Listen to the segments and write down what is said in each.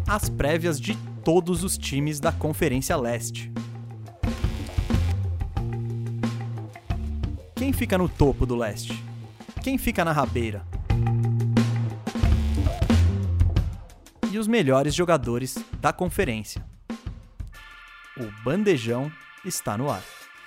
as prévias de todos os times da Conferência Leste. Quem fica no topo do leste? Quem fica na rabeira? E os melhores jogadores da conferência. O Bandejão está no ar.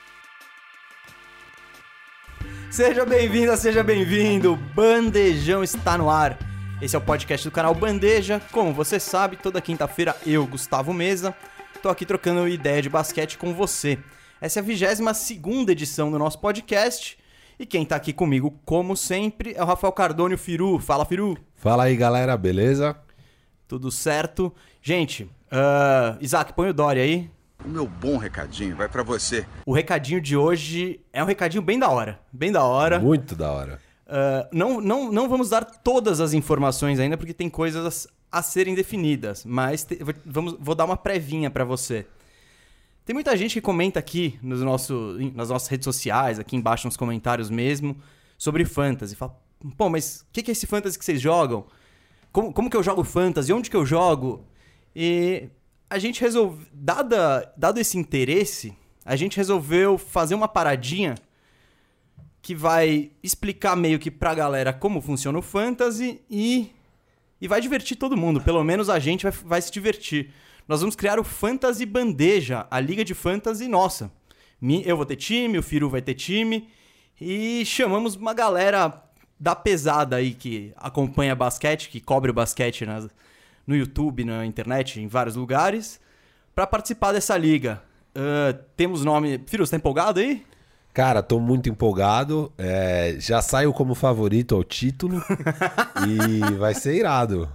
Seja bem-vinda, seja bem-vindo! Bandejão está no ar. Esse é o podcast do canal Bandeja. Como você sabe, toda quinta-feira eu, Gustavo Meza, tô aqui trocando ideia de basquete com você. Essa é a 22ª edição do nosso podcast. E quem tá aqui comigo, como sempre, é o Rafael Cardone, o Firu. Fala, Firu! Fala aí, galera, beleza? Tudo certo? Gente, Isaac, põe o Dory aí. O meu bom recadinho vai pra você. O recadinho de hoje é um recadinho bem da hora. Bem da hora. Muito da hora. Não vamos dar todas as informações ainda, porque tem coisas a serem definidas. Mas vou dar uma prévinha pra você. Tem muita gente que comenta aqui nas nossas redes sociais, aqui embaixo nos comentários mesmo, sobre Fantasy. Fala, pô, mas o que é esse Fantasy que vocês jogam? Como que eu jogo Fantasy? Onde que eu jogo? E a gente resolveu, dado esse interesse, a gente resolveu fazer uma paradinha que vai explicar meio que pra galera como funciona o Fantasy e vai divertir todo mundo. Pelo menos a gente vai se divertir. Nós vamos criar o Fantasy Bandeja, a liga de Fantasy nossa. Eu vou ter time, o Firu vai ter time e chamamos uma galera da pesada aí que acompanha basquete, que cobre o basquete no YouTube, na internet, em vários lugares, para participar dessa liga. Temos nome... Firu, você tá empolgado aí? Cara, tô muito empolgado. Já saio como favorito ao título e vai ser irado.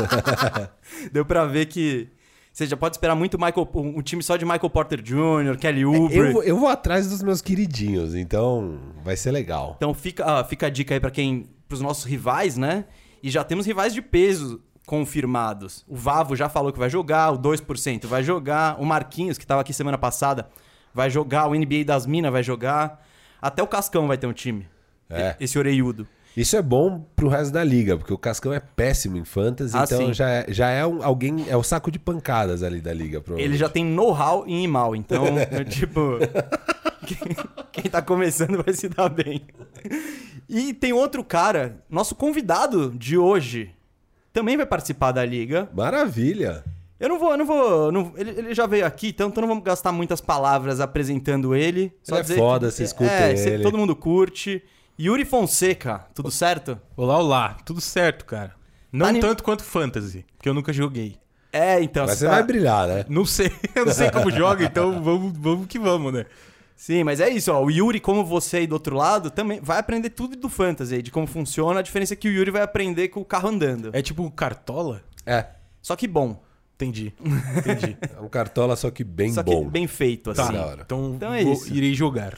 Deu pra ver que você já pode esperar muito um time só de Michael Porter Jr., Kelly Oubre. Eu vou atrás dos meus queridinhos, então vai ser legal. Então fica a dica aí pros nossos rivais, né? E já temos rivais de peso confirmados. O Vavo já falou que vai jogar, o 2% vai jogar, o Marquinhos, que estava aqui semana passada, vai jogar, o NBA das Minas vai jogar, até o Cascão vai ter um time, esse orelhudo. Isso é bom pro resto da liga, porque o Cascão é péssimo em fantasy, então sim. já é alguém, é o saco de pancadas ali da liga. Ele já tem know-how em ir mal, então, tipo, quem tá começando vai se dar bem. E tem outro cara, nosso convidado de hoje, também vai participar da liga. Maravilha! Eu não vou. Ele já veio aqui, então não vamos gastar muitas palavras apresentando ele. Só ele é foda, você escuta ele. Todo mundo curte. Yuri Fonseca, tudo certo? Olá, tudo certo, cara. Não tanto quanto Fantasy, porque eu nunca joguei. Então... Mas você vai brilhar, né? Não sei, eu não sei como joga, então vamos que vamos, né? Sim, mas é isso, ó. O Yuri, como você aí do outro lado, também vai aprender tudo do Fantasy, de como funciona. A diferença é que o Yuri vai aprender com o carro andando. É tipo Cartola? Só que bom. Entendi. É um Cartola, só que bem só bom. Que bem feito, assim. Tá, então é isso. Irei jogar.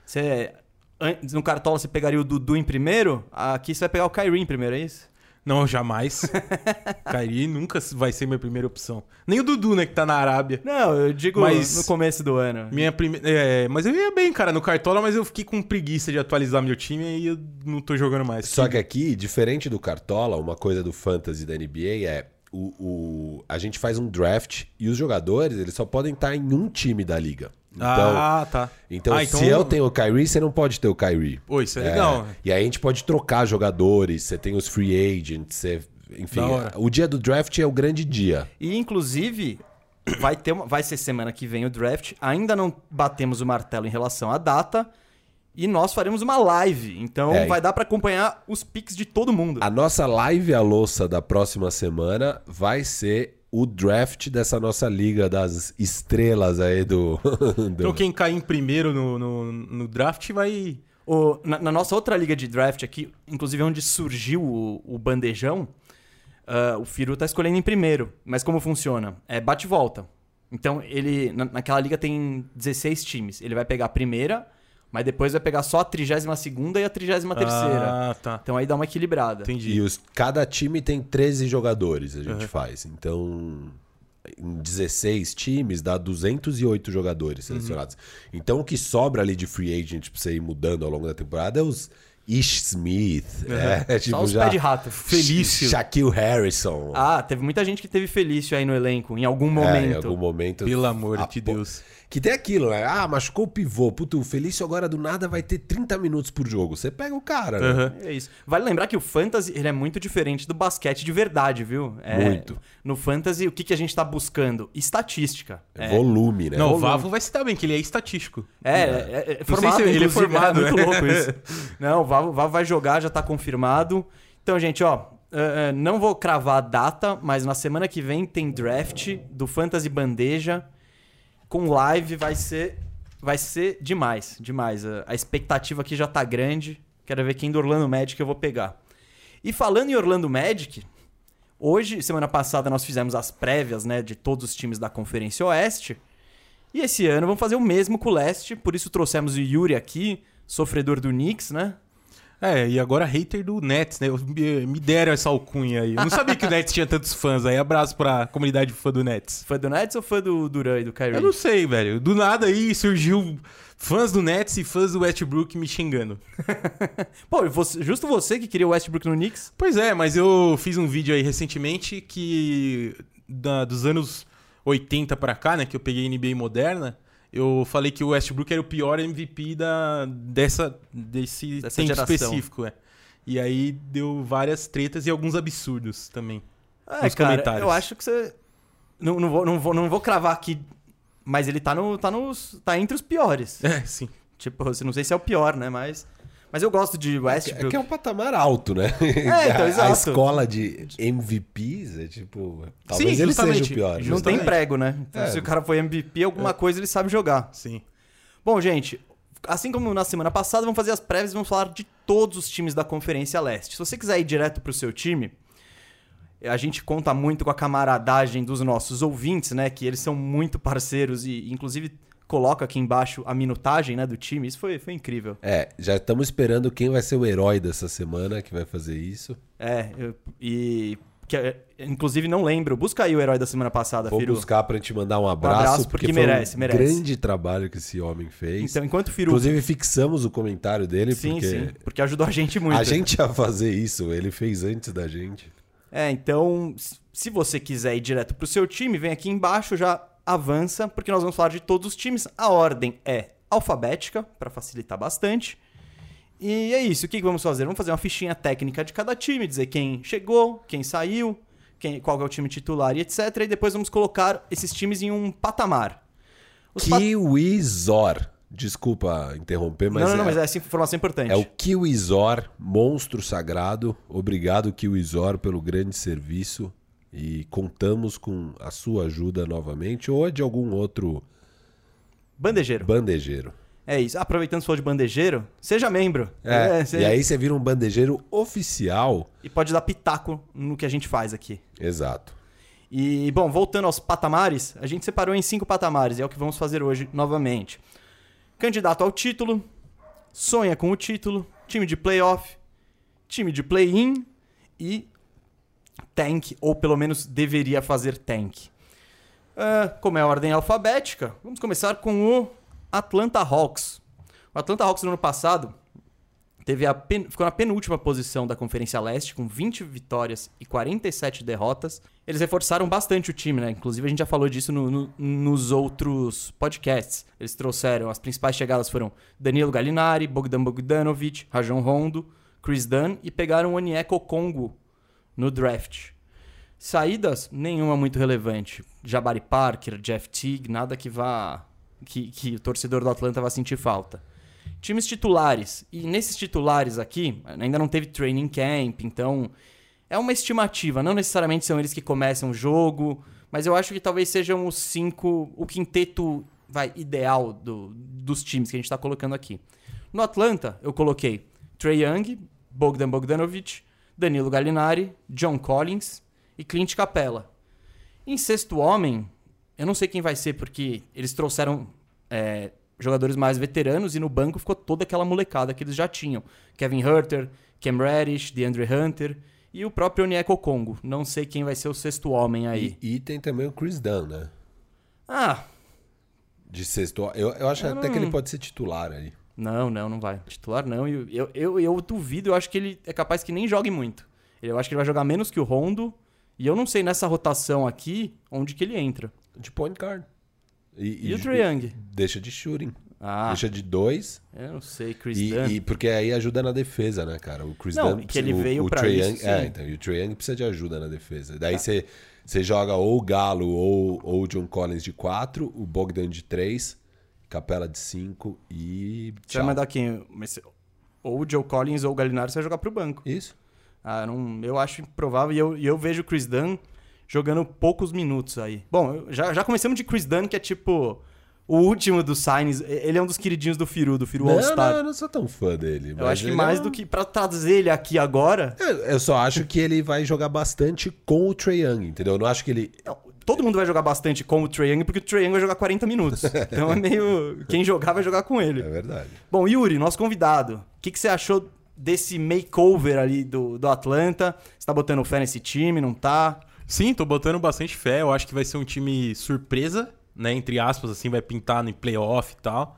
No Cartola você pegaria o Dudu em primeiro, aqui você vai pegar o Kyrie em primeiro, é isso? Não, jamais. Kyrie nunca vai ser minha primeira opção. Nem o Dudu, né, que tá na Arábia. Não, eu digo no começo do ano. Mas eu ia bem, cara, no Cartola, mas eu fiquei com preguiça de atualizar meu time e eu não tô jogando mais. Só que aqui, diferente do Cartola, uma coisa do Fantasy da NBA é a gente faz um draft e os jogadores eles só podem estar em um time da liga. Então, tá. Então, se eu tenho o Kyrie, você não pode ter o Kyrie. Pô, isso é legal. E aí a gente pode trocar jogadores, você tem os free agents, enfim. O dia do draft é o grande dia. E, inclusive, vai ser semana que vem o draft. Ainda não batemos o martelo em relação à data. E nós faremos uma live. Então vai dar pra acompanhar os picks de todo mundo. A nossa live à louça da próxima semana vai ser o draft dessa nossa liga das estrelas aí do... Então quem cair em primeiro no draft vai... Na nossa outra liga de draft aqui, inclusive onde surgiu o Bandejão, o Firu tá escolhendo em primeiro. Mas como funciona? É bate e volta. Então ele naquela liga tem 16 times. Ele vai pegar a primeira... Mas depois vai pegar só a 32ª e a 33ª. Ah, tá. Então aí dá uma equilibrada. Entendi. E cada time tem 13 jogadores, a gente faz. Então, em 16 times, dá 208 jogadores selecionados. Então, o que sobra ali de free agent pra você ir mudando ao longo da temporada é os Ish Smith. Tipo, Só os pés de rato. Felício. Shaquille Harrison. Teve muita gente que teve Felício aí no elenco, em algum momento. Em algum momento. Pelo amor de Deus. Que tem aquilo, né? Machucou o pivô. Puta, o Felício agora do nada vai ter 30 minutos por jogo. Você pega o cara, né? É isso. Vale lembrar que o Fantasy ele é muito diferente do basquete de verdade, viu? Muito. No Fantasy, o que a gente tá buscando? Estatística. Volume, né? Não, o Vavo vai se dar bem, que ele é estatístico. Formado, se ele é inclusive, formado, muito louco isso. Não, o Vavo vai jogar, já tá confirmado. Então, gente, não vou cravar a data, mas na semana que vem tem draft do Fantasy Bandeja. Com live vai ser demais. A expectativa aqui já tá grande. Quero ver quem do Orlando Magic eu vou pegar. E falando em Orlando Magic, hoje, semana passada, nós fizemos as prévias, né, de todos os times da Conferência Oeste. E esse ano vamos fazer o mesmo com o Leste. Por isso trouxemos o Yuri aqui, sofredor do Knicks, né? E agora hater do Nets, né? Me deram essa alcunha aí. Eu não sabia que o Nets tinha tantos fãs aí. Abraço pra comunidade fã do Nets. Fã do Nets ou fã do Duran e do Kyrie? Eu não sei, velho. Do nada aí surgiu fãs do Nets e fãs do Westbrook me xingando. Pô, justo você que queria o Westbrook no Knicks? Pois é, mas eu fiz um vídeo aí recentemente que dos anos 80 pra cá, né? Que eu peguei NBA moderna. Eu falei que o Westbrook era o pior MVP desse tempo geração específico. E aí deu várias tretas e alguns absurdos também nos cara, comentários. Eu acho que você... Não vou cravar aqui, mas ele tá entre os piores. Sim. Tipo, eu não sei se é o pior, né? Mas eu gosto de Westbrook. É que é um patamar alto, né? Então, exato. A escola de MVPs é tipo... Talvez Sim, ele seja o justamente. pior. Não tem prego, né? Então, se o cara foi MVP, alguma coisa ele sabe jogar. Sim. Bom, gente, assim como na semana passada, vamos fazer as prévias e vamos falar de todos os times da Conferência Leste. Se você quiser ir direto pro seu time, a gente conta muito com a camaradagem dos nossos ouvintes, né? Que eles são muito parceiros e, inclusive, coloca aqui embaixo a minutagem, né, do time. Isso foi incrível. Já estamos esperando quem vai ser o herói dessa semana que vai fazer isso. Inclusive, não lembro. Busca aí o herói da semana passada, Vou Firu. buscar pra gente mandar um abraço porque foi merece. grande trabalho que esse homem fez. Então, enquanto o Firu... Inclusive, fixamos o comentário dele. Sim, porque ajudou a gente muito. A gente ia fazer isso, ele fez antes da gente. Então, se você quiser ir direto pro seu time, vem aqui embaixo, já avança, porque nós vamos falar de todos os times. A ordem é alfabética, para facilitar bastante. E é isso. O que vamos fazer? Vamos fazer uma fichinha técnica de cada time, dizer quem chegou, quem saiu, qual é o time titular e etc. E depois vamos colocar esses times em um patamar. Kiwizor. Desculpa interromper, mas mas essa informação é importante. É o Kiwizor, monstro sagrado. Obrigado, Kiwizor, pelo grande serviço. E contamos com a sua ajuda novamente ou de algum outro... Bandejeiro. É isso. Aproveitando que você falou de bandejeiro, seja membro. E aí você vira um bandejeiro oficial. E pode dar pitaco no que a gente faz aqui. Exato. E, bom, voltando aos patamares, a gente separou em 5 patamares. E é o que vamos fazer hoje novamente. Candidato ao título, sonha com o título, time de playoff, time de play-in e tank, ou pelo menos deveria fazer tank. Como é a ordem alfabética, vamos começar com o Atlanta Hawks. O Atlanta Hawks no ano passado ficou na penúltima posição da Conferência Leste, com 20 vitórias e 47 derrotas. Eles reforçaram bastante o time, né? Inclusive a gente já falou disso nos outros podcasts. Eles trouxeram, as principais chegadas foram Danilo Gallinari, Bogdan Bogdanovic, Rajon Rondo, Chris Dunn e pegaram o Onyeka Okongwu no draft. Saídas, nenhuma muito relevante. Jabari Parker, Jeff Teague, nada que o torcedor do Atlanta vá sentir falta. Times titulares. E nesses titulares aqui, ainda não teve training camp, então é uma estimativa. Não necessariamente são eles que começam o jogo, mas eu acho que talvez sejam os 5, o quinteto ideal dos times que a gente está colocando aqui. No Atlanta, eu coloquei Trae Young, Bogdan Bogdanovic, Danilo Gallinari, John Collins e Clint Capela. Em sexto homem, eu não sei quem vai ser, porque eles trouxeram jogadores mais veteranos e no banco ficou toda aquela molecada que eles já tinham. Kevin Huerter, Cam Reddish, DeAndre Hunter e o próprio Onyeka Okongwu. Não sei quem vai ser o sexto homem aí. E tem também o Chris Dunn, né? Ah. De sexto. Eu acho até que ele pode ser titular aí. Não vai. Titular não. Eu duvido, eu acho que ele é capaz que nem jogue muito. Eu acho que ele vai jogar menos que o Rondo. E eu não sei nessa rotação aqui onde que ele entra. De point guard. E o Trae Young? Deixa de shooting. Ah. Deixa de 2. Eu não sei, Chris Dunn. Porque aí ajuda na defesa, né, cara? O Chris não, Dunn... que ele veio pra Trae isso, Young, sim. então, e o Trae Young precisa de ajuda na defesa. Daí você joga ou o Galo ou o John Collins de 4, o Bogdan de 3, Capela de 5 e Você vai mandar quem? Ou o Joe Collins ou o Gallinari, você vai jogar pro banco. Isso. Eu acho improvável e eu vejo o Chris Dunn jogando poucos minutos aí. Bom, já começamos de Chris Dunn, que é tipo o último dos signs. Ele é um dos queridinhos do Firu All-Star. Não, eu não sou tão fã dele. Eu acho que mais do que pra trazer ele aqui agora... Eu só acho que ele vai jogar bastante com o Trae Young, entendeu? Eu não acho que ele... Não, todo mundo vai jogar bastante com o Trae Young, porque o Trae Young vai jogar 40 minutos. Então é meio... Quem jogar vai jogar com ele. É verdade. Bom, Yuri, nosso convidado. O que você achou desse makeover ali do Atlanta? Você tá botando fé nesse time, não tá? Sim, tô botando bastante fé. Eu acho que vai ser um time surpresa, né? Entre aspas, assim, vai pintar no playoff e tal.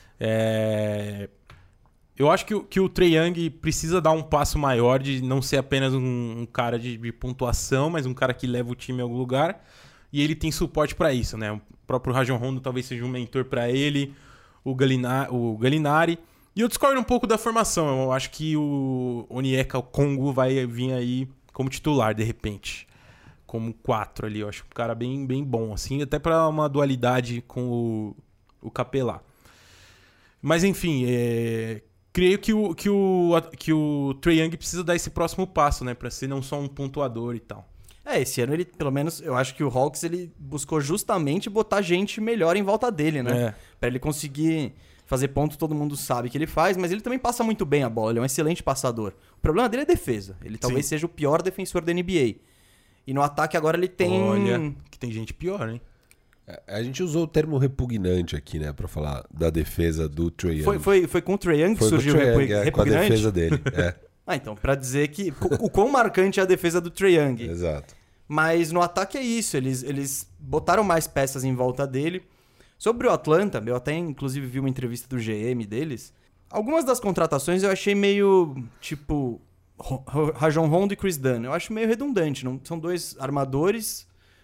Eu acho que o Trae Young precisa dar um passo maior de não ser apenas um cara de pontuação, mas um cara que leva o time a algum lugar. E ele tem suporte pra isso, né? O próprio Rajon Rondo talvez seja um mentor pra ele, o Gallinari. E eu discordo um pouco da formação. Eu acho que o Onyeka Okongwu vai vir aí como titular, de repente. Como 4 ali. Eu acho um cara bem, bem bom, assim. Até pra uma dualidade com o Capela. Mas, enfim, creio que o Trae Young precisa dar esse próximo passo, né? Pra ser não só um pontuador e tal. Esse ano ele, pelo menos, eu acho que o Hawks ele buscou justamente botar gente melhor em volta dele, né? Pra ele conseguir fazer ponto, todo mundo sabe que ele faz, mas ele também passa muito bem a bola, ele é um excelente passador. O problema dele é defesa. Ele talvez seja o pior defensor da NBA. E no ataque agora ele tem... Olha, que tem gente pior, hein? A gente usou o termo repugnante aqui, né? Pra falar da defesa do Trae Young. Foi com o Trae Young que surgiu o repugnante? Com a defesa dele, então, pra dizer que o quão marcante é a defesa do Trae Young. Exato. Mas no ataque é isso, eles botaram mais peças em volta dele. Sobre o Atlanta, eu até inclusive vi uma entrevista do GM deles. Algumas das contratações eu achei meio, tipo, Rajon Rondo e Chris Dunn. Eu acho meio redundante. Não, são dois armadores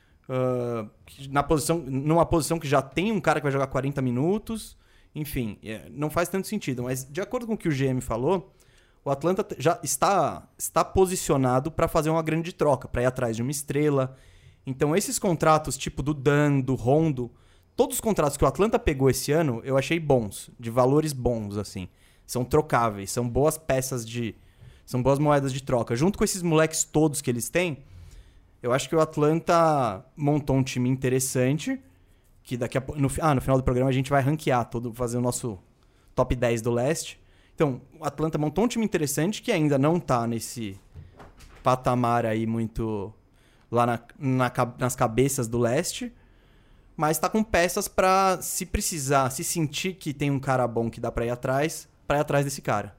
numa posição que já tem um cara que vai jogar 40 minutos. Enfim, não faz tanto sentido. Mas de acordo com o que o GM falou, o Atlanta já está posicionado para fazer uma grande troca, para ir atrás de uma estrela. Então esses contratos tipo do Dunn, do Rondo... Todos os contratos que o Atlanta pegou esse ano, eu achei bons, de valores bons, assim. São trocáveis, são boas peças são boas moedas de troca. Junto com esses moleques todos que eles têm, eu acho que o Atlanta montou um time interessante, que daqui a pouco... No final do programa a gente vai ranquear, fazer o nosso top 10 do leste. Então, o Atlanta montou um time interessante, que ainda não tá nesse patamar aí muito lá nas cabeças do leste, mas tá com peças pra, se precisar, se sentir que tem um cara bom que dá pra ir atrás desse cara.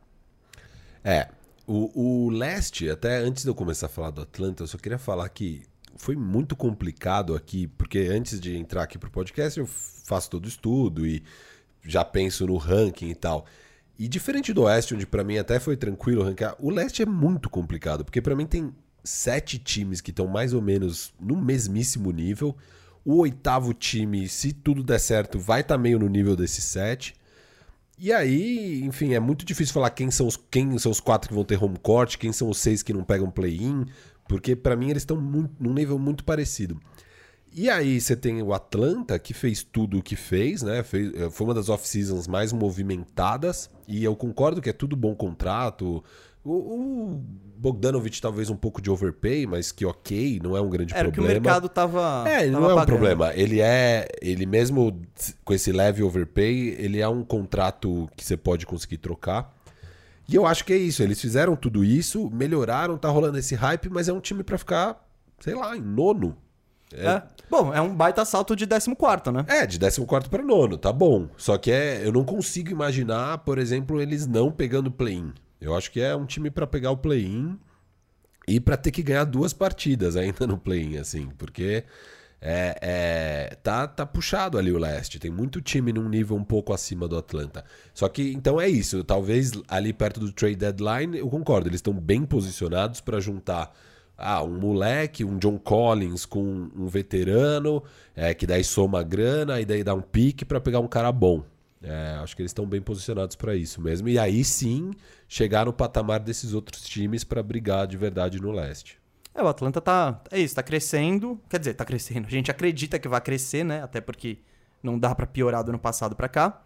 O leste, até antes de eu começar a falar do Atlanta, eu só queria falar que foi muito complicado aqui, porque antes de entrar aqui pro podcast eu faço todo o estudo e já penso no ranking e tal. E diferente do oeste, onde pra mim até foi tranquilo ranquear, o leste é muito complicado, porque pra mim tem 7 times que estão mais ou menos no mesmíssimo nível. O 8º time, se tudo der certo, vai estar meio no nível desses 7. E aí, enfim, é muito difícil falar quem são os 4 que vão ter home court, quem são os 6 que não pegam play-in, porque pra mim eles estão num nível muito parecido. E aí você tem o Atlanta, que fez tudo o que fez, né? Foi uma das off-seasons mais movimentadas, e eu concordo que é tudo bom contrato. O Bogdanovic talvez um pouco de overpay, mas que ok, não é um grande problema. Era que o mercado tava não é um pagando. problema. Ele mesmo com esse leve overpay, ele é um contrato que você pode conseguir trocar. E eu acho que é isso. Eles fizeram tudo isso, melhoraram, tá rolando esse hype, mas é um time pra ficar, sei lá, em 9º. Bom, é um baita salto de 14º, né? De 14º pra 9º, tá bom. Só que eu não consigo imaginar, por exemplo, eles não pegando play-in. Eu acho que é um time pra pegar o play-in e pra ter que ganhar 2 partidas ainda no play-in, assim, porque Tá puxado ali o leste. Tem muito time num nível um pouco acima do Atlanta. Só que, então é isso. Talvez ali perto do trade deadline, eu concordo. Eles estão bem posicionados para juntar um moleque, um John Collins com um veterano, que daí soma a grana e daí dá um pique para pegar um cara bom. Acho que eles estão bem posicionados para isso mesmo. E aí sim, chegar no patamar desses outros times para brigar de verdade no leste. O Atlanta tá crescendo. Quer dizer, tá crescendo. A gente acredita que vai crescer, né? Até porque não dá para piorar do ano passado para cá.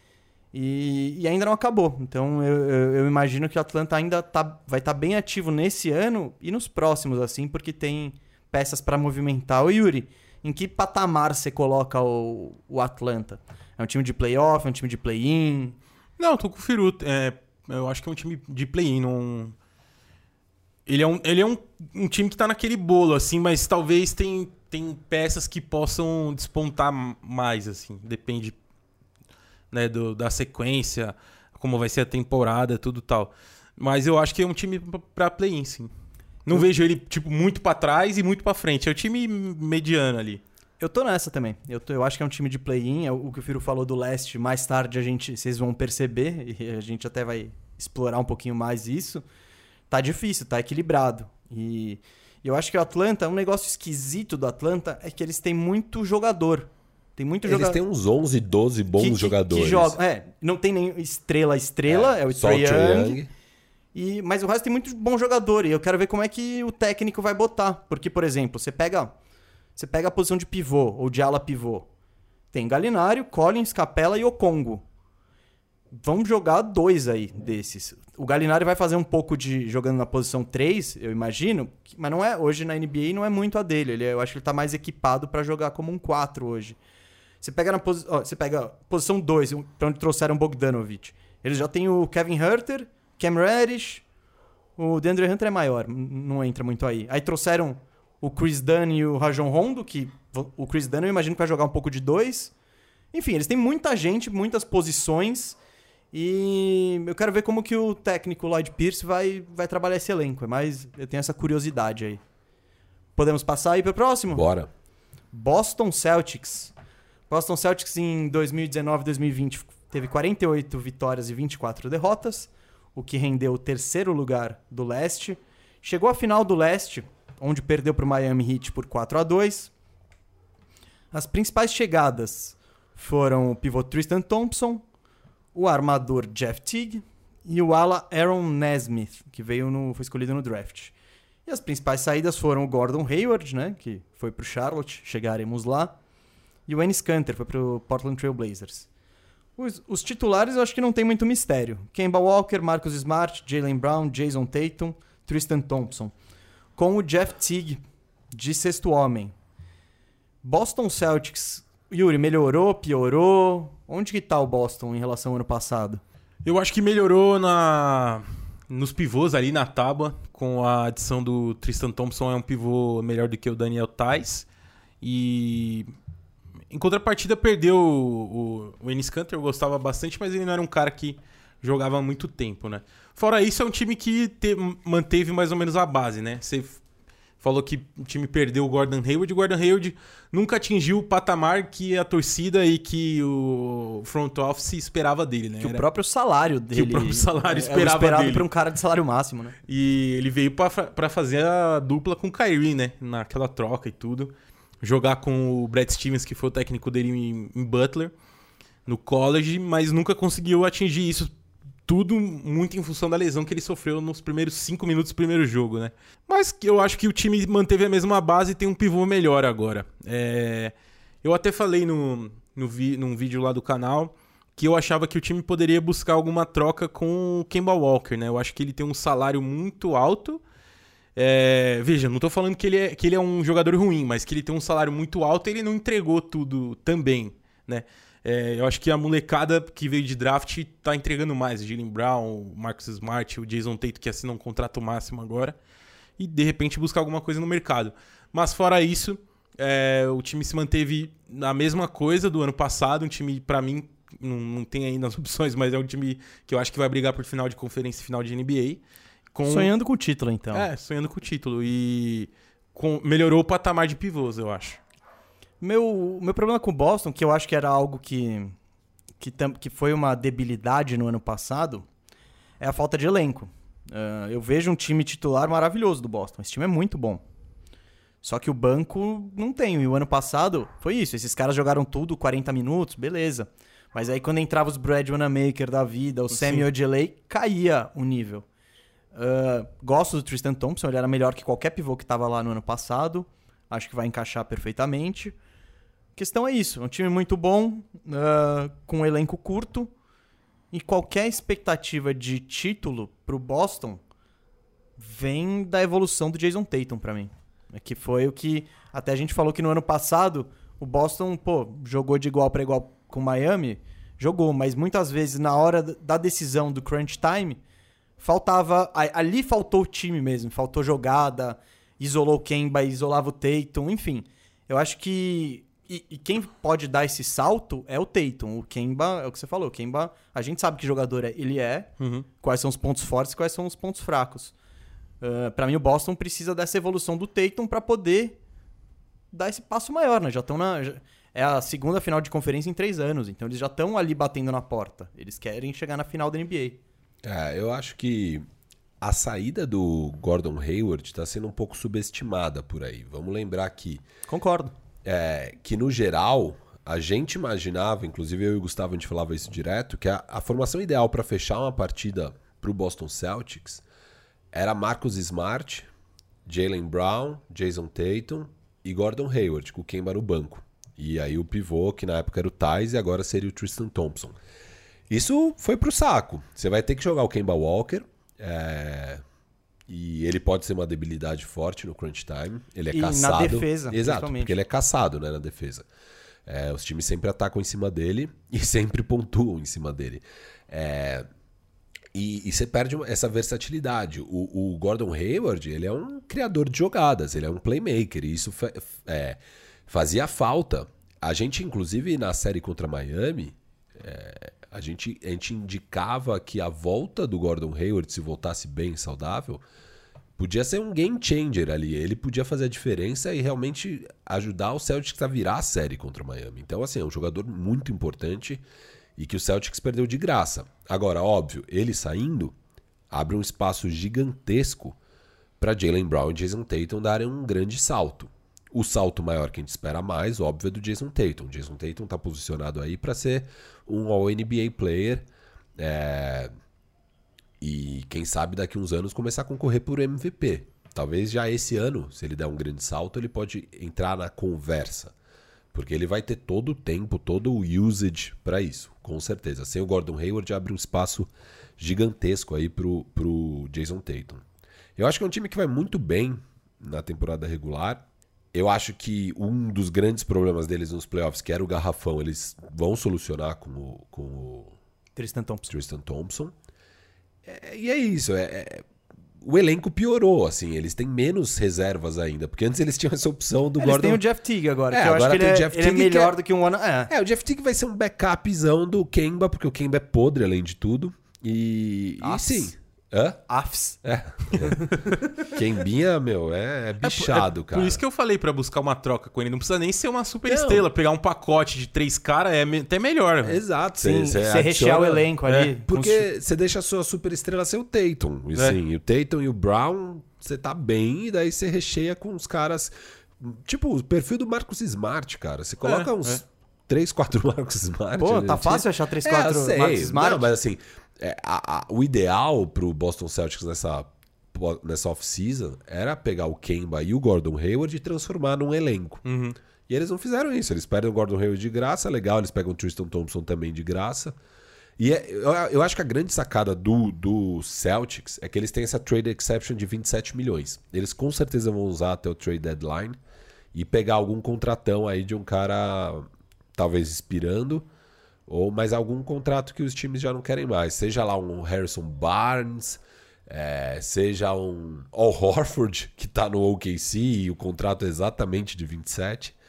E ainda não acabou. Então eu imagino que o Atlanta ainda vai estar bem ativo nesse ano e nos próximos, assim, porque tem peças para movimentar. Ô Yuri, em que patamar você coloca o Atlanta? É um time de playoff? É um time de play-in? Não, tô com o Firu. Eu acho que é um time de play-in. Não... Ele é um time que tá naquele bolo, assim, mas talvez tem peças que possam despontar mais, assim. Depende, né, da sequência, como vai ser a temporada, tudo tal. Mas eu acho que é um time pra play-in, sim. Não vejo ele, tipo, muito pra trás e muito pra frente. É o time mediano ali. Eu tô nessa também. Eu acho que é um time de play-in. O que o Firo falou do leste, mais tarde vocês vão perceber, e a gente até vai explorar um pouquinho mais isso. Tá difícil, tá equilibrado. E eu acho que o Atlanta, um negócio esquisito do Atlanta é que eles têm muito jogador. Eles têm uns 11, 12 bons jogadores. Que jogam. Não tem nem estrela, é o Trae Young. Mas o resto tem muito bom jogador. E eu quero ver como é que o técnico vai botar. Porque, por exemplo, você pega a posição de pivô ou de ala pivô. Tem Gallinari, Collins, Capela e Okongo. Vamos jogar 2 aí desses. O Gallinari vai fazer um pouco de jogando na posição 3, eu imagino, mas não é hoje na NBA não é muito a dele. Eu acho que ele tá mais equipado para jogar como um 4 hoje. Você pega a posição 2, para onde trouxeram o Bogdanovic. Eles já tem o Kevin Huerter, Cam Reddish, o DeAndre Hunter é maior, não entra muito aí. Aí trouxeram o Chris Dunn e o Rajon Rondo, que o Chris Dunn eu imagino que vai jogar um pouco de 2. Enfim, eles têm muita gente, muitas posições. E eu quero ver como que o técnico Lloyd Pierce vai trabalhar esse elenco. Mas eu tenho essa curiosidade aí. Podemos passar aí para o próximo? Bora. Boston Celtics. Boston Celtics em 2019 e 2020 teve 48 vitórias e 24 derrotas, o que rendeu o 3º lugar do leste. Chegou à final do leste, onde perdeu para o Miami Heat por 4-2. As principais chegadas foram o pivô Tristan Thompson, o armador Jeff Teague e o ala Aaron Nesmith, que foi escolhido no draft. E as principais saídas foram o Gordon Hayward, né, que foi para o Charlotte, chegaremos lá, e o Enes Kanter foi para o Portland Trail Blazers. Os titulares eu acho que não tem muito mistério. Kemba Walker, Marcus Smart, Jaylen Brown, Jason Tatum, Tristan Thompson. Com o Jeff Teague de 6º homem. Boston Celtics, Yuri, melhorou, piorou? Onde que tá o Boston em relação ao ano passado? Eu acho que melhorou nos pivôs ali na tábua, com a adição do Tristan Thompson, é um pivô melhor do que o Daniel Theis. E em contrapartida perdeu o Enes Kanter, eu gostava bastante, mas ele não era um cara que jogava há muito tempo, né? Fora isso, é um time que manteve mais ou menos a base, né? Você falou que o time perdeu o Gordon Hayward. O Gordon Hayward nunca atingiu o patamar que a torcida e que o front office esperava dele, né? Que o próprio salário dele... Que o próprio salário esperava esperado dele. para um cara de salário máximo, né? E ele veio para fazer a dupla com o Kyrie, né? Naquela troca e tudo. Jogar com o Brad Stevens, que foi o técnico dele em Butler, no college, mas nunca conseguiu atingir isso. Tudo muito em função da lesão que ele sofreu nos primeiros 5 minutos do primeiro jogo, né? Mas eu acho que o time manteve a mesma base e tem um pivô melhor agora. Eu até falei num vídeo lá do canal que eu achava que o time poderia buscar alguma troca com o Kemba Walker, né? Eu acho que ele tem um salário muito alto. Veja, não tô falando que ele é um jogador ruim, mas que ele tem um salário muito alto e ele não entregou tudo também, né? Eu acho que a molecada que veio de draft tá entregando mais. Jaylen Brown, o Marcus Smart, o Jason Tatum, que assinam um contrato máximo agora. E, de repente, buscar alguma coisa no mercado. Mas, fora isso, o time se manteve na mesma coisa do ano passado. Um time, pra mim, não tem ainda as opções, mas é um time que eu acho que vai brigar por final de conferência e final de NBA. Sonhando com o título, então. Sonhando com o título. E melhorou o patamar de pivôs, eu acho. Meu problema com o Boston, que eu acho que era algo que foi uma debilidade no ano passado, é a falta de elenco. Eu vejo um time titular maravilhoso do Boston. Esse time é muito bom. Só que o banco não tem. E o ano passado foi isso. Esses caras jogaram tudo, 40 minutos, beleza. Mas aí quando entrava os Brad Wanamaker da vida, o Sammy Ojeley, caía o nível. Gosto do Tristan Thompson, ele era melhor que qualquer pivô que estava lá no ano passado. Acho que vai encaixar perfeitamente. A questão é isso, é um time muito bom, com um elenco curto, e qualquer expectativa de título pro Boston vem da evolução do Jason Tatum pra mim. Que foi o que até a gente falou que no ano passado o Boston, jogou de igual para igual com o Miami, jogou, mas muitas vezes na hora da decisão do crunch time, ali faltou o time mesmo, faltou jogada, isolou o Kemba, isolava o Tatum, enfim. Eu acho que e quem pode dar esse salto é o Tatum. O Kemba, é o que você falou, o Kemba, a gente sabe que jogador ele é, quais são os pontos fortes e quais são os pontos fracos. Pra mim, o Boston precisa dessa evolução do Tatum pra poder dar esse passo maior, né? Já estão é a segunda final de conferência em 3 anos, então eles já estão ali batendo na porta. Eles querem chegar na final da NBA. Eu acho que a saída do Gordon Hayward está sendo um pouco subestimada por aí. Vamos lembrar que... Concordo. Que no geral, a gente imaginava, inclusive eu e o Gustavo, a gente falava isso direto, que a formação ideal para fechar uma partida para o Boston Celtics era Marcus Smart, Jaylen Brown, Jason Tatum e Gordon Hayward, com o Kemba no banco. E aí o pivô, que na época era o Tyus e agora seria o Tristan Thompson. Isso foi pro saco. Você vai ter que jogar o Kemba Walker, e ele pode ser uma debilidade forte no crunch time. Ele é caçado. Na defesa, exato, porque ele é caçado, né, na defesa. Os times sempre atacam em cima dele e sempre pontuam em cima dele. E você perde essa versatilidade. O Gordon Hayward, ele é um criador de jogadas, ele é um playmaker, e isso fazia falta. A gente, inclusive, na série contra Miami, a gente indicava que a volta do Gordon Hayward, se voltasse bem saudável, podia ser um game changer ali. Ele podia fazer a diferença e realmente ajudar o Celtics a virar a série contra o Miami. Então, assim, é um jogador muito importante e que o Celtics perdeu de graça. Agora, óbvio, ele saindo abre um espaço gigantesco para Jaylen Brown e Jason Tatum darem um grande salto. O salto maior que a gente espera mais, óbvio, é do Jason Tatum. Jason Tatum está posicionado aí para ser um All-NBA player. E quem sabe daqui a uns anos começar a concorrer por MVP. Talvez já esse ano, se ele der um grande salto, ele pode entrar na conversa. Porque ele vai ter todo o tempo, todo o usage para isso, com certeza. Sem o Gordon Hayward abre um espaço gigantesco aí pro Jason Tatum. Eu acho que é um time que vai muito bem na temporada regular. Eu acho que um dos grandes problemas deles nos playoffs, que era o garrafão, eles vão solucionar com o Tristan Thompson. E é isso. O elenco piorou, assim. Eles têm menos reservas ainda. Porque antes eles tinham essa opção do Gordon... Eles têm o Jeff Teague agora, que eu agora acho que ele é melhor do que um ano... o Jeff Teague vai ser um backupzão do Kemba, porque o Kemba é podre, além de tudo. E sim... Afs. Kembinha, meu, é bichado, cara. Por isso que eu falei pra buscar uma troca com ele. Não precisa nem ser uma super estrela. Pegar um pacote de 3 caras é até melhor. Exato. Você rechear o elenco ali. Porque você deixa a sua super estrela ser o Tatum. E, sim, o Tatum e o Brown, você tá bem. E daí você recheia com os caras... Tipo, o perfil do Marcus Smart, cara. Você coloca uns 3, 4 Marcus Smart. Pô, tá fácil achar 3, 4 Marcus Smart? Não, mas assim... o ideal pro Boston Celtics nessa off-season era pegar o Kemba e o Gordon Hayward e transformar num elenco. E eles não fizeram isso. Eles perdem o Gordon Hayward de graça, legal. Eles pegam o Tristan Thompson também de graça. E eu acho que a grande sacada do Celtics é que eles têm essa trade exception de 27 milhões. Eles com certeza vão usar até o trade deadline e pegar algum contratão aí de um cara talvez expirando, ou mais algum contrato que os times já não querem mais. Seja lá um Harrison Barnes, seja um Al Horford, que tá no OKC e o contrato é exatamente de 27.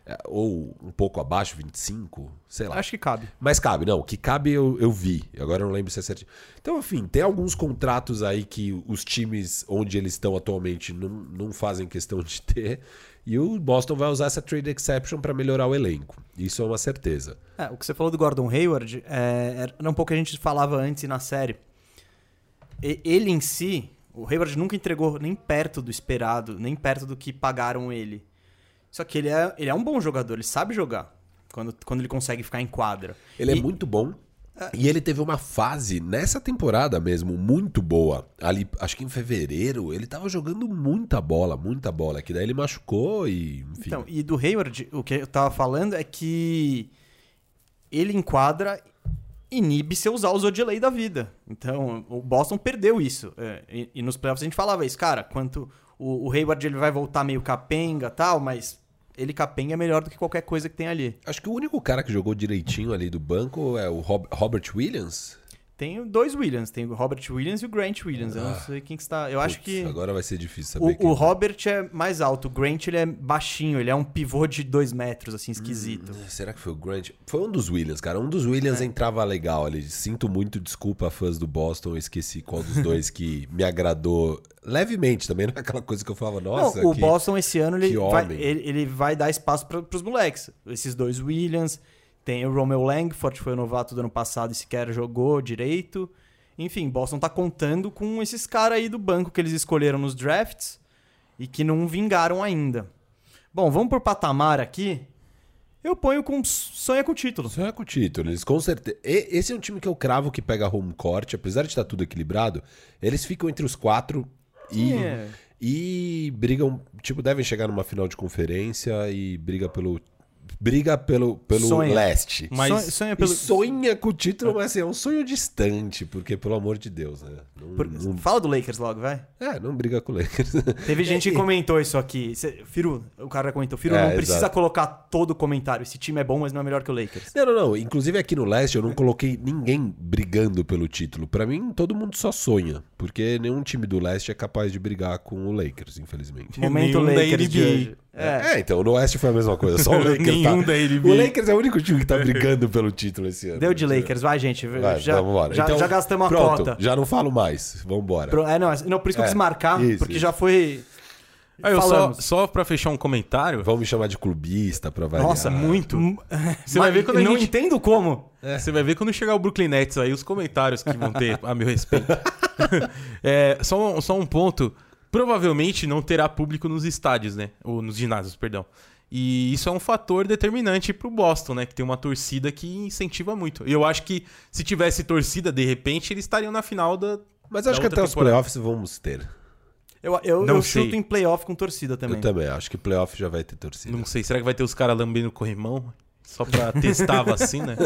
Ou um pouco abaixo, 25, sei lá. Acho que cabe. Mas cabe, não. O que cabe eu vi. Agora eu não lembro se é certinho. Então, enfim, tem alguns contratos aí que os times onde eles estão atualmente não fazem questão de ter. E o Boston vai usar essa trade exception para melhorar o elenco. Isso é uma certeza. O que você falou do Gordon Hayward era um pouco o que a gente falava antes na série. Ele em si, o Hayward nunca entregou nem perto do esperado, nem perto do que pagaram ele. Só que ele é um bom jogador, ele sabe jogar quando ele consegue ficar em quadra. Ele é muito bom. E ele teve uma fase, nessa temporada mesmo, muito boa. Ali, acho que em fevereiro, ele tava jogando muita bola. Que daí ele machucou e, enfim. Então, e do Hayward, o que eu tava falando é que ele em quadra inibe se usar o Zodilei da vida. Então, o Boston perdeu isso. E nos playoffs a gente falava isso, cara, quanto o Hayward ele vai voltar meio capenga e tal, mas ele capenga é melhor do que qualquer coisa que tem ali. Acho que o único cara que jogou direitinho ali do banco é o Robert Williams. Tem dois Williams, tem o Robert Williams e o Grant Williams. Eu não sei quem que está. Eu acho que. Agora vai ser difícil saber o Robert é mais alto, o Grant ele é baixinho, ele é um pivô de 2 metros, assim, esquisito. Será que foi o Grant? Foi um dos Williams, cara. Um dos Williams entrava legal ali. Sinto muito desculpa, fãs do Boston. Eu esqueci qual dos dois que me agradou levemente também. Não é aquela coisa que eu falava, nossa. Não, o Boston esse ano ele vai dar espaço para os moleques. Esses dois Williams. Tem o Romeo Langford, foi o novato do ano passado e sequer jogou direito. Enfim, Boston tá contando com esses caras aí do banco que eles escolheram nos drafts e que não vingaram ainda. Bom, vamos por patamar aqui. Eu ponho com sonha com o título. Sonha com o título, eles com certeza. Esse é um time que eu cravo que pega home court, apesar de estar tudo equilibrado, eles ficam entre os 4 e brigam, tipo, devem chegar numa final de conferência e briga pelo leste. Mas sonha com o título, mas assim, é um sonho distante, porque, pelo amor de Deus, né? Fala do Lakers logo, vai. Não briga com o Lakers. Teve gente que comentou isso aqui. Firu, o cara comentou, Firu, não precisa exato. Colocar todo o comentário. Esse time é bom, mas não é melhor que o Lakers. Não. Inclusive aqui no leste eu não coloquei ninguém brigando pelo título. Pra mim, todo mundo só sonha, porque nenhum time do leste é capaz de brigar com o Lakers, infelizmente. Momento Lakers de hoje. Então, no Oeste foi a mesma coisa. Só o Lakers Nenhum da NBA. O Lakers é o único time que tá brigando pelo título esse ano. Deu de Lakers, vai, gente. Vamos embora. Já gastamos a pronto, cota. Já não falo mais. Vambora. Não, por isso que eu quis marcar, porque isso. já foi... Só pra fechar um comentário... Vamos me chamar de clubista pra variar. Nossa, muito. Você vai ver quando não entendo como. Você vai ver quando chegar o Brooklyn Nets aí, os comentários que vão ter a meu respeito. Só um ponto... Provavelmente não terá público nos estádios, né? Ou nos ginásios, perdão. E isso é um fator determinante pro Boston, né? Que tem uma torcida que incentiva muito. E eu acho que se tivesse torcida, de repente, eles estariam na final da. Mas acho que até os playoffs vamos ter. Eu chuto em playoff com torcida também. Eu também, acho que playoff já vai ter torcida. Não sei, será que vai ter os caras lambendo o corrimão? Só pra testar a vacina?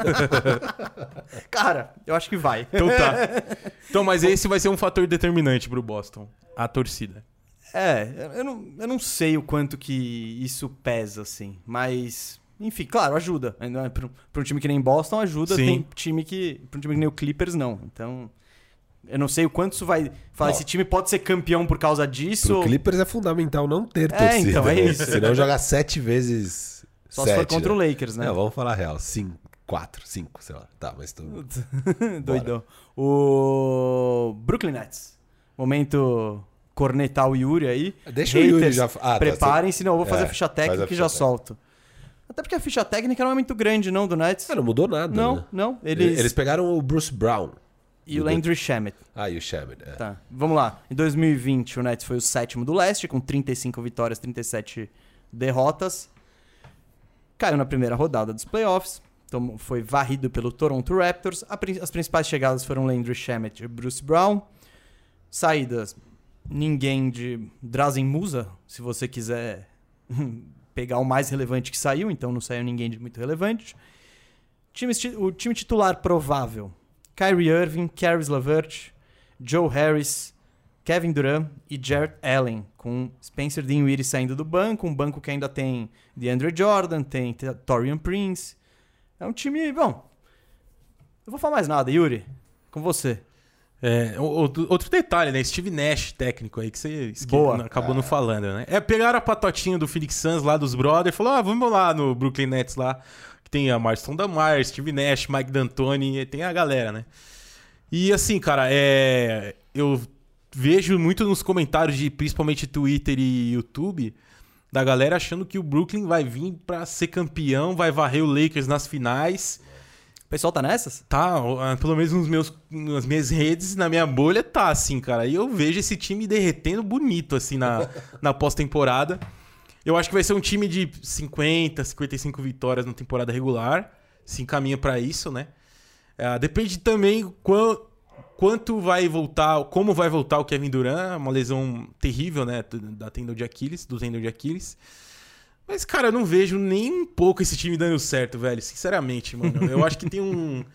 Cara, eu acho que vai. Então tá. Então, mas esse vai ser um fator determinante pro Boston. A torcida. Eu não sei o quanto que isso pesa, assim. Mas, enfim, claro, ajuda. Pra um time que nem Boston, ajuda. Sim. Tem time pra um time que nem o Clippers, não. Então, eu não sei o quanto isso vai... Esse time pode ser campeão por causa disso. Pro Clippers é fundamental não ter torcida. Então, é isso. Senão jogar 7 vezes... Só se for contra o Lakers, né? Não, vamos falar real. 4, 5, sei lá. Tá, mas tô... Doidão. O Brooklyn Nets. Momento cornetar o Yuri aí. Deixa o Yuri já... Preparem-se, senão eu vou fazer a ficha técnica e já técnica. solto. Até porque a ficha técnica não é muito grande, não, do Nets. Não mudou nada, né? Não. Eles pegaram o Bruce Brown. E o Landry Shamet. E o Shamet, Tá, vamos lá. Em 2020, o Nets foi o 7º do leste, com 35 vitórias, 37 derrotas. Caiu na primeira rodada dos playoffs. Então foi varrido pelo Toronto Raptors. As principais chegadas foram Landry Shamet e Bruce Brown. Saídas, ninguém de Drazen Musa, se você quiser pegar o mais relevante que saiu. Então não saiu ninguém de muito relevante. O time titular provável. Kyrie Irving, Caris LeVert, Joe Harris, Kevin Durant e Jarrett Allen, com Spencer Dinwiddie saindo do banco, um banco que ainda tem DeAndre Jordan, tem Taurean Prince. É um time... Bom, não vou falar mais nada, Yuri, com você. Outro detalhe, né? Steve Nash, técnico aí, que você acabou não falando, né? Pegaram a patotinha do Phoenix Suns lá, dos brothers, e falaram, vamos lá no Brooklyn Nets lá, que tem a Marston Damar, Steve Nash, Mike D'Antoni, tem a galera, né? E assim, cara, eu vejo muito nos comentários de principalmente Twitter e YouTube da galera achando que o Brooklyn vai vir pra ser campeão, vai varrer o Lakers nas finais. O pessoal tá nessas? Tá, pelo menos nas minhas redes, na minha bolha, tá assim, cara. E eu vejo esse time derretendo bonito, assim, na pós-temporada. Eu acho que vai ser um time de 50, 55 vitórias na temporada regular. Se encaminha pra isso, né? Depende também quanto vai voltar, como vai voltar o Kevin Durant. Uma lesão terrível, né? Do tendão de Aquiles. Mas, cara, eu não vejo nem um pouco esse time dando certo, velho. Sinceramente, mano. Eu acho que tem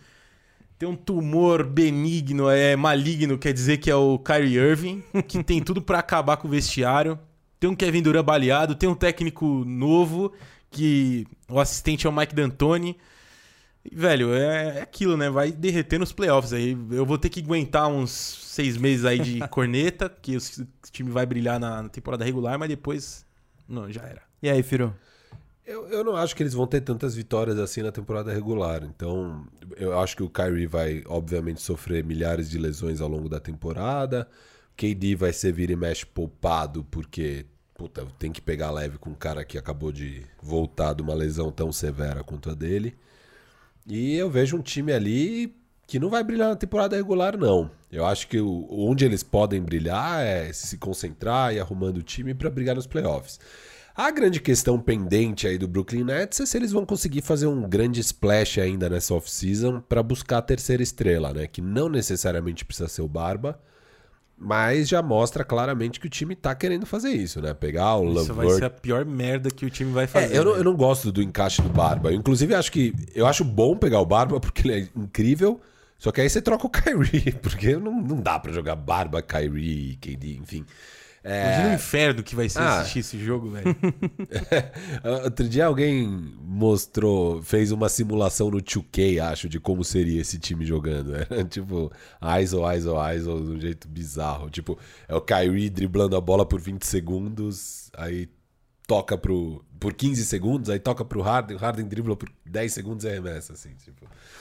um tumor benigno, maligno, quer dizer que é o Kyrie Irving, que tem tudo pra acabar com o vestiário. Tem um Kevin Durant baleado, tem um técnico novo, que o assistente é o Mike D'Antoni. Velho, é aquilo, né? Vai derreter nos playoffs aí. Eu vou ter que aguentar uns 6 meses aí de corneta, que o time vai brilhar na temporada regular, mas depois... Não, já era. E aí, Firu? Eu não acho que eles vão ter tantas vitórias assim na temporada regular. Então, eu acho que o Kyrie vai, obviamente, sofrer milhares de lesões ao longo da temporada. KD vai ser vira e mexe poupado, porque, puta, tem que pegar leve com um cara que acabou de voltar de uma lesão tão severa quanto a dele. E eu vejo um time ali que não vai brilhar na temporada regular, não. Eu acho que onde eles podem brilhar é se concentrar e arrumando o time para brigar nos playoffs. A grande questão pendente aí do Brooklyn Nets é se eles vão conseguir fazer um grande splash ainda nessa off-season para buscar a terceira estrela, né? Que não necessariamente precisa ser o Barba, mas já mostra claramente que o time tá querendo fazer isso, né? Pegar o Isso vai ser a pior merda que o time vai fazer. Eu não gosto do encaixe do Barba. Inclusive, eu acho bom pegar o Barba porque ele é incrível, só que aí você troca o Kyrie, porque não dá pra jogar Barba, Kyrie, KD, enfim. Imagina o inferno que vai ser assistir esse jogo, velho. Outro dia alguém fez uma simulação no 2K, acho, de como seria esse time jogando. Era tipo, ISO, de um jeito bizarro. Tipo, é o Kyrie driblando a bola por 20 segundos, aí toca por 15 segundos, aí toca pro Harden, o Harden dribla por 10 segundos e arremessa, assim, tipo.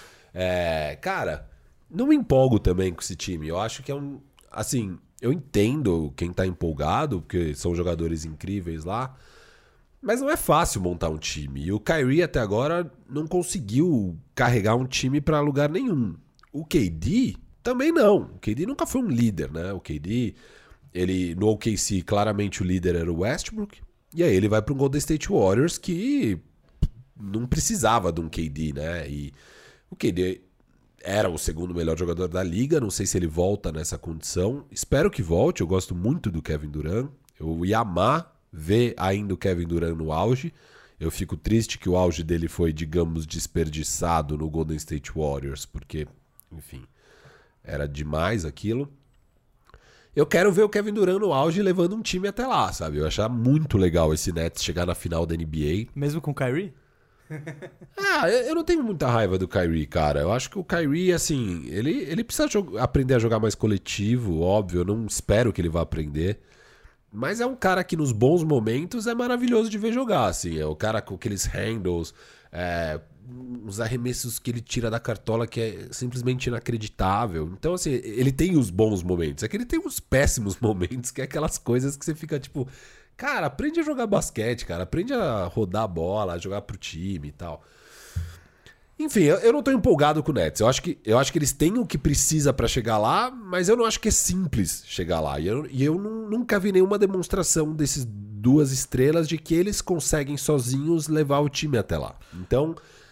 Cara, não me empolgo também com esse time. Eu acho que assim, eu entendo quem tá empolgado, porque são jogadores incríveis lá, mas não é fácil montar um time. E o Kyrie até agora não conseguiu carregar um time pra lugar nenhum. O KD também não. O KD nunca foi um líder, né? O KD, no OKC, claramente o líder era o Westbrook, e aí ele vai pro Golden State Warriors, que não precisava de um KD, né? E o KD era o segundo melhor jogador da liga. Não sei se ele volta nessa condição. Espero que volte. Eu gosto muito do Kevin Durant. Eu ia amar ver ainda o Kevin Durant no auge. Eu fico triste que o auge dele foi, digamos, desperdiçado no Golden State Warriors, porque, enfim, era demais aquilo. Eu quero ver o Kevin Durant no auge levando um time até lá, sabe? Eu ia achar muito legal esse Nets chegar na final da NBA. Mesmo com o Kyrie? Eu não tenho muita raiva do Kyrie, cara. Eu acho que o Kyrie, assim, ele precisa aprender a jogar mais coletivo, óbvio. Eu não espero que ele vá aprender. Mas é um cara que nos bons momentos é maravilhoso de ver jogar, assim. É o cara com aqueles handles, uns arremessos que ele tira da cartola que é simplesmente inacreditável. Então, assim, ele tem os bons momentos. É que ele tem os péssimos momentos, que é aquelas coisas que você fica, tipo... Cara, aprende a jogar basquete, cara. Aprende a rodar a bola, a jogar pro time e tal. Enfim, eu não tô empolgado com o Nets. Eu acho que eles têm o que precisa pra chegar lá, mas eu não acho que é simples chegar lá. E eu nunca vi nenhuma demonstração desses duas estrelas de que eles conseguem sozinhos levar o time até lá. Então,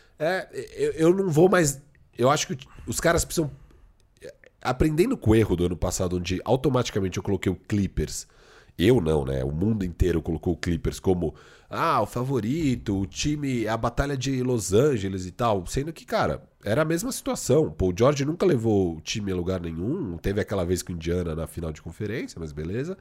eu não vou mais... Eu acho que os caras precisam... Aprendendo com o erro do ano passado, onde automaticamente eu coloquei o Clippers... Eu não, né? O mundo inteiro colocou o Clippers como o favorito, o time, a batalha de Los Angeles e tal. Sendo que, cara, era a mesma situação. Pô, o George nunca levou o time a lugar nenhum. Teve aquela vez com o Indiana na final de conferência, mas beleza.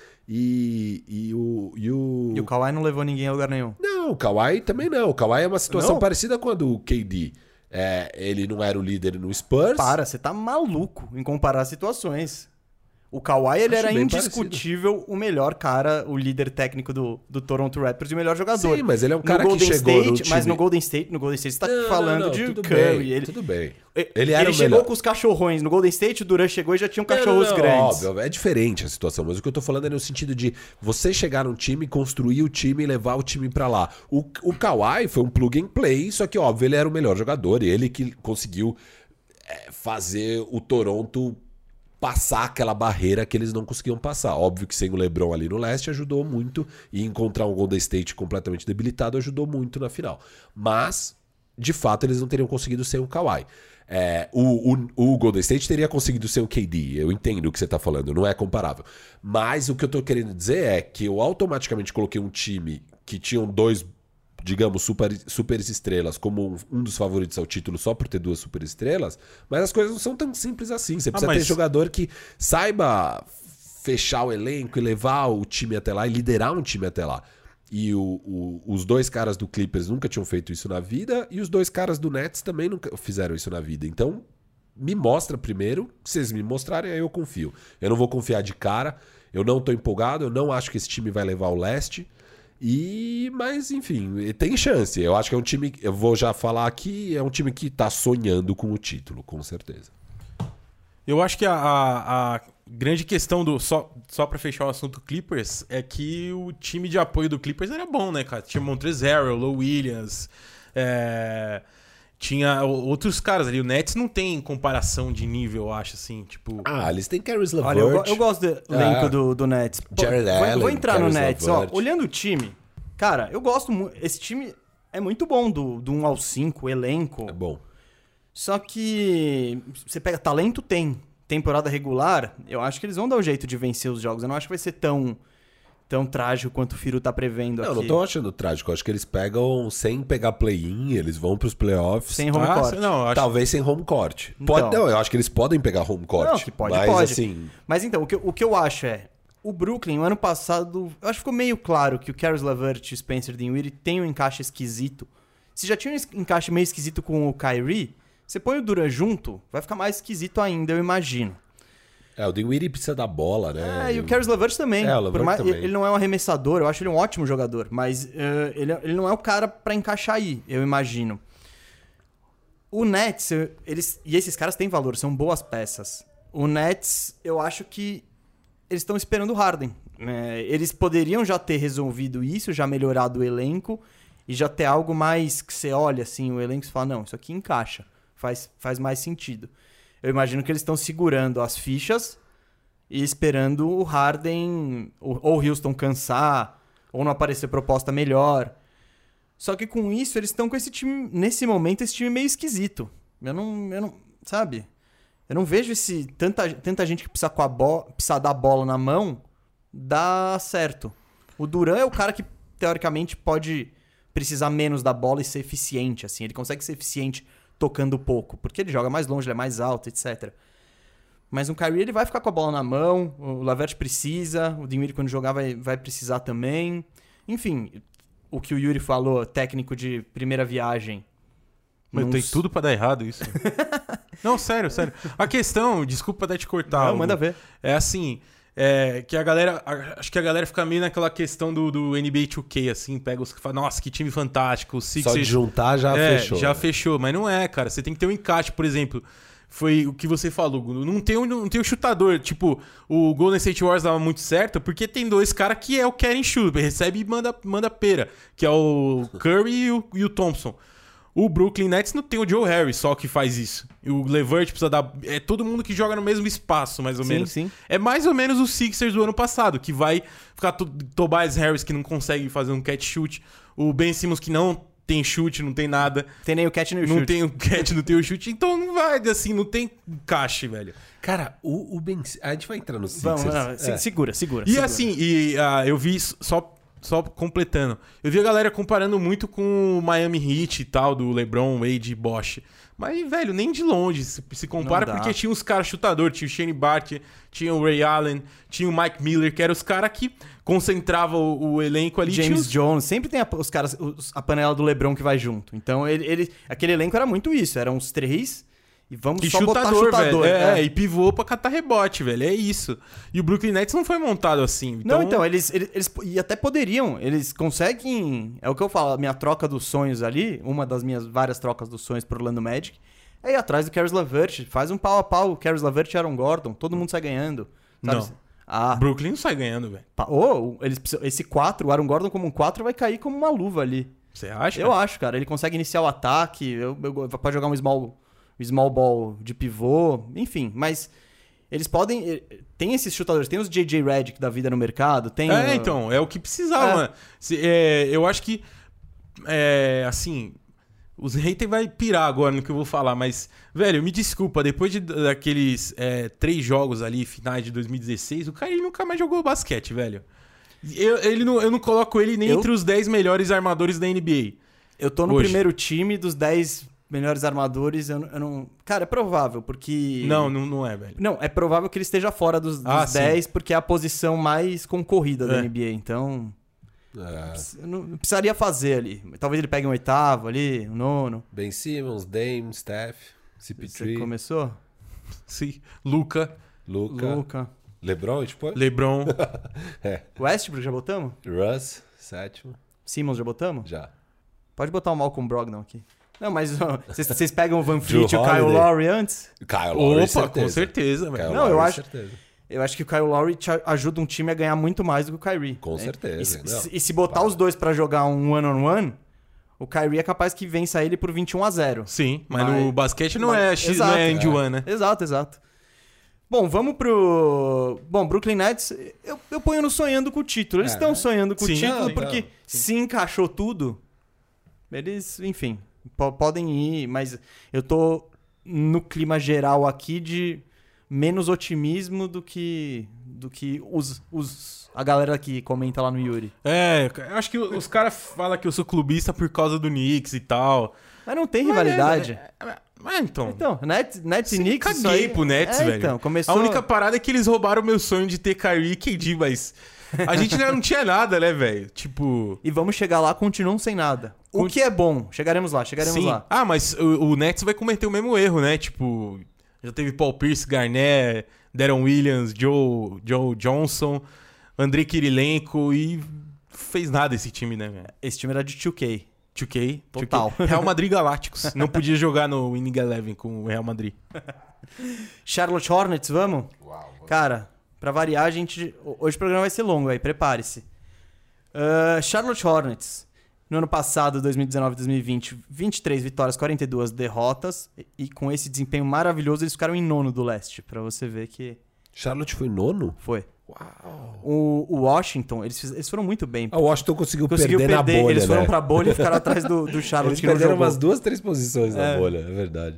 E o Kawhi não levou ninguém a lugar nenhum. Não, o Kawhi também não. O Kawhi é uma situação parecida com a do KD. Ele não era o líder no Spurs. Você tá maluco em comparar as situações. O Kawhi, ele Acho era bem indiscutível o melhor cara, o líder técnico do Toronto Raptors e o melhor jogador. Sim, mas ele é um cara no que Golden chegou State, no time... Mas no Golden State você tá falando de tudo Curry. Bem, tudo bem. Ele era o chegou melhor. com os cachorrões. No Golden State, o Durant chegou e já tinham cachorros grandes. Óbvio, é diferente a situação, mas o que eu tô falando é no sentido de você chegar num time, construir o time e levar o time pra lá. O Kawhi foi um plug and play, só que, óbvio, ele era o melhor jogador e ele que conseguiu fazer o Toronto passar aquela barreira que eles não conseguiam passar. Óbvio que sem o LeBron ali no leste ajudou muito, e encontrar um Golden State completamente debilitado ajudou muito na final. Mas, de fato, eles não teriam conseguido sem o Kawhi. O Golden State teria conseguido ser o KD. Eu entendo o que você tá falando, não é comparável. Mas o que eu tô querendo dizer é que eu automaticamente coloquei um time que tinham dois, digamos, super estrelas como um dos favoritos ao título só por ter duas super estrelas, mas as coisas não são tão simples assim. Você precisa ter jogador que saiba fechar o elenco e levar o time até lá e liderar um time até lá. E os dois caras do Clippers nunca tinham feito isso na vida, e os dois caras do Nets também nunca fizeram isso na vida. Então, me mostra primeiro. Se vocês me mostrarem, aí eu confio. Eu não vou confiar de cara, eu não tô empolgado, eu não acho que esse time vai levar o leste. Mas, enfim, tem chance. Eu acho que é um time, eu vou já falar aqui, é um time que tá sonhando com o título, com certeza. Eu acho que a grande questão só pra fechar o assunto Clippers, é que o time de apoio do Clippers era bom, né, cara? Tinha Montrezl Harrell, Lou Williams, tinha outros caras ali. O Nets não tem comparação de nível, eu acho, assim, tipo... eles têm Caris LeVert. Olha, eu gosto do elenco do Nets. Jared Allen, vou entrar Caris no Nets, LeVert. olhando o time, cara, eu gosto muito. Esse time é muito bom, do 1 ao 5, o elenco. É bom. Só que você pega talento, tem. Temporada regular, eu acho que eles vão dar um jeito de vencer os jogos. Eu não acho que vai ser tão trágico quanto o Firu tá prevendo aqui. Eu não tô achando trágico. Eu acho que eles pegam sem pegar play-in, eles vão pros playoffs. Sem home court. Não, acho... Talvez sem home court. Então. Não, eu acho que eles podem pegar home court. Não, que pode. Assim... Mas então, o que eu acho o Brooklyn, o ano passado, eu acho que ficou meio claro que o Caris LeVert e o Spencer Dinwiddie tem um encaixe esquisito. Se já tinha um encaixe meio esquisito com o Kyrie, você põe o Durant junto, vai ficar mais esquisito ainda, eu imagino. O Dinwiddie precisa da bola, né? E o Caris LeVert também. O LeVert também. Ele não é um arremessador, eu acho ele um ótimo jogador, mas ele não é o cara pra encaixar aí, eu imagino. O Nets, e esses caras têm valor, são boas peças. O Nets, eu acho que eles estão esperando o Harden. Eles poderiam já ter resolvido isso, já melhorado o elenco, e já ter algo mais que você olha assim, o elenco e fala, não, isso aqui encaixa, faz mais sentido. Eu imagino que eles estão segurando as fichas e esperando o Harden ou o Houston cansar, ou não aparecer proposta melhor. Só que com isso, eles estão com esse time, nesse momento, esse time meio esquisito. Eu não sabe? Eu não vejo tanta gente que precisa dar bola na mão dar certo. O Durant é o cara que, teoricamente, pode precisar menos da bola e ser eficiente, assim. Ele consegue ser eficiente tocando pouco, porque ele joga mais longe, ele é mais alto, etc. Mas o Kyrie, ele vai ficar com a bola na mão, o LeVert precisa, o Dinwiddie quando jogar vai precisar também. Enfim, o que o Yuri falou, técnico de primeira viagem. Mas tem tudo pra dar errado isso. Não, sério. A questão, desculpa até te cortar. Não, manda ver. É assim, que a galera, acho que a galera fica meio naquela questão do NBA 2K, assim, pega os que falam, nossa, que time fantástico, o Sixers... Só de juntar já fechou. Já fechou, mas não é, cara. Você tem que ter um encaixe, por exemplo, foi o que você falou, não tem um chutador, tipo, o Golden State Warriors dava muito certo, porque tem dois caras que é o Karen Shoot, recebe e manda pera, que é o Curry e o Thompson. O Brooklyn Nets não tem o Joe Harris só que faz isso. E o LeVert precisa dar... É todo mundo que joga no mesmo espaço, mais ou menos. Sim. É mais ou menos o Sixers do ano passado, que vai ficar Tobias Harris, que não consegue fazer um catch shoot. O Ben Simmons, que não tem chute, não tem nada. Tem nem o catch nem o chute. Não tem o catch, não tem o chute. Então não vai, assim, não tem encaixe, velho. Cara, o Ben... A gente vai entrar no Sixers. Vamos, segura. E assim, eu vi só completando. Eu vi a galera comparando muito com o Miami Heat e tal, do LeBron, Wade e Bosh. Mas, velho, nem de longe se compara, porque tinha os caras chutadores, tinha o Shane Bart, tinha o Ray Allen, tinha o Mike Miller, que eram os caras que concentravam o elenco ali. James Jones, sempre tem os caras, a panela do LeBron que vai junto. Então, aquele elenco era muito isso, eram os três e vamos só botar chutador. Velho. E pivô pra catar rebote, velho, é isso. E o Brooklyn Nets não foi montado assim. Então eles e até poderiam, eles conseguem, é o que eu falo, a minha troca dos sonhos ali, uma das minhas várias trocas dos sonhos pro Orlando Magic, é ir atrás do Caris LeVert, faz um pau a pau, Caris LeVert e Aaron Gordon, todo mundo sai ganhando. Sabe? Não. Brooklyn não sai ganhando, velho. Esse 4, o Aaron Gordon como um 4 vai cair como uma luva ali. Você acha? Eu acho, cara. Ele consegue iniciar o ataque, pode jogar um small ball de pivô, enfim. Mas eles podem... Tem esses chutadores, tem os J.J. Redick da vida no mercado, tem... Então, é o que precisava. Eu acho que, assim... Os haters vai pirar agora no que eu vou falar, mas, velho, me desculpa, depois daqueles 3 jogos ali, finais de 2016, o Kyrie nunca mais jogou basquete, velho. Eu não coloco ele nem entre os 10 melhores armadores da NBA. Eu tô no primeiro time dos 10 melhores armadores, eu não... Cara, é provável, porque... Não é, velho. Não, é provável que ele esteja fora dos 10, porque é a posição mais concorrida da NBA, então... Eu não precisaria fazer ali. Talvez ele pegue um 8º ali, um 9º. Ben Simmons, Dame, Steph, CP3. Você começou? Sim. Luka. LeBron, tipo? LeBron. Westbrook, já botamos? Russ, 7º. Simmons, já botamos? Já. Pode botar o Malcolm Brogdon aqui. Não, mas vocês pegam o Van Fleet e o Kyle Lowry antes? Kyle Lowry, com certeza, velho. Não, eu acho que o Kyle Lowry ajuda um time a ganhar muito mais do que o Kyrie. Com certeza. E se botar os dois pra jogar um one-on-one, o Kyrie é capaz que vença ele por 21-0. Sim, mas no basquete não é end-one, né? Exato. Bom, vamos pro... Bom, Brooklyn Nets, eu ponho no sonhando com o título. Eles estão sonhando com o título porque se encaixou tudo, eles, enfim, podem ir, mas eu tô no clima geral aqui de... menos otimismo do que a galera que comenta lá no Yuri. Eu acho que os caras falam que eu sou clubista por causa do Knicks e tal. Mas não tem rivalidade. Então, Nets e Knicks... Caguei pro Nets, velho. Então, começou... A única parada é que eles roubaram o meu sonho de ter Kyrie e KD, mas... A gente não tinha nada, né, velho? Tipo... E vamos chegar lá, continuam sem nada. O que é bom. Chegaremos lá. Ah, mas o Nets vai cometer o mesmo erro, né? Tipo... Já teve Paul Pierce, Garnett, Deron Williams, Joe Johnson, Andrei Kirilenko e fez nada esse time, né, velho? Esse time era de 2K. 2K? Total. 2K. Real Madrid Galácticos. Não podia jogar no Winning Eleven com o Real Madrid. Charlotte Hornets, vamos? Uau. Cara, pra variar, hoje o programa vai ser longo, aí, prepare-se. Charlotte Hornets. No ano passado, 2019-2020, 23 vitórias, 42 derrotas. E com esse desempenho maravilhoso, eles ficaram em 9º do leste. Pra você ver que... Charlotte foi 9º? Foi. Uau. O Washington, eles foram muito bem. O Washington conseguiu perder na bolha, eles foram pra bolha e ficaram atrás do Charlotte. Eles perderam umas 2, 3 posições na bolha, é verdade.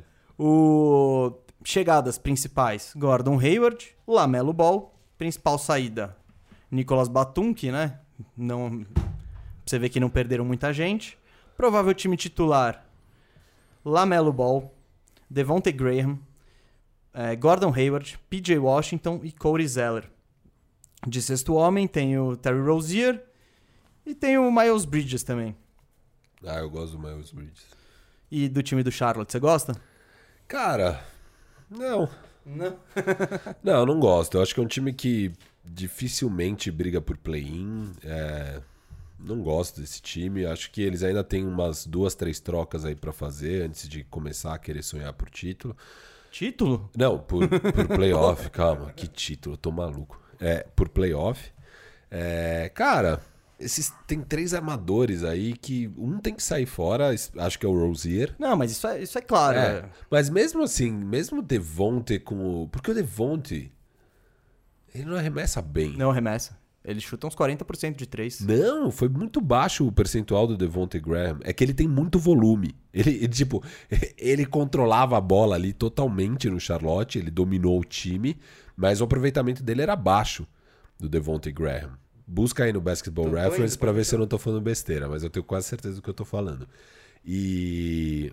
Chegadas principais, Gordon Hayward, LaMelo Ball. Principal saída, Nicolas Batum, que, né? Não... Você vê que não perderam muita gente. Provável time titular, LaMelo Ball, Devontae Graham, Gordon Hayward, PJ Washington e Cody Zeller. De sexto homem tem o Terry Rozier e tem o Miles Bridges também. Eu gosto do Miles Bridges. E do time do Charlotte, você gosta? Cara, não. Não gosto. Eu acho que é um time que dificilmente briga por play-in. Não gosto desse time. Acho que eles ainda têm umas 2, 3 trocas aí pra fazer antes de começar a querer sonhar por título. Título? Não, por playoff. Calma, que título? Eu tô maluco. Por playoff. Cara, tem 3 armadores aí que um tem que sair fora. Acho que é o Rozier. Não, mas isso é claro. Mas mesmo assim, mesmo o Devontae com o... Porque o Devontae, ele não arremessa bem. Não arremessa. Ele chuta uns 40% de 3. Não, foi muito baixo o percentual do Devontae Graham. É que ele tem muito volume. Ele controlava a bola ali totalmente no Charlotte. Ele dominou o time. Mas o aproveitamento dele era baixo, do Devontae Graham. Busca aí no Basketball Tô Reference indo, pra ver pode se eu não tô falando besteira, mas eu tenho quase certeza do que eu tô falando. E...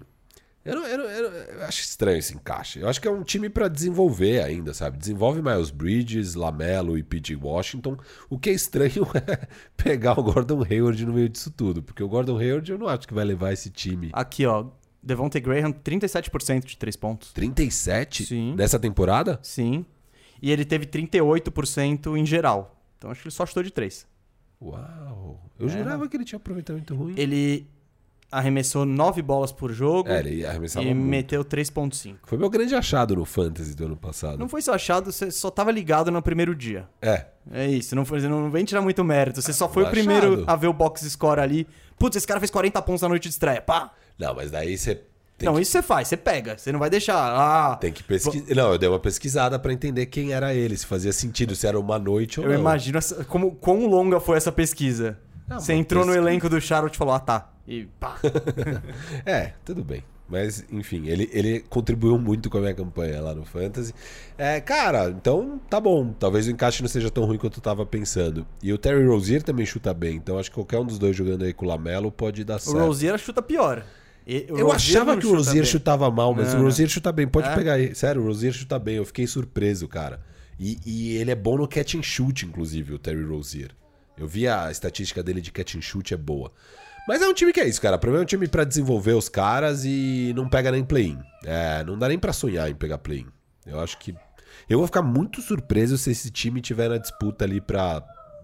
Eu acho estranho esse encaixe. Eu acho que é um time pra desenvolver ainda, sabe? Desenvolve Miles Bridges, LaMelo e P.J. Washington. O que é estranho é pegar o Gordon Hayward no meio disso tudo, porque o Gordon Hayward eu não acho que vai levar esse time. Aqui, ó. Devontae Graham, 37% de 3 pontos. 37 Sim. nessa temporada? Sim. E ele teve 38% em geral. Então acho que ele só chutou de 3. Uau! Eu jurava que ele tinha aproveitamento ruim. Ele arremessou 9 bolas por jogo Ele arremessava e muito. meteu 3,5. Foi meu grande achado no Fantasy do ano passado. Não foi seu achado, você só tava ligado no primeiro dia. É. É isso, não vem tirar muito mérito. Você só foi o achado. primeiro a ver o box score ali. Putz, esse cara fez 40 pontos na noite de estreia. Pá! Não, mas daí você Isso você faz, você pega. Você não vai deixar. tem que pesquisar. Não, eu dei uma pesquisada pra entender quem era ele, se fazia sentido, se era uma noite ou Eu não. imagino quão longa foi essa pesquisa. Ah, Você uma entrou no pesquisa. elenco do Charlotte e falou, tá. E pá. Tudo bem. Mas, enfim, ele contribuiu muito com a minha campanha lá no Fantasy. Cara, então tá bom. Talvez o encaixe não seja tão ruim quanto eu tava pensando. E o Terry Rozier também chuta bem. Então acho que qualquer um dos dois jogando aí com o LaMelo pode dar O certo. Rozier chuta pior. Eu achava que o Rozier chutava mal, mas Não, o Rozier chuta bem. Pode É? pegar aí. Sério, o Rozier chuta bem. Eu fiquei surpreso, cara. E ele é bom no catch and shoot, inclusive, o Terry Rozier. Eu vi a estatística dele de catch and shoot, é boa. Mas é um time que é isso, cara. Pra mim é um time pra desenvolver os caras e não pega nem play-in. Não dá nem pra sonhar em pegar play-in. Eu acho que... Eu vou ficar muito surpreso se esse time tiver na disputa ali pra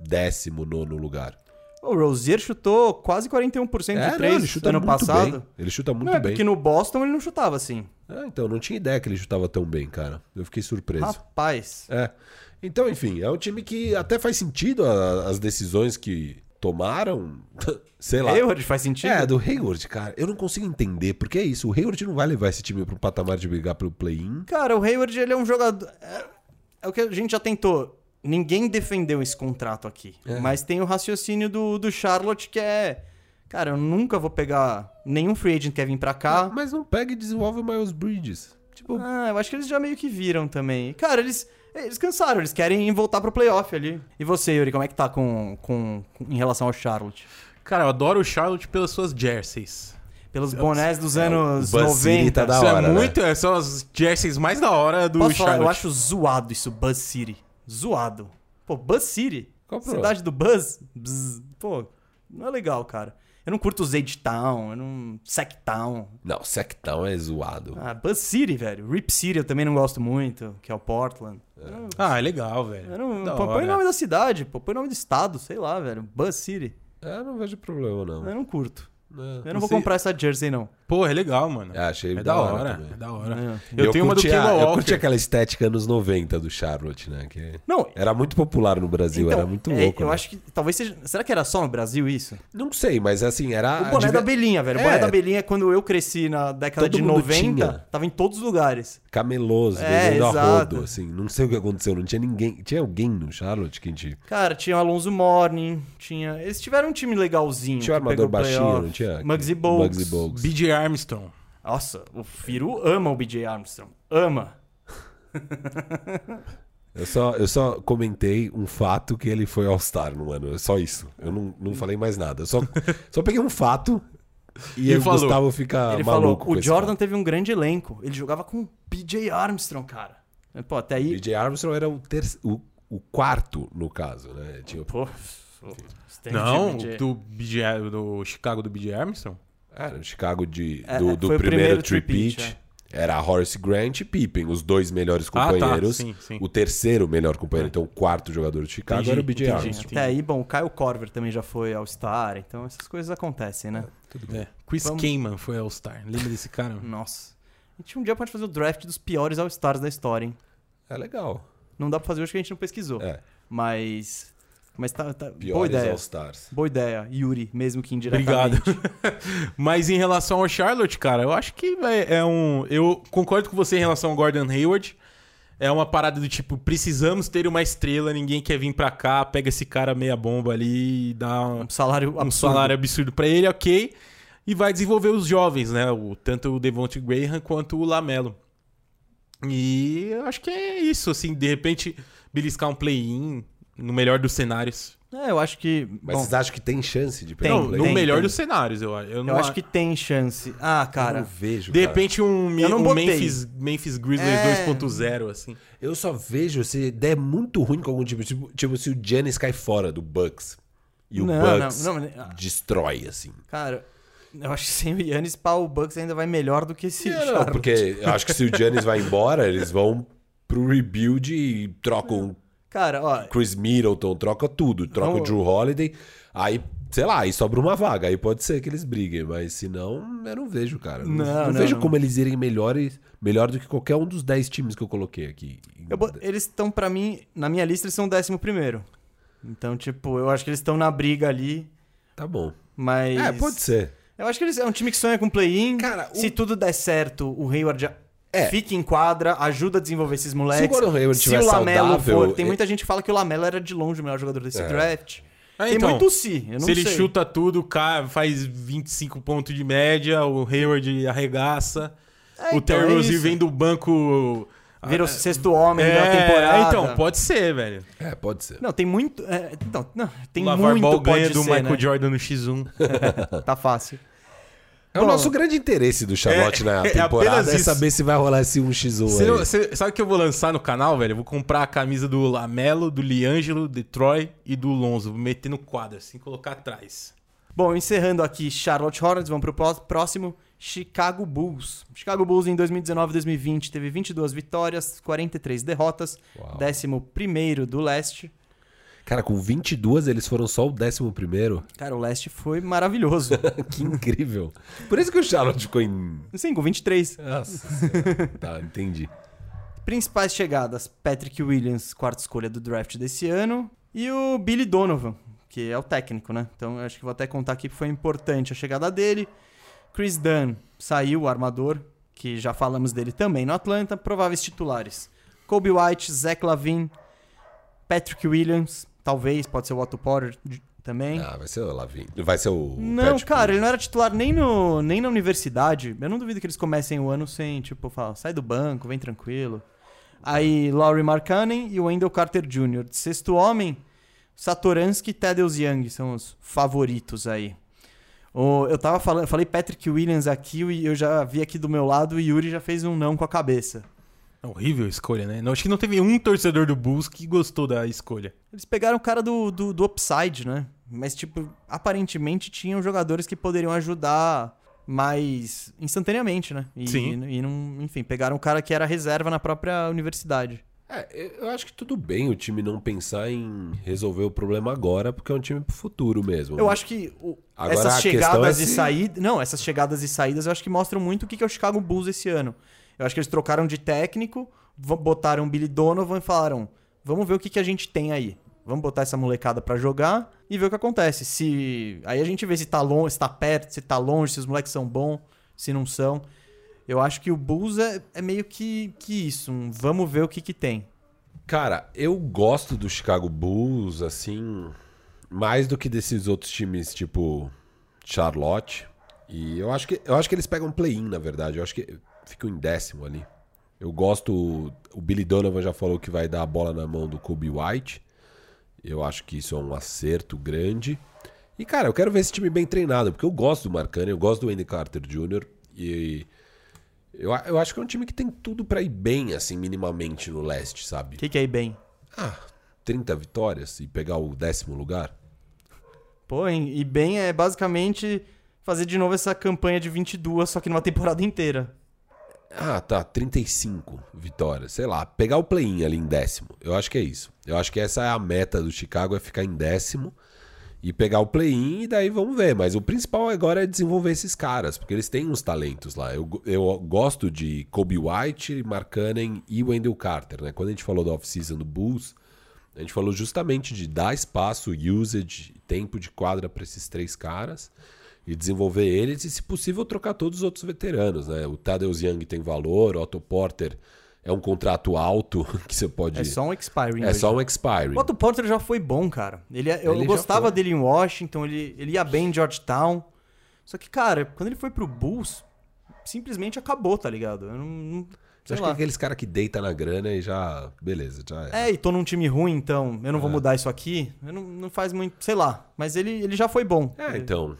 19º lugar. O Rozier chutou quase 41% de 3 ele chuta ano muito passado. bem. Ele chuta muito Não é bem. porque no Boston ele não chutava assim. Então, eu não tinha ideia que ele chutava tão bem, cara. Eu fiquei surpreso. Rapaz. Então, enfim, é um time que até faz sentido as decisões que tomaram. Sei lá. Hayward faz sentido? Do Hayward, cara. Eu não consigo entender, porque é isso. O Hayward não vai levar esse time pro patamar de brigar pelo play-in. Cara, o Hayward, ele é um jogador... É o que a gente já tentou. Ninguém defendeu esse contrato aqui. Mas tem o raciocínio do Charlotte que é... Cara, eu nunca vou pegar nenhum free agent que quer vir pra cá. Mas não pega e desenvolve o Miles Bridges. Tipo, Eu acho que eles já meio que viram também. Cara, eles cansaram, eles querem voltar pro playoff ali. E você, Yuri, como é que tá em relação ao Charlotte? Cara, eu adoro o Charlotte pelas suas jerseys. Pelos bonés dos anos o Buzz City 90. tá da Isso hora, é né? muito... São as jerseys mais da hora do Posso falar? Charlotte. Eu acho zoado isso, Buzz City. Zoado. Pô, Buzz City? Qual o problema? Cidade do Buzz? Bzz. Pô, não é legal, cara. Eu não curto Zade Town, eu não... Sacktown. Não, Sectão é zoado. Buzz City, velho. Rip City eu também não gosto muito, que é o Portland. Ah, é legal, velho. Eu não... Da Põe hora. o nome da cidade, pô. Põe o nome do estado, sei lá, velho. Buzz City. Não vejo problema, não. Eu não curto. Eu não vou Você- comprar essa jersey, não. Pô, é legal, mano. Achei É da hora, também. é da hora. É. Eu tenho uma do curti Kemba Eu Walker. curti aquela estética anos 90 do Charlotte, né? Que Não, era muito popular no Brasil, então, era muito louco. eu né? acho que talvez seja... Será que era só no Brasil isso? Não sei, mas assim, era... O boné da abelhinha, velho. O boné É. da abelhinha, quando eu cresci na década Todo de mundo 90, tinha. tava em todos os lugares. Cameloso, É, vendendo a exato. rodo, assim. Não sei o que aconteceu, não tinha ninguém... Tinha alguém no Charlotte que a gente... Cara, tinha o Alonso Morning, tinha... Eles tiveram um time legalzinho. Tinha o que pegou armador baixinho, playoff. não tinha? Muggsy Bogues. Muggsy Bogues. BJ Armstrong. Nossa, o Firu ama o BJ Armstrong. Ama. Eu só comentei um fato que ele foi All-Star no ano. Só isso. Eu não falei mais nada. Eu só peguei um fato e Ele o falou. Gustavo fica Ele maluco falou, com o esse Jordan fato. teve um grande elenco. Ele jogava com o BJ Armstrong, cara. Pô, até aí... BJ Armstrong era o quarto, no caso, né? Tinha... Pô, Não, BJ. do Chicago do BJ Armstrong? Era no Chicago do foi o primeiro three-peat, tripit. Era Horace Grant e Pippen, os dois melhores companheiros. Sim, sim. O terceiro melhor companheiro. Então, o quarto jogador de Chicago Entendi, era o BJ entendi. Armstrong. Até aí, bom, o Kyle Korver também já foi All-Star, então essas coisas acontecem, né? Chris Vamos- Kaman foi All-Star. Lembra desse cara? Nossa. A gente um dia pode fazer o draft dos piores All-Stars da história, hein? É legal. Não dá pra fazer hoje que a gente não pesquisou. Mas tá boa Piores ideia. All-Stars. Boa ideia, Yuri, mesmo que indiretamente. Obrigado. Mas em relação ao Charlotte, cara, eu acho que eu concordo com você em relação ao Gordon Hayward. É uma parada do tipo, precisamos ter uma estrela, ninguém quer vir pra cá, pega esse cara meia bomba ali e dá Um salário absurdo. um salário absurdo pra ele, ok. E vai desenvolver os jovens, né? Tanto o Devontae Graham quanto o LaMelo. E eu acho que é isso, assim, de repente beliscar um play-in, No melhor dos cenários. Eu acho que... Mas bom, vocês acham que tem chance de pegar Tem, um Não, play-in? no melhor tem. dos cenários, eu acho. eu acho que tem chance. Ah, Eu cara... não vejo, De cara. repente Eu não um botei. Memphis Grizzlies 2.0, assim. Eu só vejo se der muito ruim com algum time. Tipo se o Giannis cai fora do Bucks. E o Bucks não, destrói, assim. cara, eu acho que sem o Giannis, o Bucks ainda vai melhor do que esse Não, Charlotte. porque eu acho que se o Giannis vai embora, eles vão pro rebuild e trocam Cara, ó... Chris Middleton, troca tudo. Troca o Drew Holiday. Aí, sei lá, aí sobra uma vaga. Aí pode ser que eles briguem. Mas se não, eu não vejo, cara. Não vejo como eles irem melhor do que qualquer um dos 10 times que eu coloquei aqui. Eles estão, pra mim, na minha lista, eles são o 11º. Então, tipo, eu acho que eles estão na briga ali, Tá bom. mas... Pode ser. Eu acho que eles é um time que sonha com play-in. Cara, Se tudo der certo, o Hayward fica em quadra, ajuda a desenvolver esses moleques. Se o Gordon Hayward Se tiver o Lamelo saudável... tem muita gente que fala que o Lamelo era de longe o melhor jogador desse draft. Tem então, muito se, eu não se sei. ele chuta tudo, faz 25 pontos de média, o Hayward arregaça, o Terry é Rozier isso. vem do banco... Vira o sexto homem da temporada. Então, pode ser, velho. Pode ser. Não, tem muito... tem O Lavar muito Ball ganha pode do ser, Michael né? Jordan no X1. Tá fácil. É o nosso grande interesse do Charlotte na é temporada, apenas é isso. saber se vai rolar esse 1x1 aí. Sabe o que eu vou lançar no canal, velho? Eu vou comprar a camisa do Lamelo, do LiAngelo, de Troy e do Lonzo. Vou meter no quadro, assim, colocar atrás. Bom, encerrando aqui Charlotte Hornets, vamos pro próximo, Chicago Bulls. Chicago Bulls em 2019 e 2020 teve 22 vitórias, 43 derrotas, 11º do leste. Cara, com 22 eles foram só o 11º. Cara, o leste foi maravilhoso. Que incrível. Por isso que o Charlotte ficou em... Sim, com 23. Nossa senhora. Tá, entendi. Principais chegadas, Patrick Williams, quarta escolha do draft desse ano, e o Billy Donovan, que é o técnico, né? Então eu acho que vou até contar aqui que foi importante a chegada dele. Chris Dunn saiu, o armador, que já falamos dele também no Atlanta. Prováveis titulares, Kobe White, Zach LaVine, Patrick Williams, talvez, pode ser o Otto Porter também. Ah, vai ser o Lavin. Vai ser o... Não, Patrick cara, ele não era titular nem na universidade. Eu não duvido que eles comecem o ano sem, tipo, falar, sai do banco, vem tranquilo. Aí, Lauri Markkanen e o Wendell Carter Jr. De sexto homem, Satoransky e Thaddeus Young são os favoritos aí. Eu falei Patrick Williams aqui e eu já vi aqui do meu lado o Yuri já fez um não com a cabeça. É horrível a escolha, né? Não, acho que não teve um torcedor do Bulls que gostou da escolha. Eles pegaram o cara do upside, né? Mas, tipo, aparentemente tinham jogadores que poderiam ajudar mais instantaneamente, né? Sim. E não, enfim, pegaram um cara que era reserva na própria universidade. Eu acho que tudo bem o time não pensar em resolver o problema agora, porque é um time pro futuro mesmo. Eu acho que Agora, essas a chegadas questão é e se- saídas... Não, essas chegadas e saídas eu acho que mostram muito o que é o Chicago Bulls esse ano. Eu acho que eles trocaram de técnico, botaram o Billy Donovan e falaram, vamos ver o que a gente tem aí. Vamos botar essa molecada pra jogar e ver o que acontece. Aí a gente vê se tá longe, se tá perto, se tá longe, se os moleques são bons, se não são. Eu acho que o Bulls é meio que isso. Vamos ver o que tem. Cara, eu gosto do Chicago Bulls, assim, mais do que desses outros times, tipo Charlotte. E eu acho que eles pegam play-in, na verdade. Eu acho que ficam em 10º ali. Eu gosto... O Billy Donovan já falou que vai dar a bola na mão do Kobe White. Eu acho que isso é um acerto grande. E, cara, eu quero ver esse time bem treinado, porque eu gosto do Markkanen, eu gosto do Wendell Carter Jr. E eu acho que é um time que tem tudo pra ir bem, assim, minimamente no leste, sabe? O que é ir bem? 30 vitórias e pegar o 10º lugar? Pô, e bem é basicamente fazer de novo essa campanha de 22, só que numa temporada inteira. Tá, 35 vitórias, sei lá, pegar o play-in ali em 10º. Eu acho que é isso. Eu acho que essa é a meta do Chicago, é ficar em 10º e pegar o play-in e daí vamos ver. Mas o principal agora é desenvolver esses caras, porque eles têm uns talentos lá. Eu gosto de Kobe White, Markkanen e Wendell Carter, né? Quando a gente falou da off-season do Bulls, a gente falou justamente de dar espaço, usage, tempo de quadra para esses 3 caras e desenvolver eles e, se possível, trocar todos os outros veteranos, né? O Thaddeus Young tem valor, o Otto Porter é um contrato alto que você pode... É só um expiring. É só um expiring. O Otto Porter já foi bom, cara. Eu Ele já gostava foi. dele em Washington, ele ia bem em Georgetown. Só que, cara, quando ele foi pro Bulls, simplesmente acabou, tá ligado? Eu acho que é aqueles caras que deita na grana e já... Beleza, já e tô num time ruim, então eu não vou mudar isso aqui. Não faz muito... Sei lá. Mas ele já foi bom. Então...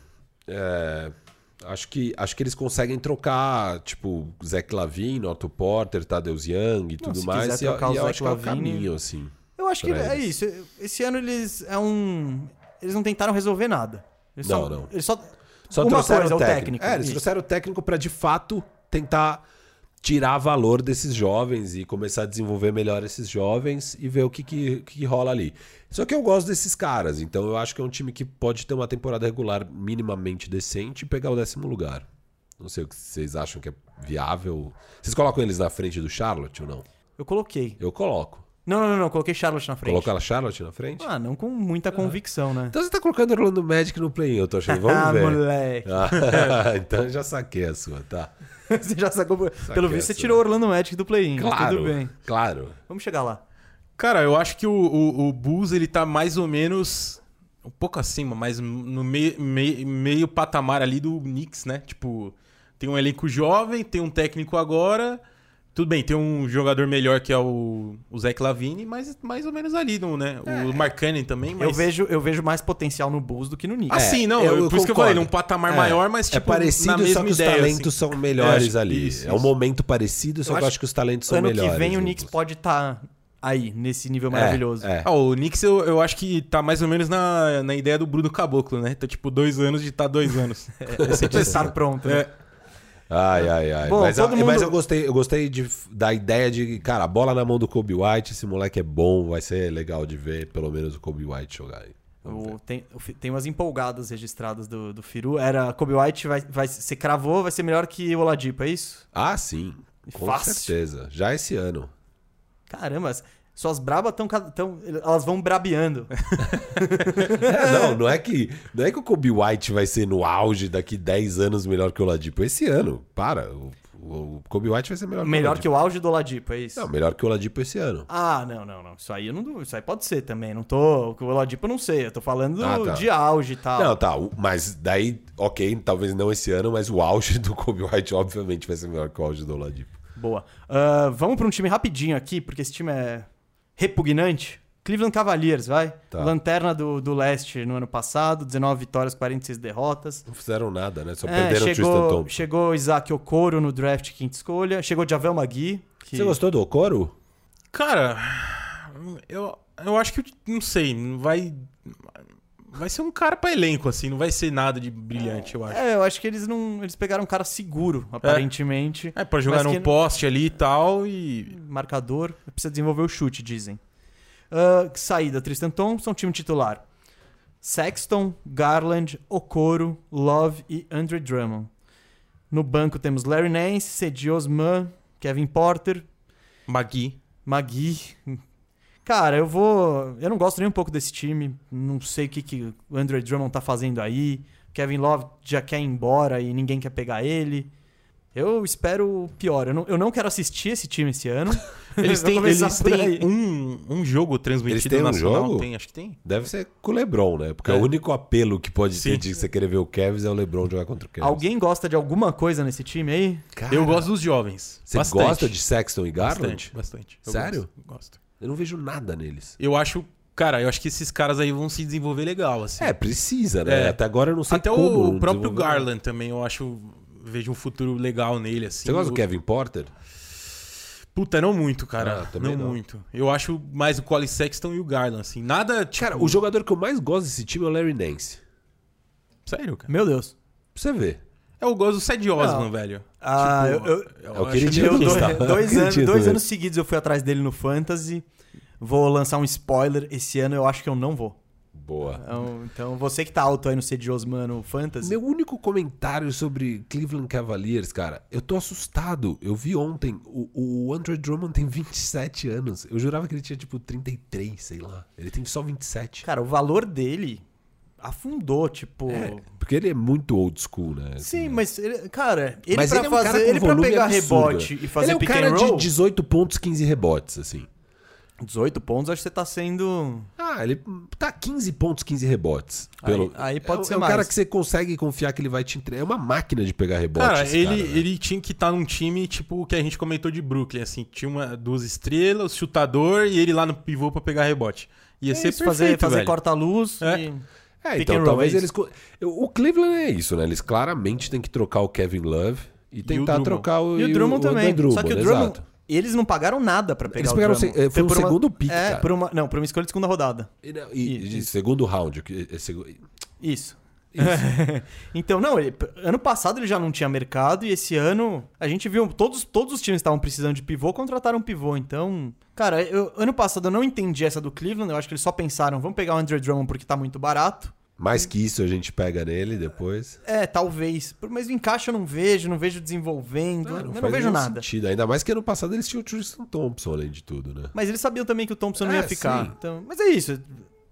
Acho que eles conseguem trocar, tipo, Zach LaVine, Otto Porter, Tadeusz Young e tudo mais. E eu acho que é o caminho, assim. Eu acho que é isso. Esse ano eles não tentaram resolver nada. Eles só uma trouxeram coisa, o técnico. Eles trouxeram o técnico pra, de fato, tentar tirar valor desses jovens e começar a desenvolver melhor esses jovens e ver o que rola ali. Só que eu gosto desses caras, então eu acho que é um time que pode ter uma temporada regular minimamente decente e pegar o 10º lugar. Não sei o que vocês acham que é viável. Vocês colocam eles na frente do Charlotte ou não? Eu coloquei. Eu coloco. Não. Coloquei Charlotte na frente. Colocou a Charlotte na frente? Não com muita convicção, né? Então você tá colocando o Orlando Magic no play-in, eu tô achando. Vamos ver. Moleque. Então eu já saquei a sua, tá? Você já sacou. Pelo visto, você tirou o Orlando Magic do play-in. Claro, tudo bem. Claro. Vamos chegar lá. Cara, eu acho que o Bulls, ele tá mais ou menos um pouco acima, mas no meio patamar ali do Knicks, né? Tipo, tem um elenco jovem, tem um técnico agora. Tudo bem, tem um jogador melhor que é o Zach LaVine, mas mais ou menos ali, né? O Mark Cannon também, mas... Eu vejo mais potencial no Bulls do que no Knicks. Assim, não, por isso que eu falei, num patamar maior, mas tipo, parecido, na mesma só que ideia, os talentos assim. são melhores ali. Isso. É um momento parecido, só que eu acho que os talentos são melhores. Ano que vem o Knicks pode estar aí, nesse nível maravilhoso. O Knicks eu acho que tá mais ou menos na ideia do Bruno Caboclo, né? Tá tipo 2 anos de 2 anos. É sempre estar pronto. Né? Ai. Bom, mas eu gostei da ideia de, cara, a bola na mão do Kobe White, esse moleque é bom, vai ser legal de ver pelo menos o Kobe White jogar aí. Tem umas empolgadas registradas do Firu. Era Kobe White, você cravou, vai ser melhor que o Oladipo, é isso? Ah, sim. Com Fácil. certeza. Já esse ano. Caramba, suas brabas elas vão brabeando. Não é que o Kobe White vai ser no auge daqui 10 anos melhor que o Oladipo. Esse ano, para. O Kobe White vai ser melhor que o auge do Oladipo, é isso? Não, melhor que o Oladipo esse ano. Não. Isso aí pode ser também. Não tô. O Oladipo eu não sei. Eu tô falando tá. de auge e tal. Não, tá. Mas daí, ok, talvez não esse ano, mas o auge do Kobe White, obviamente, vai ser melhor que o auge do Oladipo. Boa. Vamos para um time rapidinho aqui, porque esse time é repugnante. Cleveland Cavaliers, vai. Tá. Lanterna do leste no ano passado, 19 vitórias, 46 derrotas. Não fizeram nada, né? Só perderam o Tristan Thompson. Chegou Isaac Okoro no draft, 5ª escolha. Chegou Javel McGee. Você gostou do Okoro? Cara, eu acho que, não sei, vai ser um cara pra elenco, assim, não vai ser nada de brilhante, eu acho. Eu acho que eles pegaram um cara seguro, aparentemente. Pra jogar num poste ali e tal e... Marcador, precisa desenvolver o chute, dizem. Saída, Tristan Thompson, time titular. Sexton, Garland, Okoro, Love e Andre Drummond. No banco temos Larry Nance, Cedi Osman, Kevin Porter, McGee. Cara, eu não gosto nem um pouco desse time. Não sei o que o Andre Drummond tá fazendo aí. Kevin Love já quer ir embora e ninguém quer pegar ele. Eu espero o pior. Eu não quero assistir esse time esse ano. Eles têm um jogo transmitido nacional. Jogo? Acho que tem. Deve ser com o LeBron, né? Porque o único apelo que pode ter de você querer ver o Cavs é o LeBron jogar contra o Cavs. Alguém gosta de alguma coisa nesse time aí? Cara, eu gosto dos jovens. Você gosta de Sexton e Garland? Bastante. Sério? Gosto. Eu não vejo nada neles. Eu acho que esses caras aí vão se desenvolver legal, assim. Precisa, né? Até agora eu não sei até como. O próprio Garland também, vejo um futuro legal nele, assim. Você gosta do Kevin Porter? Puta, não muito, cara. Não muito. Eu acho mais o Colin Sexton e o Garland, assim. Nada, tipo... Cara, o jogador que eu mais gosto desse time é o Larry Nance. Sério, cara? Meu Deus. Pra você ver. Eu gosto do Cedi Osman, velho. É o queridinho. 2 anos seguidos eu fui atrás dele no Fantasy. Vou lançar um spoiler. Esse ano eu acho que eu não vou. Boa. Então você que tá alto aí no Cedi Osman no Fantasy... Meu único comentário sobre Cleveland Cavaliers, cara, eu tô assustado. Eu vi ontem, o Andre Drummond tem 27 anos. Eu jurava que ele tinha, 33, sei lá. Ele tem só 27. Cara, o valor dele afundou, porque ele é muito old school, né? Sim, mas, cara, ele mas pra ele é um cara com ele pra pegar absurdo, rebote e fazer pick and roll... Ele é um cara de 18 pontos, 15 rebotes, assim. 18 pontos, acho que você tá sendo... Ele tá 15 pontos, 15 rebotes. Aí pode ser um mais. cara que você consegue confiar que ele vai te entregar. É uma máquina de pegar rebote. Cara, esse cara, né? ele tinha que estar num time tipo o que a gente comentou de Brooklyn, assim, tinha 2 estrelas, chutador e ele lá no pivô pra pegar rebote. Ia ser isso, perfeito, fazer velho. corta-luz e... Pick então and roll, talvez é eles... O Cleveland é isso, né? Eles claramente têm que trocar o Kevin Love e tentar Drummond. trocar o... E o Drummond também. Só que o Drummond... exato. Eles não pagaram nada pra pegar Eles o pegaram Drummond. foi um segundo pick, cara. por uma escolha de segunda rodada. E segundo round. Isso. Então, não, ano passado ele já não tinha mercado e esse ano a gente viu todos os times que estavam precisando de pivô contrataram um pivô. Então, cara, ano passado eu não entendi essa do Cleveland. Eu acho que eles só pensaram, vamos pegar o Andre Drummond porque tá muito barato. Mais que isso a gente pega nele depois. Talvez. Mas o encaixe eu não vejo desenvolvendo. Eu não faz vejo nenhum nada. sentido. Ainda mais que ano passado eles tinham o Tristan Thompson, além de tudo, né? Mas eles sabiam também que o Thompson não ia ficar. Sim. Então, mas é isso.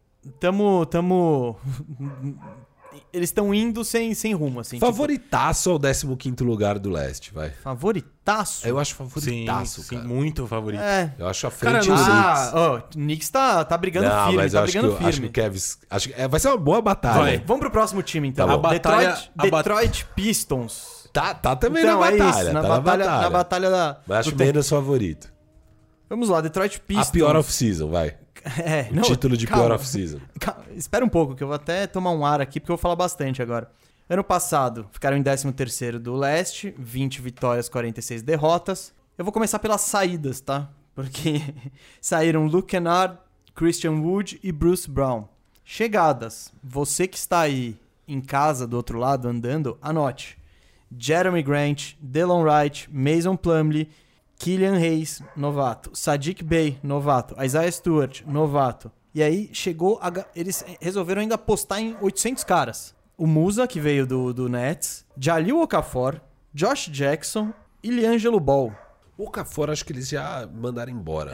Eles estão indo sem rumo, assim. Favoritaço ao 15º lugar do leste, vai. Favoritaço? Eu acho favoritaço, sim, cara. muito favorito. Eu acho a frente Cara, do Knicks. O Knicks tá brigando Não, firme, mas tá eu acho que, brigando firme. acho que o Cavs... vai ser uma boa batalha. Vai. Vamos pro próximo time, então. Tá bom. Detroit Pistons. Tá também Então, na é batalha. isso, tá na batalha da... Mas acho do tempo. menos favorito. Vamos lá, Detroit Pistons. A pior off-season, vai. O título de pior off-season. Espera um pouco, que eu vou até tomar um ar aqui, porque eu vou falar bastante agora. Ano passado, ficaram em 13º do leste, 20 vitórias, 46 derrotas. Eu vou começar pelas saídas, tá? Porque saíram Luke Kennard, Christian Wood e Bruce Brown. Chegadas, você que está aí em casa do outro lado andando, anote. Jeremy Grant, Delon Wright, Mason Plumlee, Killian Hayes, novato. Sadiq Bey, novato. Isaiah Stewart, novato. E aí eles resolveram ainda apostar em 800 caras. O Musa, que veio do Nets, Jahlil Okafor, Josh Jackson e LiAngelo Ball. O Okafor, acho que eles já mandaram embora.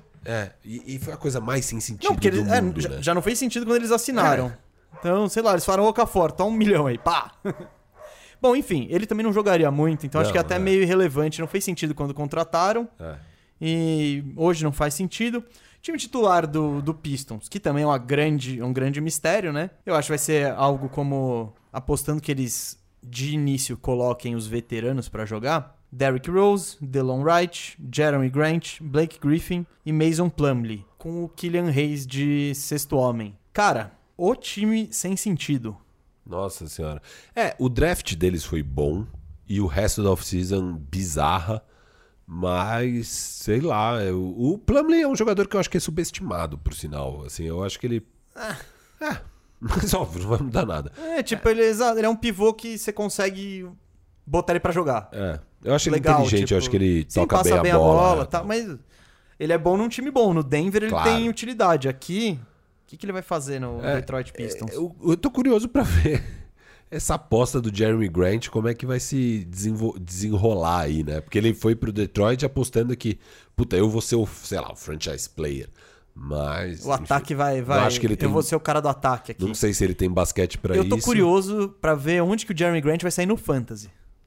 E foi a coisa mais sem sentido porque do mundo, né? já não fez sentido quando eles assinaram. Então, sei lá, eles falaram Okafor, tá 1 milhão aí, pá! Bom, enfim, ele também não jogaria muito, então acho que é até meio irrelevante. Não fez sentido quando contrataram. E hoje não faz sentido. Time titular do Pistons, que também é um grande mistério, né? Eu acho que vai ser algo como apostando que eles, de início, coloquem os veteranos pra jogar. Derrick Rose, Delon Wright, Jeremy Grant, Blake Griffin e Mason Plumlee, com o Killian Hayes de sexto homem. Cara, o time sem sentido. Nossa senhora. O draft deles foi bom e o resto da off-season bizarra. Mas, sei lá, o Plumlee é um jogador que eu acho que é subestimado, por sinal. Assim, eu acho que ele... Mas óbvio, não vai mudar nada. Ele é um pivô que você consegue botar ele pra jogar. Eu acho ele Legal, inteligente, eu acho que ele toca passa bem a bola. Tá, mas ele é bom num time bom. No Denver ele tem utilidade. Aqui, o que ele vai fazer no Detroit Pistons? Eu tô curioso pra ver essa aposta do Jeremy Grant, como é que vai se desenrolar aí, né? Porque ele foi pro Detroit apostando que, eu vou ser o franchise player. Mas... O ataque vai... Acho que ele eu vou ser o cara do ataque aqui. Não sei se ele tem basquete pra isso. Eu tô curioso pra ver onde que o Jeremy Grant vai sair no Fantasy.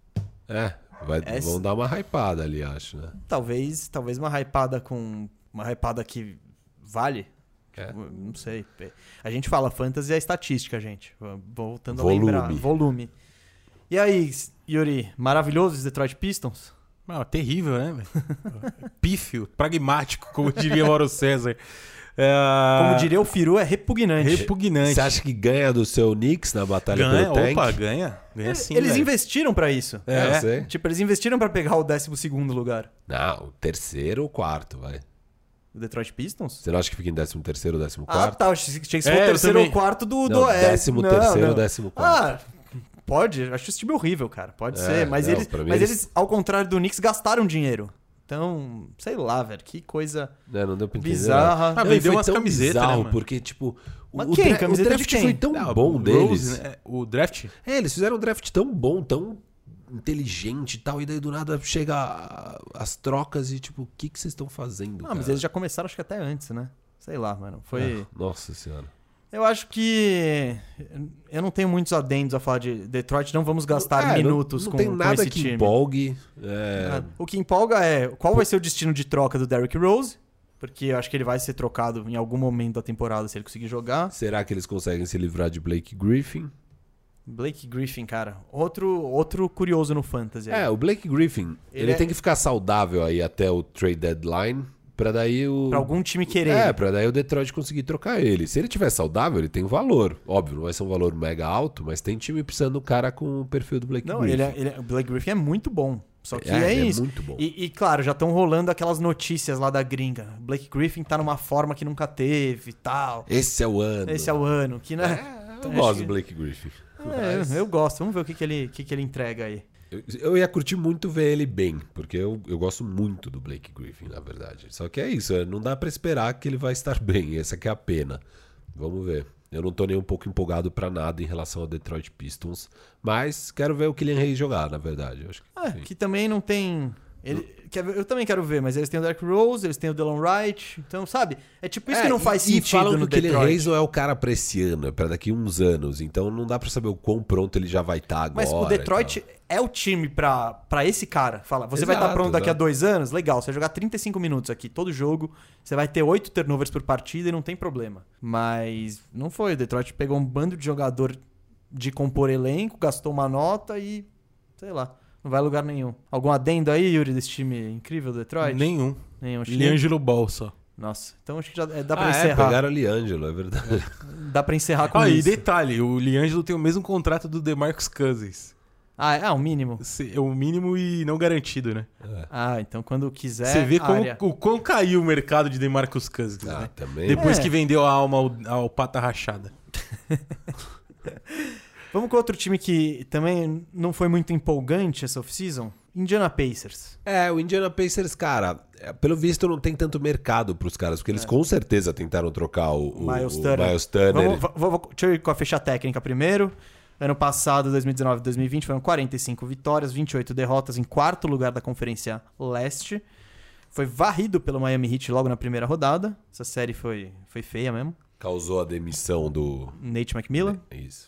Vão dar uma hypada ali, acho, né? Talvez uma hypada com... Uma hypada que vale... Não sei. A gente fala fantasy é estatística, gente. Voltando a lembrar. Volume. E aí, Yuri, maravilhoso os Detroit Pistons? Terrível, né, velho? Pífio, pragmático, como diria o Mauro César. Como diria o Firu, é repugnante. Você acha que ganha do seu Knicks na batalha pelo tank? Ganha sim, eles velho. investiram pra isso. Eu sei. Eles investiram pra pegar o 12º lugar. Não, o terceiro ou quarto, vai. O Detroit Pistons? Você não acha que fica em 13º ou 14º? Tá. Tinha que ser o terceiro ou quarto do Oeste. 13º ou 14º. Pode. Acho esse time horrível, cara. Pode ser. Mas eles, ao contrário do Knicks, gastaram dinheiro. Então, sei lá, velho. Que coisa não deu pra entender. Bizarra. Vendeu umas camisetas, bizarro, né, mano? Porque, Mas o camiseta draft de quem? foi tão bom deles. Rose, né? O draft? Eles fizeram um draft tão bom, tão inteligente e tal, e daí do nada chega as trocas e o que vocês estão fazendo? Mas eles já começaram acho que até antes, né? Sei lá, mano. Foi... Nossa senhora. Eu acho que... Eu não tenho muitos adendos a falar de Detroit, não vamos gastar minutos com esse time. Não tem nada que empolgue. O que empolga é qual vai ser o destino de troca do Derrick Rose, porque eu acho que ele vai ser trocado em algum momento da temporada se ele conseguir jogar. Será que eles conseguem se livrar de Blake Griffin? Blake Griffin, cara, outro curioso no Fantasy. Aí. O Blake Griffin, ele tem que ficar saudável aí até o trade deadline, pra daí Pra algum time querer. pra daí o Detroit conseguir trocar ele. Se ele tiver saudável, ele tem um valor. Óbvio, não vai ser um valor mega alto, mas tem time precisando do cara com o perfil do Blake Griffin. O Blake Griffin é muito bom. Só que ele isso. É muito bom. E claro, já estão rolando aquelas notícias lá da gringa. Blake Griffin tá numa forma que nunca teve e tal. Esse é o ano. Que, né? Eu gosto do Blake Griffin. Eu gosto. Vamos ver o que ele entrega aí. Eu ia curtir muito ver ele bem, porque eu gosto muito do Blake Griffin, na verdade. Só que é isso, não dá pra esperar que ele vai estar bem. Essa que é a pena. Vamos ver. Eu não tô nem um pouco empolgado pra nada em relação ao Detroit Pistons, mas quero ver o Kylian Hayes jogar, na verdade. Eu acho que também não tem... Eu também quero ver, mas eles têm o Derrick Rose, eles têm o Delon Wright, então, sabe? É tipo isso que não faz sentido falam no que o Detroit. Kylian Hayes não é o cara pra esse ano, é pra daqui uns anos, então não dá pra saber o quão pronto ele já vai estar agora. Mas o Detroit é o time pra esse cara. Fala, você vai estar Exato, pronto daqui a 2 anos? Legal, você vai jogar 35 minutos aqui, todo jogo, você vai ter 8 turnovers por partida e não tem problema. Mas não foi, o Detroit pegou um bando de jogador de compor elenco, gastou uma nota e, sei lá, não vai a lugar nenhum. Algum adendo aí, Yuri, desse time incrível do Detroit? Nenhum. Acho que LiAngelo Ball só. Nossa, então acho que já dá pra encerrar. Pegaram o LiAngelo, é verdade. Dá pra encerrar com E isso. detalhe, o LiAngelo tem o mesmo contrato do DeMarcus Cousins. O mínimo. É o mínimo e não garantido, né? Então quando quiser... Você vê o quão caiu o mercado de DeMarcus Cousins, né? Também. Depois que vendeu a alma ao pata rachada. Vamos com outro time que também não foi muito empolgante essa off-season. Indiana Pacers. O Indiana Pacers, cara, pelo visto não tem tanto mercado pros caras, porque eles com certeza tentaram trocar o Miles Turner. Miles Turner. Deixa eu ir com a ficha técnica primeiro. Ano passado, 2019 e 2020, foram 45 vitórias, 28 derrotas em quarto lugar da Conferência Leste. Foi varrido pelo Miami Heat logo na primeira rodada. Essa série foi feia mesmo. Causou a demissão do Nate McMillan. Isso.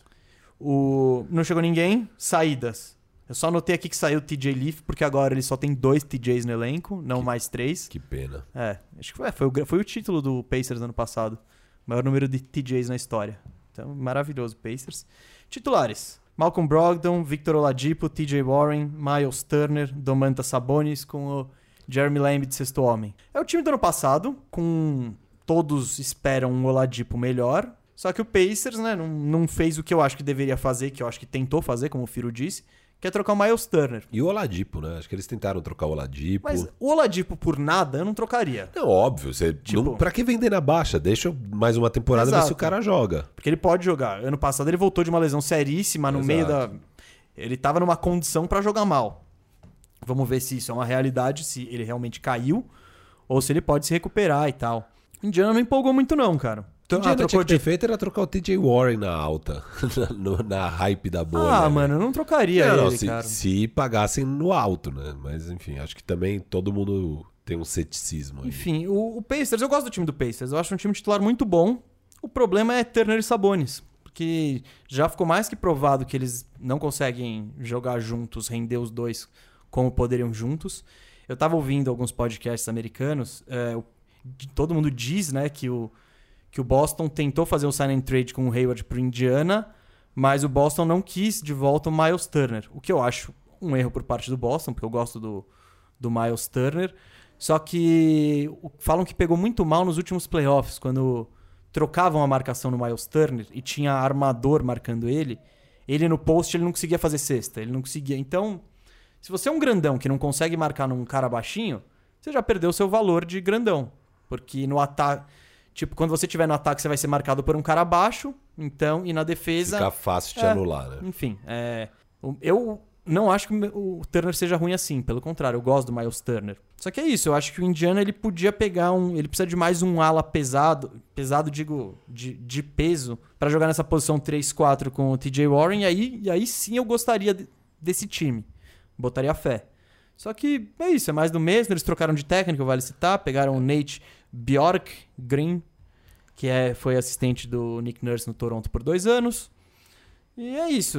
Não chegou ninguém. Saídas. Eu só anotei aqui que saiu o TJ Leaf, porque agora ele só tem 2 TJs no elenco, não mais 3. Que pena. Acho que foi o título do Pacers ano passado. O maior número de TJs na história. Então, maravilhoso, Pacers. Titulares. Malcolm Brogdon, Victor Oladipo, TJ Warren, Miles Turner, Domantas Sabonis com o Jeremy Lamb de sexto homem. É o time do ano passado, todos esperam um Oladipo melhor. Só que o Pacers, né, não fez o que eu acho que deveria fazer, que eu acho que tentou fazer, como o Firo disse, que é trocar o Miles Turner. E o Oladipo, né? Acho que eles tentaram trocar o Oladipo. Mas o Oladipo por nada eu não trocaria. Não, óbvio. Pra que vender na baixa? Deixa mais uma temporada ver se o cara joga. Porque ele pode jogar. Ano passado ele voltou de uma lesão seríssima no meio da... Ele tava numa condição pra jogar mal. Vamos ver se isso é uma realidade, se ele realmente caiu, ou se ele pode se recuperar e tal. Indiana não empolgou muito não, cara. Indiana tinha que ter feito era trocar o TJ Warren na alta, na hype da bolha. Mano, eu não trocaria cara. Se pagassem no alto, né? Mas enfim, acho que também todo mundo tem um ceticismo aí. Enfim, o Pacers, eu gosto do time do Pacers, eu acho um time titular muito bom. O problema é Turner e Sabonis, porque já ficou mais que provado que eles não conseguem jogar juntos, render os dois como poderiam juntos. Eu tava ouvindo alguns podcasts americanos, todo mundo diz, né, que o Boston tentou fazer um sign and trade com o Hayward pro Indiana, mas o Boston não quis de volta o Miles Turner. O que eu acho um erro por parte do Boston, porque eu gosto do Miles Turner. Só que falam que pegou muito mal nos últimos playoffs, quando trocavam a marcação no Miles Turner e tinha armador marcando ele no post ele não conseguia fazer cesta, ele não conseguia. Então, se você é um grandão que não consegue marcar num cara baixinho, você já perdeu o seu valor de grandão. Porque no ataque... Tipo, quando você estiver no ataque, você vai ser marcado por um cara baixo, então, e na defesa... Fica fácil de anular, né? Enfim, eu não acho que o Turner seja ruim assim, pelo contrário, eu gosto do Miles Turner. Só que é isso, eu acho que o Indiana, ele podia pegar ele precisa de mais um ala pesado, digo, de peso, pra jogar nessa posição 3-4 com o TJ Warren, e aí sim eu gostaria desse time, botaria fé. Só que é isso, é mais do mesmo, eles trocaram de técnico, vale citar, pegaram o Nate Bjorkgren, que foi assistente do Nick Nurse no Toronto por 2 anos. E é isso,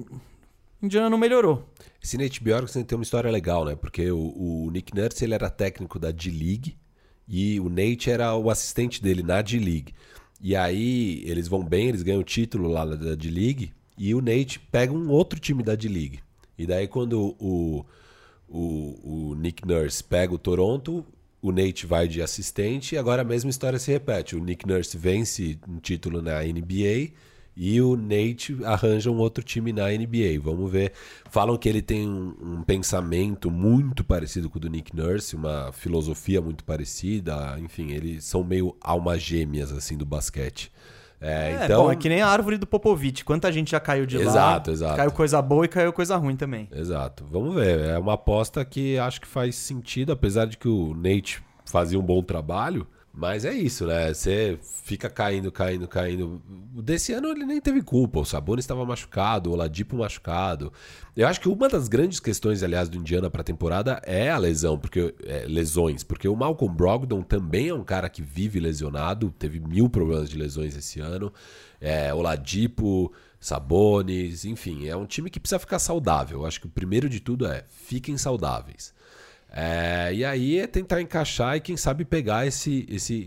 Indiana não melhorou. Esse Nate Bjorkgren tem uma história legal, né? Porque o Nick Nurse, ele era técnico da D-League E o Nate era o assistente dele na D-League. E aí eles vão bem, eles ganham o título lá da D-League. E o Nate pega um outro time da D-League. E daí quando o Nick Nurse pega o Toronto, o Nate vai de assistente. E agora a mesma história se repete. O Nick Nurse vence um título na NBA e o Nate arranja um outro time na NBA. Vamos ver. Falam que ele tem um pensamento muito parecido com o do Nick Nurse, uma filosofia muito parecida. Enfim, eles são meio almas gêmeas assim, do basquete. Então... Bom, é que nem a árvore do Popovich. Quanta gente já caiu de lá. Exato. Caiu coisa boa e caiu coisa ruim também. Exato. Vamos ver. É uma aposta que acho que faz sentido, apesar de que o Nate fazia um bom trabalho. Mas é isso, né? Você fica caindo. Desse ano ele nem teve culpa. O Sabonis estava machucado, o Oladipo machucado. Eu acho que uma das grandes questões, aliás, do Indiana para a temporada é a lesão, lesões. Porque o Malcolm Brogdon também é um cara que vive lesionado, teve 1000 problemas de lesões esse ano. Oladipo, Sabonis, enfim, é um time que precisa ficar saudável. Eu acho que o primeiro de tudo fiquem saudáveis. E aí é tentar encaixar e quem sabe pegar esse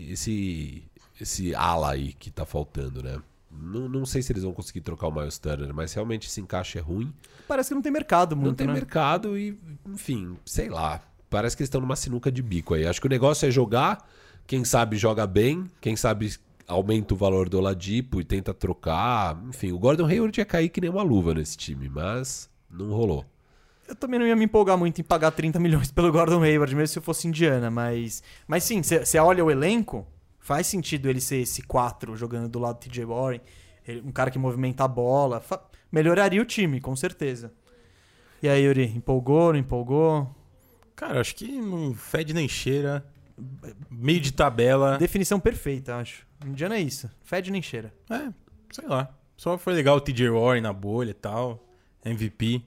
ala aí que tá faltando, né? Não sei se eles vão conseguir trocar o Miles Turner, mas realmente esse encaixe é ruim. Parece que não tem mercado muito, Não tem mercado e, enfim, sei lá. Parece que eles estão numa sinuca de bico aí. Acho que o negócio é jogar, quem sabe joga bem, quem sabe aumenta o valor do Oladipo e tenta trocar. Enfim, o Gordon Hayward ia cair que nem uma luva nesse time, mas não rolou. Eu também não ia me empolgar muito em pagar 30 milhões pelo Gordon Hayward, mesmo se eu fosse Indiana, mas sim, você olha o elenco, faz sentido ele ser esse 4 jogando do lado do TJ Warren, um cara que movimenta a bola, melhoraria o time, com certeza. E aí, Yuri, empolgou, não empolgou? Cara, acho que não fede nem cheira, meio de tabela. Definição perfeita, acho. Indiana é isso, fede nem cheira. Sei lá, só foi legal o TJ Warren na bolha e tal, MVP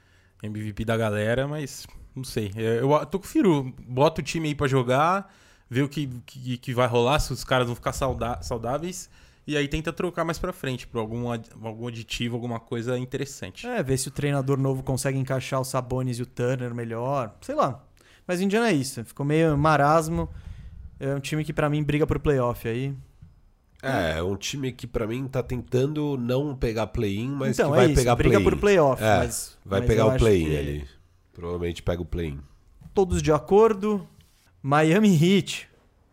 da galera, mas não sei. Eu tô com o Firu. Bota o time aí pra jogar, vê o que vai rolar, se os caras vão ficar saudáveis, e aí tenta trocar mais pra frente por algum aditivo, alguma coisa interessante. Ver se o treinador novo consegue encaixar o Sabonis e o Turner melhor, sei lá. Mas Indiana é isso, ficou meio marasmo. É um time que pra mim briga pro playoff aí. É um time que pra mim tá tentando não pegar play-in, mas então, que vai pegar play-in. Briga por playoff, vai pegar o play-in ali. Provavelmente pega o play-in. Todos de acordo. Miami Heat,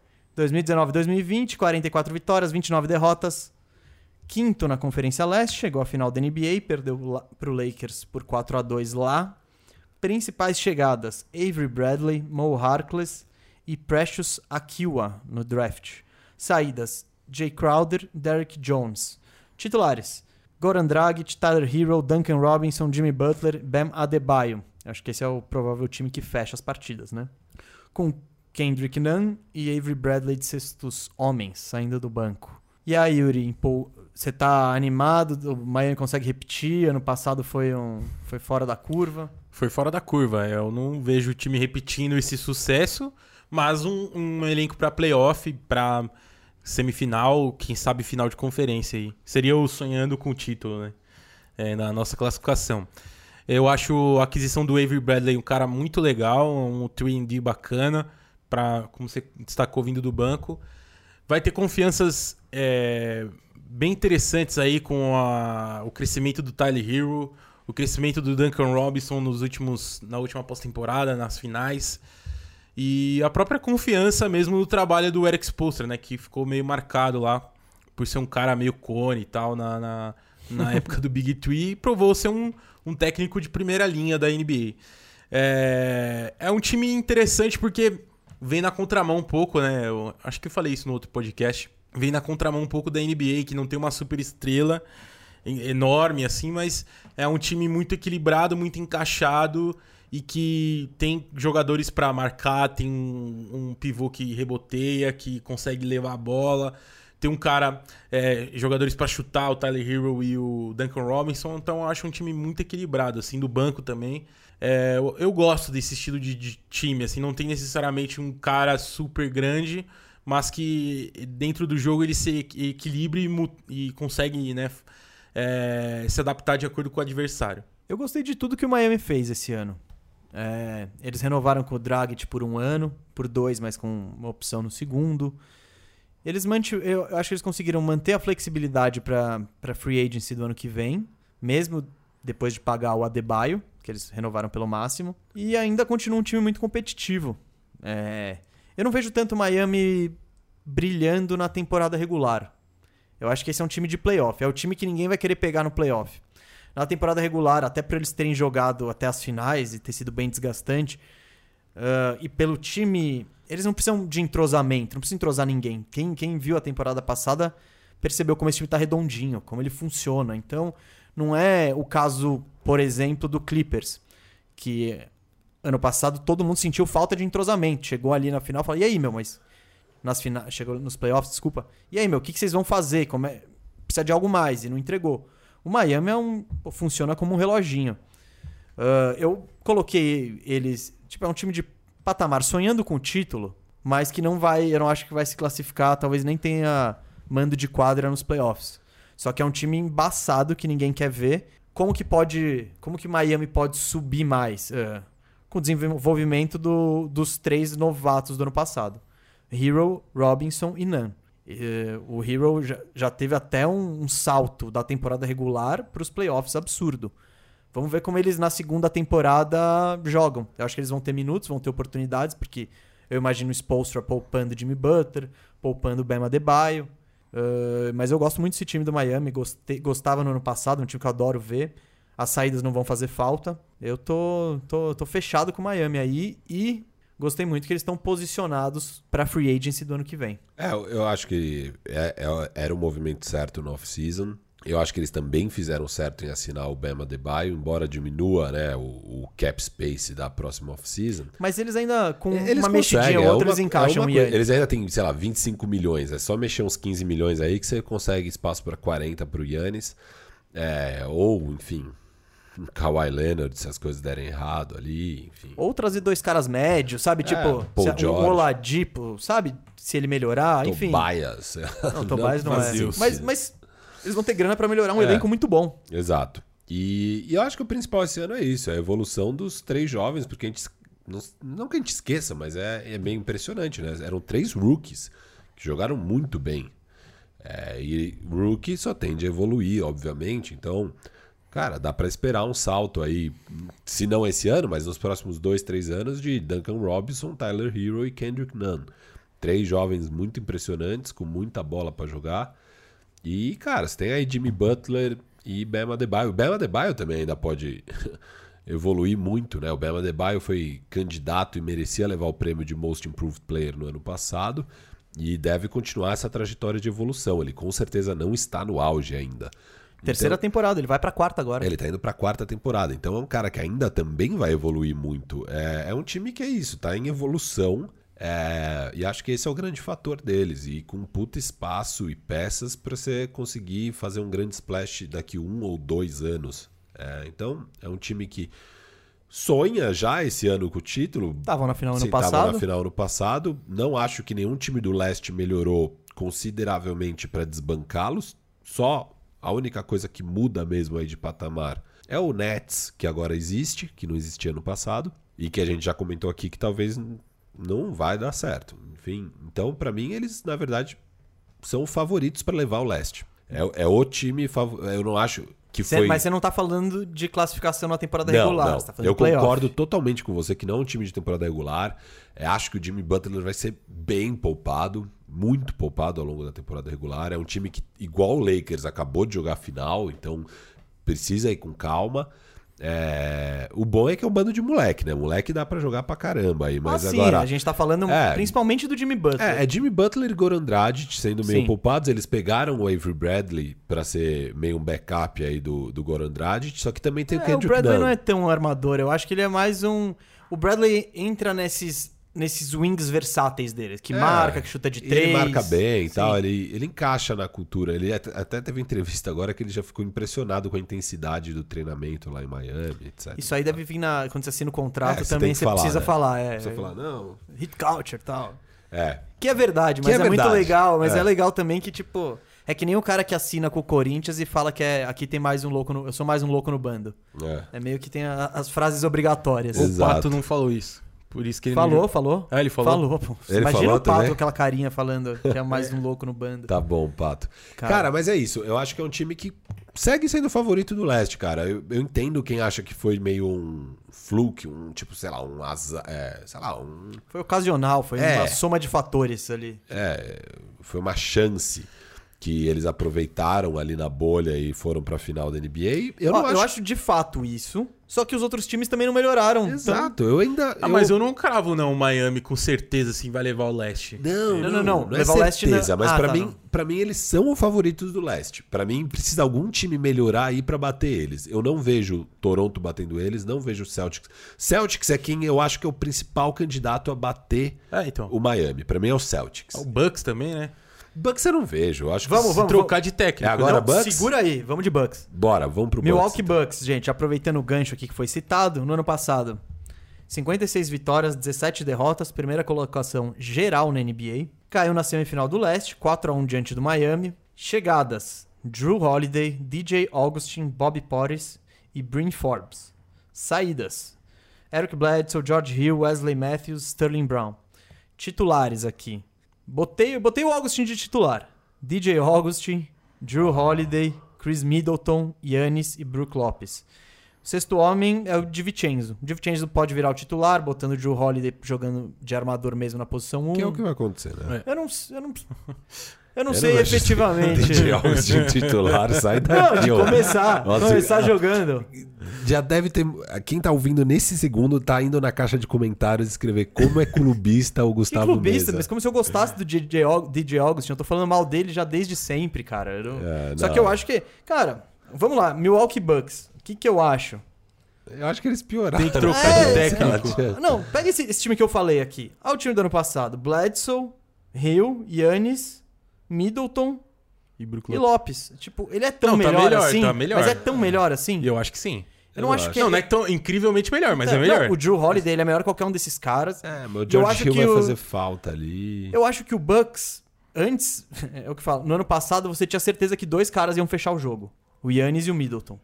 2019-2020, 44 vitórias, 29 derrotas. Quinto na Conferência Leste, chegou à final da NBA, perdeu pro Lakers por 4-2 lá. Principais chegadas, Avery Bradley, Mo Harkless e Precious Achiuwa no draft. Saídas, Jay Crowder, Derrick Jones. Titulares, Goran Dragic, Tyler Hero, Duncan Robinson, Jimmy Butler, Bam Adebayo. Acho que esse é o provável time que fecha as partidas, né? Com Kendrick Nunn e Avery Bradley de sextos homens, saindo do banco. E aí, Yuri, você tá animado? O Miami consegue repetir? Ano passado foi fora da curva? Foi fora da curva. Eu não vejo o time repetindo esse sucesso, mas um elenco para playoff, para semifinal, quem sabe final de conferência aí. Seria o sonhando com o título, né? Na nossa classificação. Eu acho a aquisição do Avery Bradley um cara muito legal, um 3&D bacana, como você destacou, vindo do banco. Vai ter confianças bem interessantes aí com o crescimento do Tyler Hero, o crescimento do Duncan Robinson na última pós-temporada, nas finais. E a própria confiança mesmo no trabalho do Eric Spoelstra, né? Que ficou meio marcado lá por ser um cara meio cone e tal na época do Big Three, e provou ser um técnico de primeira linha da NBA. É um time interessante porque vem na contramão um pouco, né? Eu acho que eu falei isso no outro podcast. Vem na contramão um pouco da NBA, que não tem uma super estrela enorme assim, mas é um time muito equilibrado, muito encaixado e que tem jogadores para marcar, tem um pivô que reboteia, que consegue levar a bola, tem um cara, jogadores para chutar, o Tyler Hero e o Duncan Robinson, então eu acho um time muito equilibrado, assim, do banco também. Eu gosto desse estilo de time, assim, não tem necessariamente um cara super grande, mas que dentro do jogo ele se equilibre e consegue, né, se adaptar de acordo com o adversário. Eu gostei de tudo que o Miami fez esse ano. Eles renovaram com o Dragic por 1 ano, por 2, mas com uma opção no segundo. Eu acho que eles conseguiram manter a flexibilidade para free agency do ano que vem, mesmo depois de pagar o Adebayo, que eles renovaram pelo máximo. E ainda continua um time muito competitivo. Eu não vejo tanto o Miami brilhando na temporada regular. Eu acho que esse é um time de playoff. É o time que ninguém vai querer pegar no playoff. Na temporada regular, até por eles terem jogado até as finais e ter sido bem desgastante, e pelo time... Eles não precisam de entrosamento, não precisam entrosar ninguém. Quem viu a temporada passada percebeu como esse time tá redondinho, como ele funciona. Então, não é o caso, por exemplo, do Clippers, que ano passado todo mundo sentiu falta de entrosamento. Chegou ali na final e falou, e aí, meu, mas... Chegou nos playoffs, desculpa. E aí, meu, o que vocês vão fazer? Precisa de algo mais, e não entregou. O Miami funciona como um reloginho. Eu coloquei eles... é um time de patamar sonhando com o título, mas que não vai... Eu não acho que vai se classificar, talvez nem tenha mando de quadra nos playoffs. Só que é um time embaçado que ninguém quer ver. Como que Miami pode subir mais? Com o desenvolvimento dos 3 novatos do ano passado. Hero, Robinson e Nunn. O Hero já teve até um salto da temporada regular para os playoffs absurdo. Vamos ver como eles na segunda temporada jogam. Eu acho que eles vão ter minutos, vão ter oportunidades, porque eu imagino o Spoelstra poupando Jimmy Butler, poupando o Bam Adebayo. Mas eu gosto muito desse time do Miami, gostava no ano passado, um time que eu adoro ver. As saídas não vão fazer falta. Eu tô fechado com o Miami aí e gostei muito que eles estão posicionados para free agency do ano que vem. Eu acho que era o movimento certo no off-season. Eu acho que eles também fizeram certo em assinar o Bam Adebayo, embora diminua, né, o cap space da próxima off-season. Mas eles ainda, com uma mexidinha ou outra, eles encaixam o Giannis. Eles ainda têm, sei lá, 25 milhões. É só mexer uns 15 milhões aí que você consegue espaço para 40 para o Giannis. Ou, enfim, um Kawhi Leonard, se as coisas derem errado ali, enfim. Ou trazer 2 caras médios, sabe? Um Oladipo, sabe? Se ele melhorar, enfim. Tobias. Não, Tobias não é. Mas eles vão ter grana pra melhorar um elenco muito bom. Exato. E eu acho que o principal esse ano é isso, é a evolução dos 3 jovens, porque a gente... Não que a gente esqueça, mas é meio impressionante, né? Eram 3 rookies que jogaram muito bem. E rookie só tende a evoluir, obviamente. Então, cara, dá pra esperar um salto aí, se não esse ano, mas nos próximos 2, 3 anos, de Duncan Robinson, Tyler Hero e Kendrick Nunn. 3 jovens muito impressionantes, com muita bola pra jogar. E, cara, você tem aí Jimmy Butler e Bam Adebayo. O Bam Adebayo também ainda pode evoluir muito, né? O Bam Adebayo foi candidato e merecia levar o prêmio de Most Improved Player no ano passado e deve continuar essa trajetória de evolução. Ele com certeza não está no auge ainda. Terceira temporada, ele vai pra 4ª agora. Ele tá indo pra 4ª temporada. Então é um cara que ainda também vai evoluir muito. É um time que é isso, tá em evolução. E acho que esse é o grande fator deles. E com puta espaço e peças pra você conseguir fazer um grande splash daqui 1 ou 2 anos. Então é um time que sonha já esse ano com o título. Estavam na final ano passado. Estavam na final ano passado. Não acho que nenhum time do leste melhorou consideravelmente pra desbancá-los. Só a única coisa que muda mesmo aí de patamar é o Nets, que agora existe, que não existia no passado. E que a gente já comentou aqui que talvez não vai dar certo. Enfim, então pra mim eles, na verdade, são favoritos pra levar o leste. É o time eu não acho que foi... Mas você não tá falando de classificação na temporada regular. Não. Você tá falando eu de playoff. Concordo totalmente com você que não é um time de temporada regular. Acho que o Jimmy Butler vai ser bem poupado, muito poupado ao longo da temporada regular. É um time que, igual o Lakers, acabou de jogar a final, então precisa ir com calma. O bom é que é um bando de moleque, né? Moleque dá pra jogar pra caramba aí, mas sim, agora... a gente tá falando principalmente do Jimmy Butler. É Jimmy Butler e Goran Dragic sendo meio poupados. Eles pegaram o Avery Bradley pra ser meio um backup aí do Goran Dragic, só que também tem o Kendrick Nunn. O Bradley não é tão armador, eu acho que ele é mais um... O Bradley entra nesses wings versáteis dele, que marca, que chuta de 3. Ele marca bem e tal, ele encaixa na cultura. Ele até teve entrevista agora que ele já ficou impressionado com a intensidade do treinamento lá em Miami, etc. Isso aí deve vir quando você assina o contrato também, você falar, precisa né? falar. Precisa falar, não... Hit culture e tal. É. Que é verdade, mas é muito legal. Mas é legal também que, tipo... É que nem o cara que assina com o Corinthians e fala que aqui tem mais um louco eu sou mais um louco no bando. É meio que tem as frases obrigatórias. O Pato não falou isso. Por isso que ele Falou. Ah, ele falou? Falou, pô. Ele Imagina falou o Pato também? com aquela carinha falando que é mais um louco no bando. Tá bom, Pato. Cara, mas é isso. Eu acho que é um time que segue sendo o favorito do leste, cara. Eu entendo quem acha que foi meio um fluke, sei lá, Foi ocasional, foi uma soma de fatores ali. Foi uma chance que eles aproveitaram ali na bolha e foram pra final da NBA. Eu acho de fato isso. Só que os outros times também não melhoraram. Exato, então... Mas eu não cravo, não. O Miami com certeza assim vai levar o leste. Não é levar o leste certeza, mas pra mim eles são os favoritos do leste. Pra mim precisa algum time melhorar aí pra bater eles. Eu não vejo Toronto batendo eles, não vejo o Celtics. Celtics é quem eu acho que é o principal candidato a bater o Miami. Pra mim é o Celtics. O Bucks também, né? Bucks eu não vejo. Eu acho que vamos trocar de técnico. Agora Bucks? Segura aí, vamos de Bucks. Bora, vamos pro Milwaukee Bucks. Bucks, gente, aproveitando o gancho aqui que foi citado, no ano passado, 56 vitórias, 17 derrotas, primeira colocação geral na NBA. Caiu na semifinal do leste, 4-1 diante do Miami. Chegadas, Drew Holiday, DJ Augustin, Bobby Portis e Bryn Forbes. Saídas, Eric Bledsoe, George Hill, Wesley Matthews, Sterling Brown. Titulares aqui. Botei o Augustin de titular. DJ Augustin, Drew Holiday, Chris Middleton, Giannis e Brook Lopes. O sexto homem é o DiVincenzo. O DiVincenzo pode virar o titular, botando o Drew Holiday jogando de armador mesmo na posição 1. Que é o que vai acontecer, né? Eu não sei efetivamente. DJ Augustin titular, sai daqui. Não, de começar jogando. Já deve ter... Quem tá ouvindo nesse segundo tá indo na caixa de comentários escrever como é clubista o Gustavo clubista, Meza. mas como se eu gostasse do DJ Augustin. Eu tô falando mal dele já desde sempre, cara. Só que eu acho que... Cara, vamos lá. Milwaukee Bucks. O que eu acho? Eu acho que eles pioraram. Tem que trocar de técnico. Não, pega esse time que eu falei aqui. O time do ano passado. Bledsoe, Hill, Giannis, Middleton e Lopes. Tipo, ele é tão melhor assim. Tá melhor. Mas é tão melhor assim? Eu acho que sim. Eu não acho que... Não é tão incrivelmente melhor, mas é melhor. Não, o Drew Holiday ele é melhor que qualquer um desses caras. Mas o George Hill vai fazer falta ali. Eu acho que o Bucks, antes... É o que eu falo. No ano passado, você tinha certeza que 2 caras iam fechar o jogo. O Giannis e o Middleton.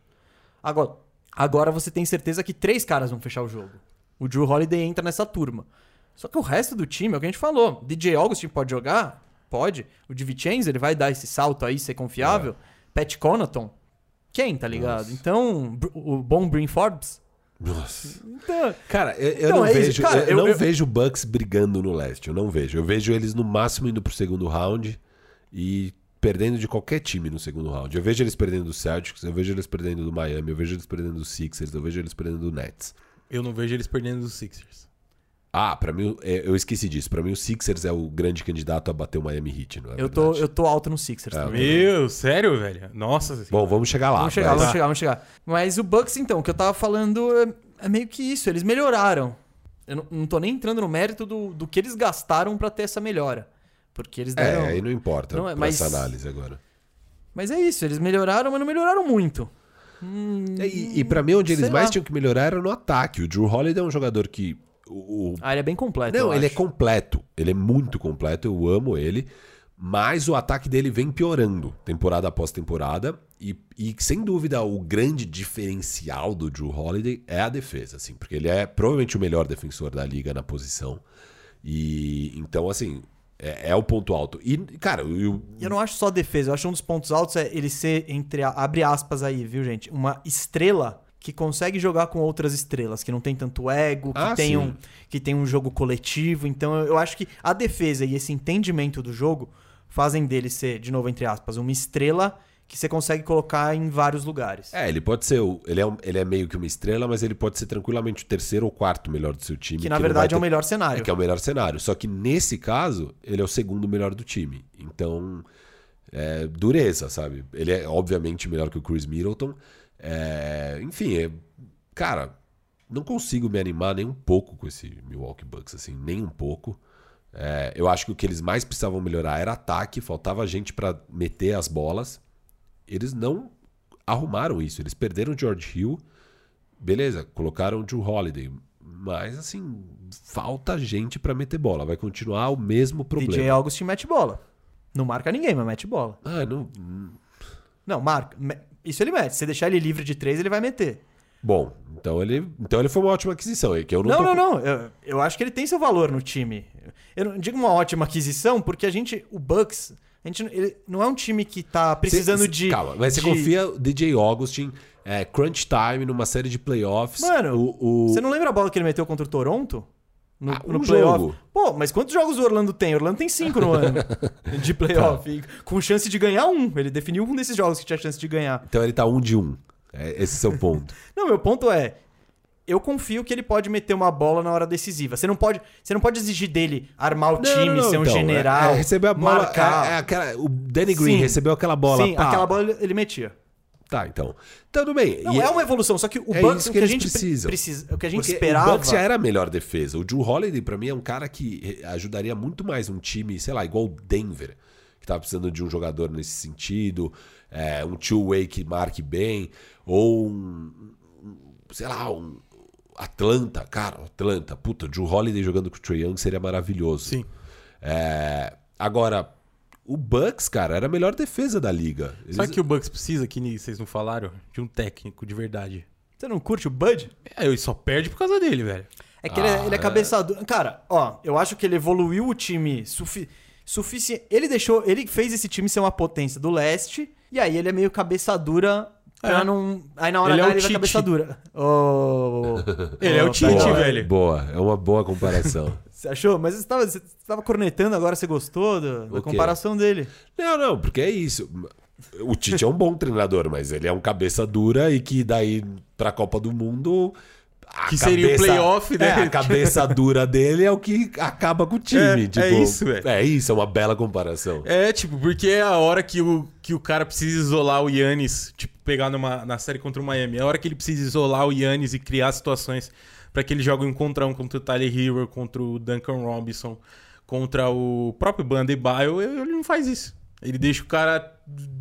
Agora você tem certeza que 3 caras vão fechar o jogo. O Drew Holiday entra nessa turma. Só que o resto do time, é o que a gente falou. DJ Augustin pode jogar? Pode. O DiVincenzo, ele vai dar esse salto aí, ser confiável. Pat Connaughton. Quem, tá ligado? Nossa. Então, o bom Bryn Forbes. Nossa. Então, cara, eu não vejo. Isso. Cara, eu não vejo o Bucks brigando no leste. Eu não vejo. Eu vejo eles no máximo indo pro segundo round e perdendo de qualquer time no segundo round. Eu vejo eles perdendo do Celtics, eu vejo eles perdendo do Miami, eu vejo eles perdendo do Sixers, eu vejo eles perdendo do Nets. Eu não vejo eles perdendo dos Sixers. Pra mim, eu esqueci disso. Pra mim, o Sixers é o grande candidato a bater o Miami Heat, não é? Eu tô alto no Sixers também. Meu, sério, velho? Nossa. Bom, vamos chegar lá. Vamos chegar. Mas o Bucks, então, o que eu tava falando é meio que isso. Eles melhoraram. Eu não tô nem entrando no mérito do que eles gastaram pra ter essa melhora. Porque eles deram... aí não importa pra essa análise agora. Mas é isso. Eles melhoraram, mas não melhoraram muito. E pra mim, onde eles mais tinham que melhorar era no ataque. O Drew Holiday é um jogador que... ele é bem completo. Não, ele é completo. Ele é muito completo. Eu amo ele. Mas o ataque dele vem piorando temporada após temporada. E sem dúvida, o grande diferencial do Drew Holiday é a defesa, assim, porque ele é provavelmente o melhor defensor da liga na posição. E então, assim, é o ponto alto. E, cara, eu não acho só defesa. Eu acho um dos pontos altos é ele ser, abre aspas aí, viu, gente? Uma estrela que consegue jogar com outras estrelas, que não tem tanto ego, que tem um jogo coletivo. Então eu acho que a defesa e esse entendimento do jogo fazem dele ser, de novo, entre aspas, uma estrela que você consegue colocar em vários lugares. Ele pode ser... Ele é meio que uma estrela, mas ele pode ser tranquilamente o terceiro ou quarto melhor do seu time. Que na verdade é o melhor cenário. Que é o melhor cenário. Só que nesse caso, ele é o segundo melhor do time. Então, dureza, sabe? Ele é obviamente melhor que o Chris Middleton. Enfim, cara, não consigo me animar nem um pouco com esse Milwaukee Bucks, assim, nem um pouco. Eu acho que o que eles mais precisavam melhorar era ataque, faltava gente pra meter as bolas. Eles não arrumaram isso, eles perderam o George Hill, beleza, colocaram o Drew Holiday, mas assim, falta gente pra meter bola, vai continuar o mesmo problema. DJ Augustin mete bola. Não marca ninguém, mas mete bola. não... Não, marca. Isso ele mete. Se você deixar ele livre de 3, ele vai meter. Bom, então ele foi uma ótima aquisição. Que eu Não. Eu acho que ele tem seu valor no time. Eu não digo uma ótima aquisição, porque o Bucks, ele não é um time que tá precisando de... Calma, mas você confia o DJ Augustin, crunch time, numa série de playoffs... Mano, você não lembra a bola que ele meteu contra o Toronto? No playoff? Jogo. Pô, mas quantos jogos o Orlando tem? O Orlando tem 5 no ano de playoff. Com chance de ganhar 1. Ele definiu um desses jogos que tinha chance de ganhar. Então ele tá 1-1. Esse é o seu ponto. Não, meu ponto é... Eu confio que ele pode meter uma bola na hora decisiva. Você não pode exigir dele armar o time, ser um general, receber a bola, marcar. O Danny Green recebeu aquela bola. Sim, aquela bola ele metia. Tá, então. Tudo bem. Não, é uma evolução, só que o Bucks, o que a gente precisa, o que a gente esperava... O Bucks já era a melhor defesa. O Jrue Holiday, pra mim, é um cara que ajudaria muito mais um time, sei lá, igual o Denver, que tava precisando de um jogador nesse sentido, um two-way que marque bem, ou sei lá, um Atlanta. Puta, o Jrue Holiday jogando com o Trae Young seria maravilhoso. Sim. Agora... O Bucks, cara, era a melhor defesa da liga. Sabe que o Bucks precisa, que vocês não falaram? De um técnico de verdade. Você não curte o Bud? Ele só perde por causa dele, velho. É que ele é cabeçador. Cara, eu acho que ele evoluiu o time suficiente. Ele fez esse time ser uma potência do leste, e aí ele é meio cabeça dura pra não... Aí na hora ele ele vai cabeça dura. Ele é o Tite, velho. Boa, é uma boa comparação. Você achou? Mas você tava cornetando, agora você gostou da comparação dele. Não, porque é isso. O Tite é um bom treinador, mas ele é um cabeça dura e que daí pra Copa do Mundo... Seria o playoff, né? A cabeça dura dele é o que acaba com o time. É isso, velho. É isso, é uma bela comparação. Porque é a hora que o cara precisa isolar o Giannis, pegar na série contra o Miami. É a hora que ele precisa isolar o Giannis e criar situações para que ele jogue 1 contra 1 contra o Tyler Hero, contra o Duncan Robinson, contra o próprio Bam Adebayo. Ele não faz isso. Ele deixa o cara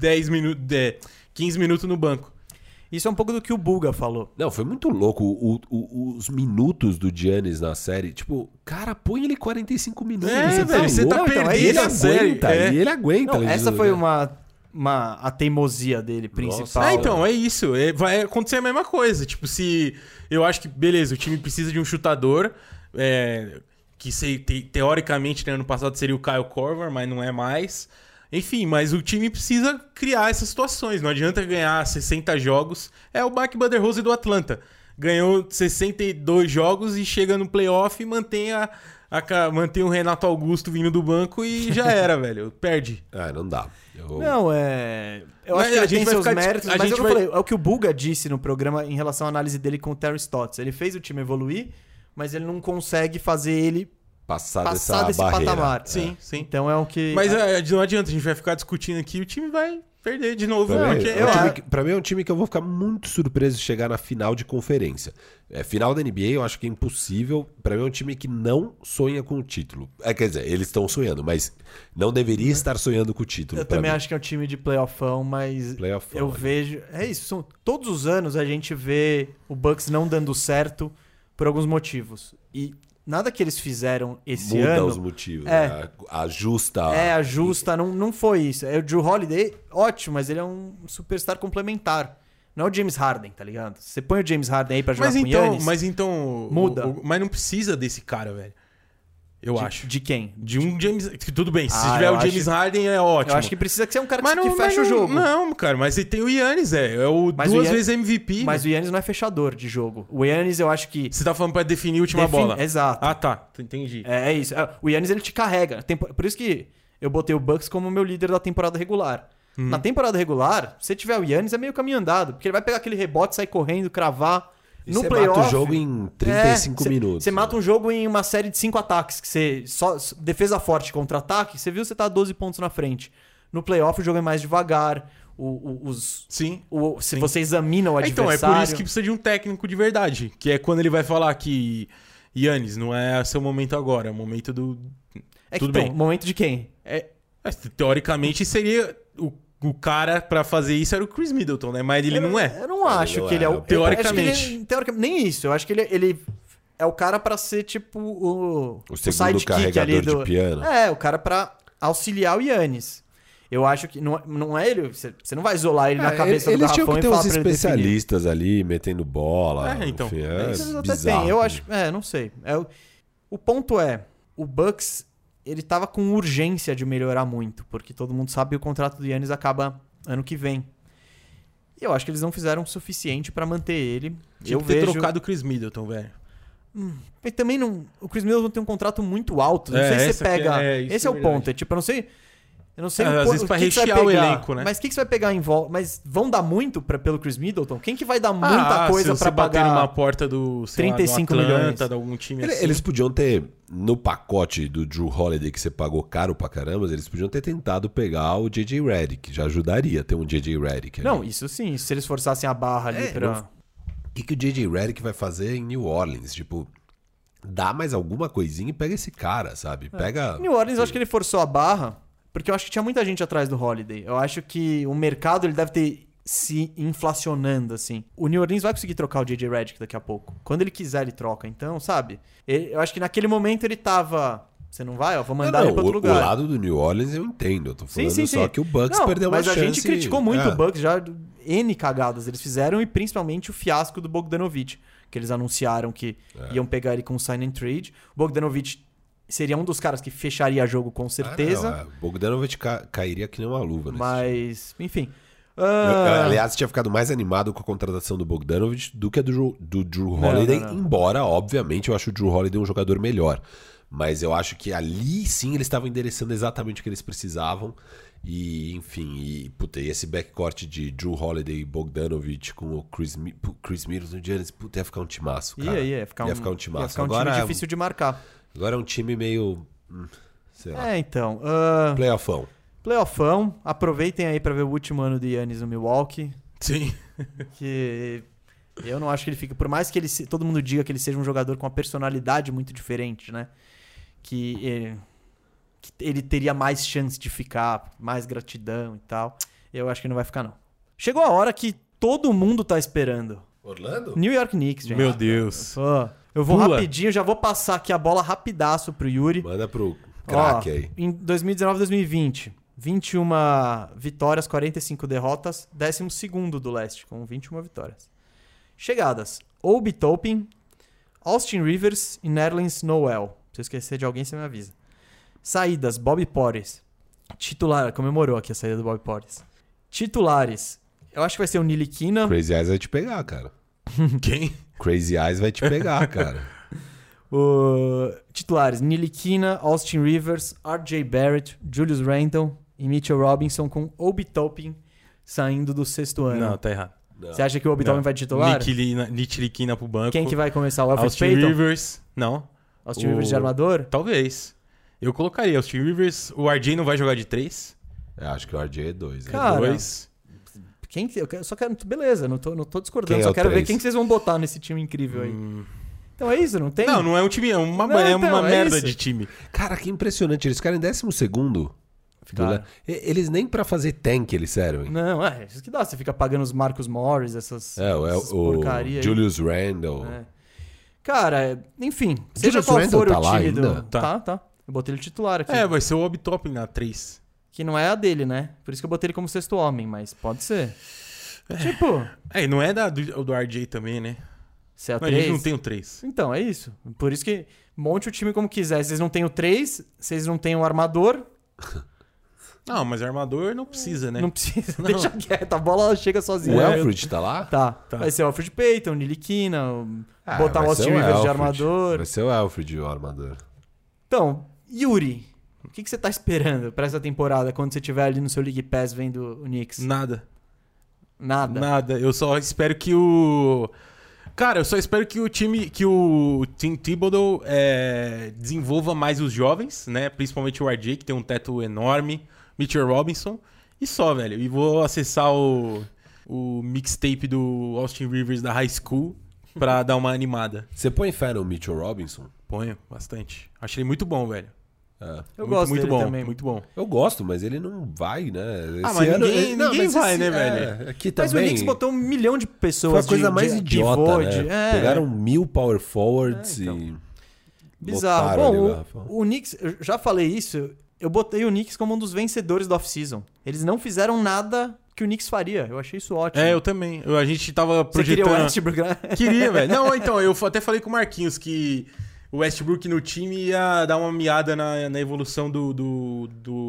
15 minutos no banco. Isso é um pouco do que o Buga falou. Não, foi muito louco os minutos do Giannis na série. Cara, põe ele 45 minutos. Você tá perdendo a série. E ele aguenta. Não, essa foi a teimosia dele principal. É isso. Vai acontecer a mesma coisa. Se eu acho que, beleza, o time precisa de um chutador, que teoricamente, ano passado seria o Kyle Korver, mas não é mais. Enfim, mas o time precisa criar essas situações. Não adianta ganhar 60 jogos. É o Mike Budenholzer do Atlanta. Ganhou 62 jogos e chega no playoff e mantém o Renato Augusto vindo do banco e já era, velho. Perde. Não dá. Eu acho que ele tem seus méritos, mas falei, é o que o Buga disse no programa em relação à análise dele com o Terry Stotts. Ele fez o time evoluir, mas ele não consegue fazer ele passar desse barreira. Patamar. Sim. Então é o que... Mas não adianta, a gente vai ficar discutindo aqui, o time vai perder de novo. Pra mim é um time que eu vou ficar muito surpreso de chegar na final de conferência. Final da NBA eu acho que é impossível. Pra mim é um time que não sonha com o título. Quer dizer, eles estão sonhando, mas não deveria estar sonhando com o título. Eu também acho que é um time de playoffão, mas eu vejo... É isso, todos os anos a gente vê o Bucks não dando certo por alguns motivos. E nada que eles fizeram esse ano... Muda os motivos, né? Ajusta. Ajusta, não foi isso. O Jrue Holiday, ótimo, mas ele é um superstar complementar. Não é o James Harden, tá ligado? Você põe o James Harden aí pra jogar com o Giannis... Mas então... Muda. Mas não precisa desse cara, velho. Eu acho. De quem? De um James... Tudo bem, se tiver o James Harden é ótimo. Eu acho que precisa ser um cara que fecha o jogo. Não, cara, mas ele tem o Giannis, duas vezes MVP. Mas o Giannis não é fechador de jogo. O Giannis, eu acho que... Você tá falando pra definir a última bola. Exato. Ah, tá. Entendi. É isso. O Giannis, ele te carrega. Por isso que eu botei o Bucks como meu líder da temporada regular. Na temporada regular, se tiver o Giannis, é meio caminho andado. Porque ele vai pegar aquele rebote, sair correndo, cravar... No você playoff, mata o jogo em 35 minutos. Você mata um jogo em uma série de 5 ataques. Que você defesa forte contra ataque, você viu, você tá 12 pontos na frente. No playoff o jogo é mais devagar. Se você examina o adversário... Então, é por isso que precisa de um técnico de verdade. Que é quando ele vai falar que Giannis, não é seu momento agora, é o momento do... Tudo bem. Momento de quem? Teoricamente seria... O cara pra fazer isso era o Chris Middleton, né? Mas ele não é. Eu não acho que ele é o... Teoricamente. Nem isso. Eu acho que ele é o cara pra ser tipo o segundo sidekick carregador ali de piano. O cara pra auxiliar o Giannis. Eu acho que não é ele. Você não vai isolar ele na cabeça do eles garrafão tinham que e ter falar uns pra ele definir. especialistas ali, metendo bola. Então. Enfim, Eles até bizarro. têm. Eu acho. Não sei. O ponto é, o Bucks, ele tava com urgência de melhorar muito, porque todo mundo sabe que o contrato do Giannis acaba ano que vem. E eu acho que eles não fizeram o suficiente pra manter ele. Tinha que ter trocado o Chris Middleton, velho. Mas também não. O Chris Middleton tem um contrato muito alto. Não sei se você pega. Esse é o verdade. ponto. É tipo, eu não sei. Eu não sei Às vezes pra que você vai rechear o pegar. elenco, né? Mas o que você vai pegar em volta? Mas vão dar muito pelo Chris Middleton? Quem que vai dar muita coisa se pra você bater pagar? numa porta do 35 do Atlanta, milhões. de algum time assim. Eles podiam ter, no pacote do Drew Holiday que você pagou caro pra caramba, eles podiam ter tentado pegar o J.J. Redick. Já ajudaria ter um J.J. Redick ali. Não, isso sim. Se eles forçassem a barra ali pra... O que o J.J. Redick vai fazer em New Orleans? Tipo, dá mais alguma coisinha e pega esse cara, sabe? Pega... New Orleans, eu acho que ele forçou a barra, porque eu acho que tinha muita gente atrás do Holiday. Eu acho que o mercado ele deve ter se inflacionando, assim. O New Orleans vai conseguir trocar o J.J. Redick daqui a pouco. Quando ele quiser, ele troca. Então, sabe? Eu acho que naquele momento ele tava... Você não vai? Vou mandar ele pra outro lugar. O lado do New Orleans eu entendo. Eu tô falando Sim. só que o Bucks perdeu uma chance. Mas a gente criticou muito o Bucks, já N cagadas eles fizeram, e principalmente o fiasco do Bogdanovic, que eles anunciaram que iam pegar ele com sign and trade. O Bogdanovic seria um dos caras que fecharia jogo com certeza. Bogdanovic cairia que nem uma luva. Mas, enfim. Aliás, tinha ficado mais animado com a contratação do Bogdanovic do que a do Drew Holiday, embora, obviamente, eu acho o Drew Holiday um jogador melhor. Mas eu acho que ali sim eles estavam endereçando exatamente o que eles precisavam. E, enfim, e esse backcourt de Drew Holiday e Bogdanovic com o Chris Middleton e Giannis, ia ficar um timaço, cara. Ia ficar um timaço. Ia ficar um Agora, time difícil de marcar. Agora é um time meio... sei lá. Então. Playoffão. Aproveitem aí pra ver o último ano do Giannis no Milwaukee. Sim. Que eu não acho que ele fica... Por mais que todo mundo diga que ele seja um jogador com uma personalidade muito diferente, né? Que ele teria mais chance de ficar, mais gratidão e tal. Eu acho que não vai ficar, não. Chegou a hora que todo mundo tá esperando. Orlando? New York Knicks, gente. Meu Deus. Eu vou Pula. rapidinho, já vou passar aqui a bola rapidaço pro Yuri. Manda pro craque aí. Em 2019 e 2020, 21 vitórias, 45 derrotas, 12º do leste, com 21 vitórias. Chegadas: Obi Toppin, Austin Rivers e Nerlens Noel. Se eu esquecer de alguém, você me avisa. Saídas: Bobby Portis. Titular, comemorou aqui a saída do Bobby Portis. Titulares: eu acho que vai ser o Ntilikina. Crazy Eyes vai te pegar, cara. Quem? Crazy Eyes vai te pegar, cara. Titulares: Ntilikina, Austin Rivers, R.J. Barrett, Julius Randle e Mitchell Robinson, com Obi Toppin saindo do sexto ano. Não, tá errado. Você acha que o Obi Toppin vai titular? Ntilikina pro banco. Quem que vai começar? O Alfred Austin Payton? Rivers. Não. Austin Rivers de armador? Talvez. Eu colocaria Austin Rivers. O RJ não vai jogar de 3. Eu acho que o RJ é 2. Cara, 2. Eu só quero... Beleza, não tô discordando. Quem é Só o quero ver 3? quem que vocês vão botar nesse time incrível aí. Então é isso, não tem? Não é um time. É uma merda isso. de time. Cara, que impressionante. Eles ficaram em 12º. Cara. Eles nem pra fazer tank eles servem. Não, isso que dá. Você fica pagando os Marcus Morris, essas o porcaria aí. Julius Randle. Cara, enfim. Seja Julius qual Randle for tá o lá time do... ainda? Tá. Eu botei ele titular aqui. Vai ser o Obi Toppin na 3. Que não é a dele, né? Por isso que eu botei ele como sexto homem, mas pode ser. Tipo... Não é do RJ também, né? Se é o Mas a 3... gente não tem o 3. Então, é isso. Por isso que monte o time como quiser. Vocês não têm o 3, vocês não têm o armador... Não, mas armador não precisa, né? Não precisa, deixa quieto, a bola chega sozinha. O Alfred tá lá? Tá. Vai ser o Alfred Payton, o Ntilikina, botar vai o Austin ser Rivers de Alfred. armador. Vai ser o Alfred o armador. Então, Yuri, o que você tá esperando pra essa temporada, quando você estiver ali no seu League Pass vendo o Knicks? Nada. Nada? Eu só espero que o... Cara, eu só espero que o Tim Thibodeau desenvolva mais os jovens, né? Principalmente o RJ, que tem um teto enorme. Mitchell Robinson. E só, velho. E vou acessar o mixtape do Austin Rivers da High School pra dar uma animada. Você põe fé no Mitchell Robinson? Ponho, bastante. Achei ele muito bom, velho. Eu gosto muito dele bom, também. Muito bom. Eu gosto, mas ele não vai, né? Mas ninguém vai, né, velho? Aqui Mas também, o Knicks botou 1 milhão de foi pessoas a coisa de mais idiota, pivô, né? Pegaram 1000 power forwards então. e... Bizarro. botaram ali o Bom, garrafão. o Knicks, eu já falei isso, eu botei o Knicks como um dos vencedores da off-season. Eles não fizeram nada que o Knicks faria. Eu achei isso ótimo. Eu também. A gente tava projetando... Você queria o Westbrook, né? Queria, velho. Não, então, eu até falei com o Marquinhos que o Westbrook no time ia dar uma miada na evolução do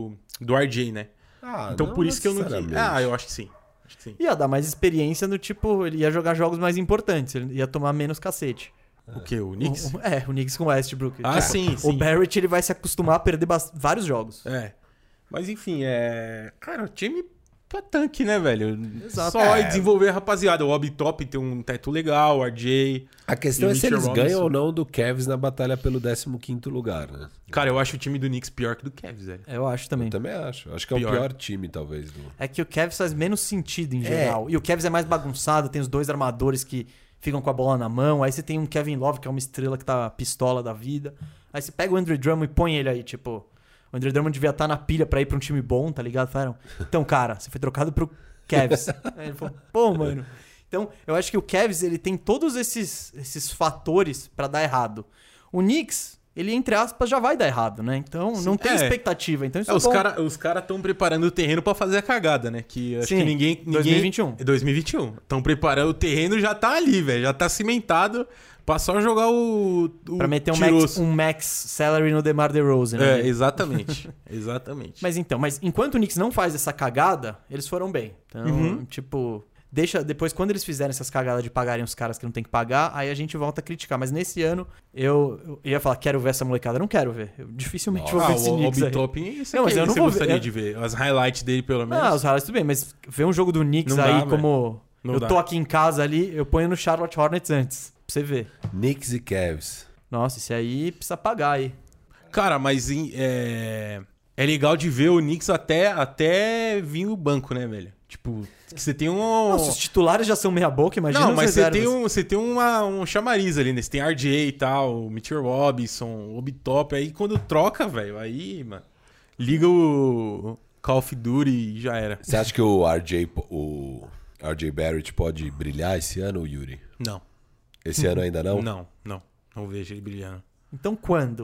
RJ, né? Então por isso que eu não quis. Eu acho que sim. Ia dar mais experiência no tipo, ele ia jogar jogos mais importantes, ele ia tomar menos cacete. O quê? O Knicks? O Knicks com o Westbrook. Sim. O Barrett, ele vai se acostumar a perder vários jogos. Mas enfim, cara, o time pra tanque, né, velho? Exato. Só desenvolver a rapaziada. O Obi Top tem um teto legal, o RJ... A questão é se eles ganham ou não do Cavs na batalha pelo 15º lugar, né? Cara, eu acho o time do Knicks pior que do Cavs, velho. Eu acho também. Eu também acho. Acho que é o pior time, talvez. É que o Cavs faz menos sentido em geral. E o Cavs é mais bagunçado, tem os dois armadores que ficam com a bola na mão. Aí você tem um Kevin Love, que é uma estrela que tá pistola da vida. Aí você pega o Andre Drummond e põe ele aí, tipo... O Andre Drummond devia estar na pilha pra ir pra um time bom, tá ligado? Falaram, então, cara, você foi trocado pro Cavs. Aí ele falou, pô, mano... Então, eu acho que o Cavs, ele tem todos esses fatores pra dar errado. O Knicks, ele, entre aspas, já vai dar errado, né? Então, não tem expectativa. Então, isso os caras estão preparando o terreno pra fazer a cagada, né? Que acho que ninguém... 2021. É 2021. Estão preparando o terreno, já tá ali, velho. Já tá cimentado pra só jogar pra meter um max salary no DeMar DeRozan, né? Exatamente. Exatamente. Mas enquanto o Knicks não faz essa cagada, eles foram bem. Então, tipo... Depois, quando eles fizerem essas cagadas de pagarem os caras que não tem que pagar, aí a gente volta a criticar. Mas nesse ano, eu ia falar, quero ver essa molecada. Eu não quero ver. Eu dificilmente vou ver esse Knicks aí. Não, mas eu não gostaria de ver. As highlights dele, pelo menos. Não, os highlights tudo bem, mas ver um jogo do Knicks não aí dá, como... Eu tô aqui em casa ali, eu ponho no Charlotte Hornets antes, pra você ver. Knicks e Cavs. Nossa, esse aí precisa pagar aí. Cara, mas é legal de ver o Knicks até vir o banco, né, velho? Tipo, que você tem um... Nossa, os titulares já são meia boca, imagina. Não, mas você tem um chamariz ali, né? Você tem RJ e tal, o Mitchell Robinson, o Obi Top. Aí quando troca, velho, aí, mano, liga o Call of Duty e já era. Você acha que o RJ Barrett pode brilhar esse ano, Yuri? Não. Esse ano ainda não? Não vejo ele brilhando. Então quando?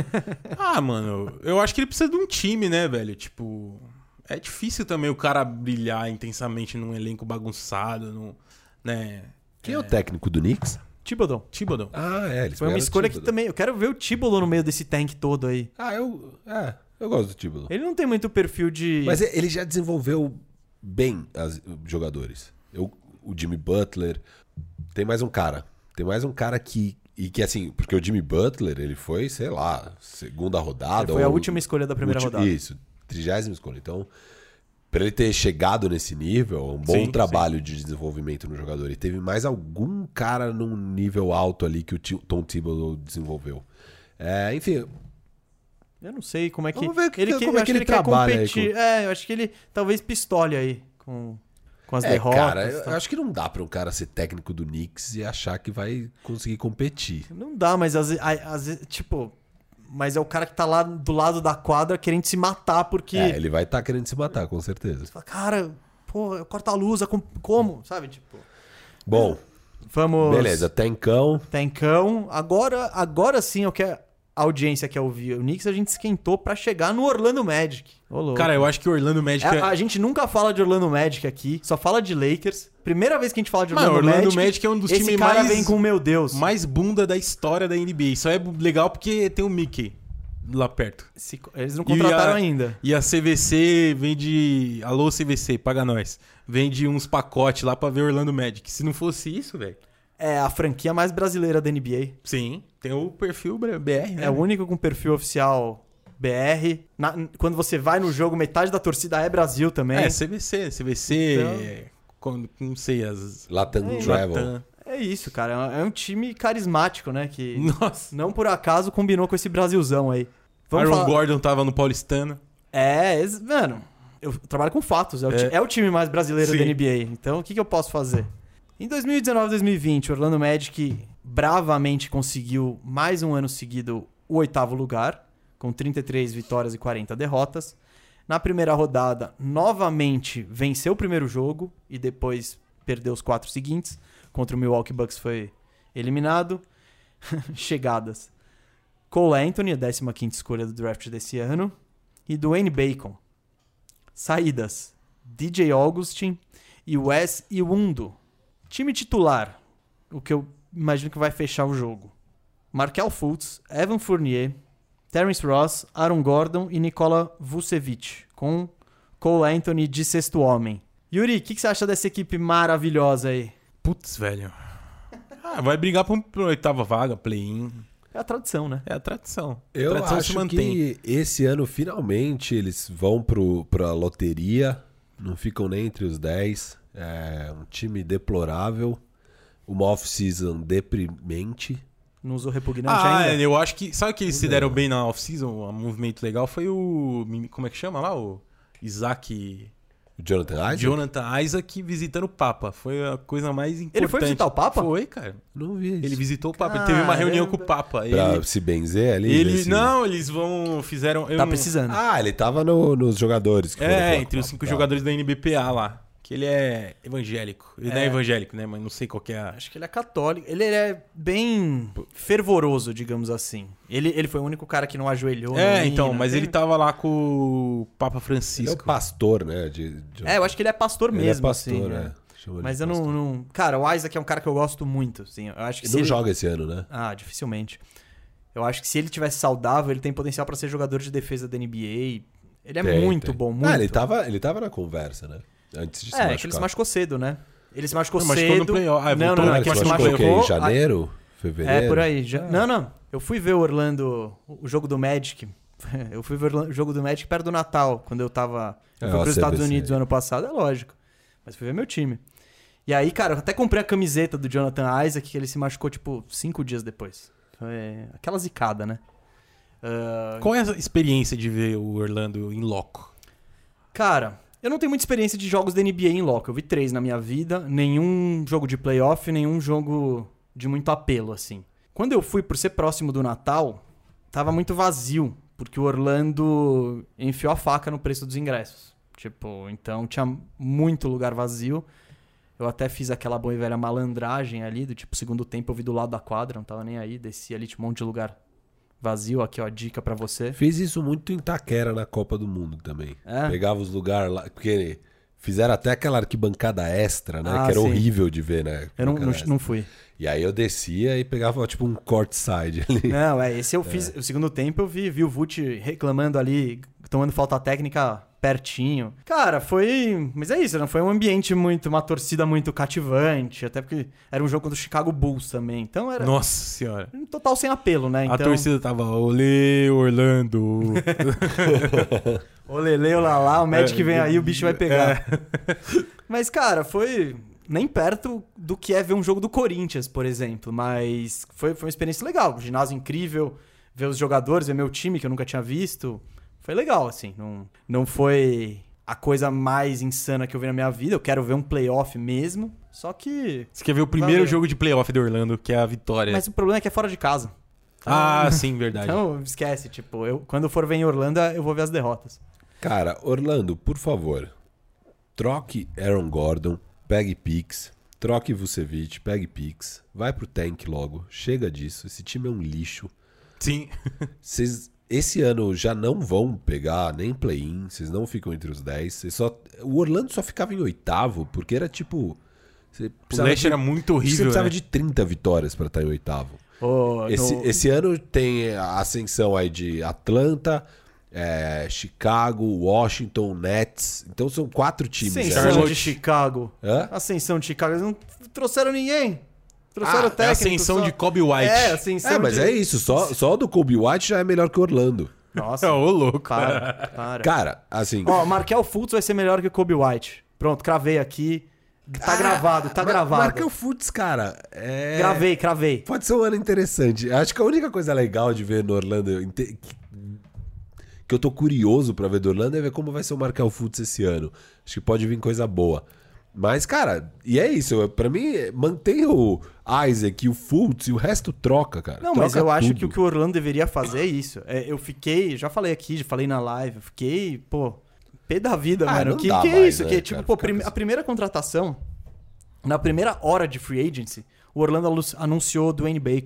Mano, eu acho que ele precisa de um time, né, velho? Tipo... É difícil também o cara brilhar intensamente num elenco bagunçado, né? Quem é o técnico do Knicks? Thibodeau. Eles foi uma escolha que também... Eu quero ver o Thibodeau no meio desse tank todo aí. Eu gosto do Thibodeau. Ele não tem muito perfil de... Mas ele já desenvolveu bem os jogadores. O Jimmy Butler... Tem mais um cara que... E que assim, porque o Jimmy Butler, ele foi, sei lá, segunda rodada. Ele foi a última escolha da primeira rodada. Isso, 30ª escolha. Então, para ele ter chegado nesse nível, é um bom trabalho de desenvolvimento no jogador. E teve mais algum cara num nível alto ali que o Tom Thibodeau desenvolveu. Enfim... Eu não sei como é que... Vamos ver como é que ele trabalha quer competir. Eu acho que ele talvez pistole aí com as derrotas. Cara, eu acho que não dá pra um cara ser técnico do Knicks e achar que vai conseguir competir. Não dá, mas às vezes, tipo... Mas é o cara que tá lá do lado da quadra querendo se matar porque... Ele vai estar querendo se matar, com certeza. Você fala, cara, pô, corta a luz, como? Sabe, tipo... Bom, vamos... Beleza, Tancão. Agora sim é o que a audiência quer ouvir. O Knicks a gente esquentou pra chegar no Orlando Magic. Cara, eu acho que o Orlando Magic... A gente nunca fala de Orlando Magic aqui, só fala de Lakers. Primeira vez que a gente fala de Orlando Magic é um dos times mais... vem com, meu Deus. Mais bunda da história da NBA. Só é legal porque tem o Mickey lá perto. Eles não contrataram ainda. E a CVC vende... Alô, CVC, paga nós. Vende uns pacotes lá pra ver Orlando Magic. Se não fosse isso, velho... É a franquia mais brasileira da NBA. Sim, tem o perfil BR, né? É o único com perfil oficial BR. Quando você vai no jogo, metade da torcida é Brasil também. CVC, então... não sei, as... Latam Travel. Latam. É isso, cara. É um time carismático, né? Que Nossa. Não por acaso combinou com esse Brasilzão aí. Aaron Gordon tava no Paulistano. Mano, eu trabalho com fatos. É o time mais brasileiro da NBA. Então, o que eu posso fazer? Em 2019 e 2020, o Orlando Magic bravamente conseguiu mais um ano seguido o 8º lugar, com 33 vitórias e 40 derrotas. Na primeira rodada, novamente venceu o primeiro jogo e depois perdeu os 4 seguintes. Contra o Milwaukee Bucks foi eliminado. Chegadas. Cole Anthony, a 15ª escolha do draft desse ano. e Dwayne Bacon. Saídas: DJ Augustin e Wes Iwundo. Time titular, o que eu imagino que vai fechar o jogo: Markelle Fultz, Evan Fournier, Terence Ross, Aaron Gordon e Nikola Vucevic, com Cole Anthony de sexto homem. Yuri, o que você acha dessa equipe maravilhosa aí? Putz, velho. Vai brigar pra oitava vaga, play-in. É a tradição, né? É a tradição. Eu tradição acho que esse ano, finalmente, eles vão pra loteria. Não ficam nem entre os 10. É um time deplorável. Uma off-season deprimente. Não usou repugnante ainda? Eu acho que... Sabe que eles se deram bem na off-season? Um movimento legal foi o... Como é que chama lá? O Isaac... Jonathan Isaac visitando o Papa. Foi a coisa mais importante. Ele foi visitar o Papa? Foi, cara. Não vi isso. Ele visitou o Papa. Ele teve uma reunião com o Papa. Pra se benzer ali? Não, eles vão... Fizeram... Tá precisando. Ele tava nos jogadores. Que entre os 5 jogadores da NBPA lá. Que ele é evangélico. Ele não é evangélico, né? Mas não sei qual que é a... Acho que ele é católico. Ele é bem fervoroso, digamos assim. Ele foi o único cara que não ajoelhou. Mas ele tava lá com o Papa Francisco. Ele é o pastor, né? Eu acho que ele é pastor mesmo, ele é pastor, assim. Mas eu não... Cara, o Isaac é um cara que eu gosto muito, assim. Eu acho que ele não joga esse ano, né? Dificilmente. Eu acho que se ele tivesse saudável, ele tem potencial pra ser jogador de defesa da NBA. Ele é muito bom, muito. Ele tava na conversa, né? Antes de se machucar. É que ele se machucou cedo, né? Ele se machucou cedo. Machucou no playoff. Não, que ele se machucou em janeiro? Fevereiro? Por aí. Não. Eu fui ver o jogo do Magic. Eu fui ver o jogo do Magic perto do Natal, quando eu tava... Eu fui pros Estados Unidos no ano passado, é lógico. Mas fui ver meu time. E aí, cara, eu até comprei a camiseta do Jonathan Isaac, que ele se machucou, 5 dias depois. Foi aquela zicada, né? Qual é a experiência de ver o Orlando em loco? Cara, eu não tenho muita experiência de jogos da NBA em loco. Eu vi 3 na minha vida. Nenhum jogo de playoff, nenhum jogo de muito apelo, assim. Quando eu fui por ser próximo do Natal, tava muito vazio, porque o Orlando enfiou a faca no preço dos ingressos. Então tinha muito lugar vazio. Eu até fiz aquela boa e velha malandragem ali, segundo tempo eu vi do lado da quadra, não tava nem aí, desci ali, tinha um monte de lugar vazio. Aqui, ó, dica pra você. Fiz isso muito em Itaquera na Copa do Mundo também. Pegava os lugares lá, porque fizeram até aquela arquibancada extra, né? Que era horrível de ver, né? Eu não fui. E aí eu descia e pegava um courtside ali. Não, esse eu fiz. O segundo tempo eu vi o Vult reclamando ali, tomando falta técnica pertinho. Cara, foi... Mas é isso, não foi um ambiente uma torcida muito cativante, até porque era um jogo contra o Chicago Bulls também, então era... Nossa senhora. Total sem apelo, né? Então... A torcida tava, olê, Orlando. Olê, olalá, o Magic vem aí, o bicho vai pegar. Mas, cara, foi... Nem perto do que é ver um jogo do Corinthians, por exemplo, mas foi uma experiência legal. Um ginásio incrível, ver os jogadores, ver meu time que eu nunca tinha visto... Foi legal, assim. Não foi a coisa mais insana que eu vi na minha vida. Eu quero ver um playoff mesmo. Só que... Você quer ver o primeiro jogo de playoff do Orlando, que é a vitória. Mas o problema é que é fora de casa. Então, sim, verdade. Então, esquece. Quando eu for ver em Orlando, eu vou ver as derrotas. Cara, Orlando, por favor, troque Aaron Gordon, pegue picks, troque Vucevic, pegue picks, vai pro tank logo. Chega disso. Esse time é um lixo. Sim. Esse ano já não vão pegar nem play-in, vocês não ficam entre os 10. O Orlando só ficava em 8º, porque era o leste era muito horrível. Você precisava de 30 vitórias para estar em 8º. Esse ano tem a ascensão aí de Atlanta, Chicago, Washington, Nets. Então são 4 times. Ascensão de Chicago. Hã? Ascensão de Chicago. Eles não trouxeram ninguém. Trouxeram técnico. É a ascensão de Kobe White. Mas é isso. Só do Kobe White já é melhor que o Orlando. Nossa. Ô, louco. Para. Cara, assim... Markelle Fultz vai ser melhor que o Kobe White. Pronto, cravei aqui. Tá gravado. Markelle Fultz, cara... Cravei. Pode ser um ano interessante. Acho que a única coisa legal de ver no Orlando... Que eu tô curioso pra ver do Orlando é ver como vai ser o Markelle Fultz esse ano. Acho que pode vir coisa boa. Mas, cara, e é isso. Pra mim, mantém o Isaac e o Fultz e o resto troca, cara. Não, mas eu acho que o que o Orlando deveria fazer é isso. Eu fiquei, já falei aqui, já falei na live, eu fiquei, pé da vida, mano. Que é isso? Que tipo, a primeira contratação, na primeira hora de free agency, o Orlando anunciou Dwayne Bacon.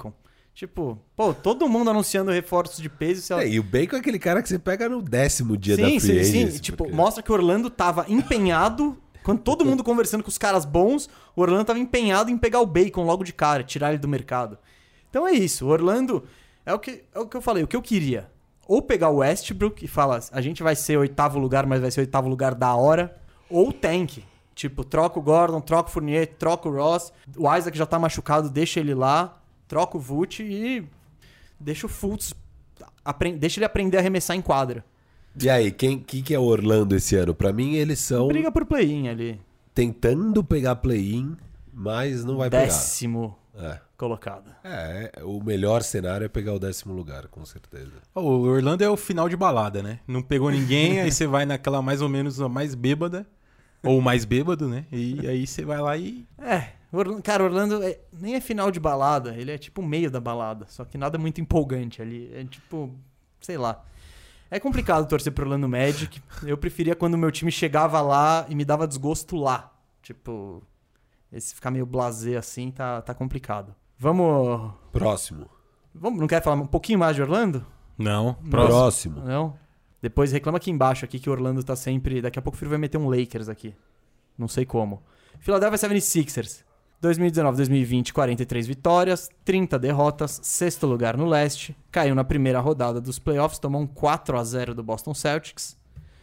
Tipo, pô, todo mundo anunciando reforços de peso. E o Bacon é aquele cara que você pega no 10º dia da free Sim. agency, Tipo, porque- mostra que o Orlando tava empenhado. Quando todo mundo conversando com os caras bons, o Orlando tava empenhado em pegar o Bacon logo de cara, tirar ele do mercado. Então é isso. O Orlando é o que eu falei, o que eu queria. Ou pegar o Westbrook e falar, a gente vai ser 8º lugar, mas vai ser 8º lugar da hora. Ou o tank. Tipo, troca o Gordon, troca o Fournier, troca o Ross. O Isaac já tá machucado, deixa ele lá. Troca o Vult e deixa o Fultz... Deixa ele aprender a arremessar em quadra. E aí, quem que é o Orlando esse ano? Pra mim, eles são Briga por play-in ali. tentando pegar play-in, mas não vai pegar. 10º colocado. O melhor cenário é pegar o 10º lugar, com certeza. O Orlando é o final de balada, né? Não pegou ninguém, aí você vai naquela mais ou menos a mais bêbada, ou o mais bêbado, né? E aí você vai lá e... Cara, Orlando nem é final de balada, ele é tipo meio da balada, só que nada muito empolgante ali. É tipo, sei lá. É complicado torcer pro Orlando Magic. Eu preferia quando o meu time chegava lá e me dava desgosto lá. Tipo, esse ficar meio blasé assim tá complicado. Vamos... Próximo. Não quer falar um pouquinho mais de Orlando? Não, Próximo. Não? Depois reclama aqui embaixo aqui que o Orlando tá sempre... Daqui a pouco o filho vai meter um Lakers aqui. Não sei como. Philadelphia 76ers. 2019-2020, 43 vitórias, 30 derrotas, 6º lugar no leste. Caiu na primeira rodada dos playoffs, tomou um 4-0 do Boston Celtics.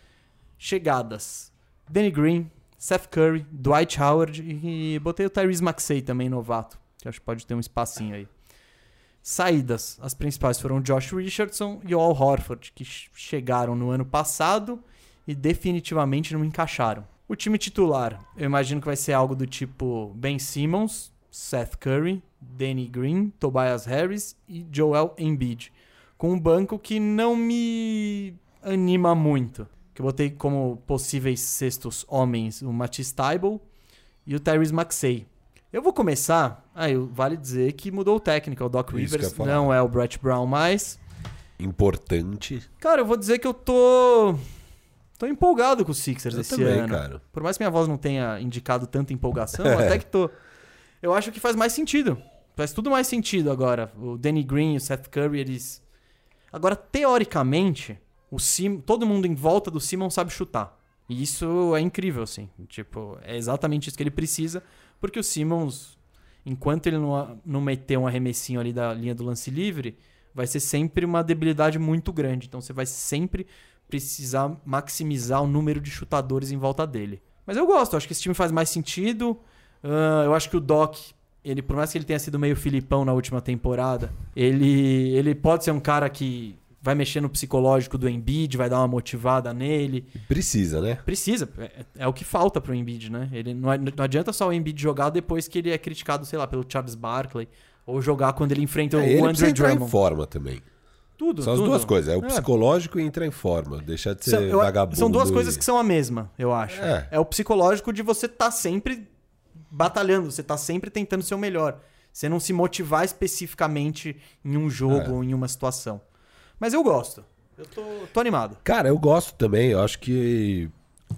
Chegadas. Danny Green, Seth Curry, Dwight Howard e botei o Tyrese Maxey também, novato. Que acho que pode ter um espacinho aí. Saídas. As principais foram Josh Richardson e o Al Horford, que chegaram no ano passado e definitivamente não encaixaram. O time titular, eu imagino que vai ser algo do tipo Ben Simmons, Seth Curry, Danny Green, Tobias Harris e Joel Embiid. Com um banco que não me anima muito. Que eu botei como possíveis sextos homens o Matisse Thybulle e o Tyrese Maxey. Eu vou começar... vale dizer que mudou o técnico, o Doc Isso que eu Rivers, ia falar. não é o Brett Brown mais. Importante. Cara, eu vou dizer que eu tô empolgado com os Sixers Eu esse também, ano. cara. Por mais que minha voz não tenha indicado tanta empolgação, até que tô. Eu acho que faz mais sentido. Faz tudo mais sentido agora. O Danny Green e o Seth Curry, eles... Agora, teoricamente, todo mundo em volta do Simmons sabe chutar. E isso é incrível, assim. Tipo, é exatamente isso que ele precisa, porque o Simmons, enquanto ele não meter um arremessinho ali da linha do lance livre, vai ser sempre uma debilidade muito grande. Então você vai sempre precisar maximizar o número de chutadores em volta dele. Mas eu gosto, acho que esse time faz mais sentido. Eu acho que o Doc, por mais que ele tenha sido meio filipão na última temporada, ele pode ser um cara que vai mexer no psicológico do Embiid, vai dar uma motivada nele. Precisa, né? Precisa. É o que falta pro Embiid, né? Não adianta só o Embiid jogar depois que ele é criticado, sei lá, pelo Charles Barkley, ou jogar quando ele enfrenta Ele o precisa Andre entrar em Drummond. forma também. Tudo, São as duas coisas. É o psicológico e entrar em forma. Deixar de ser vagabundo. São duas coisas que são a mesma, eu acho. É o psicológico de você estar sempre batalhando, você tá sempre tentando ser o melhor. Você não se motivar especificamente em um jogo ou em uma situação. Mas eu gosto. Eu tô animado. Cara, eu gosto também. Eu acho que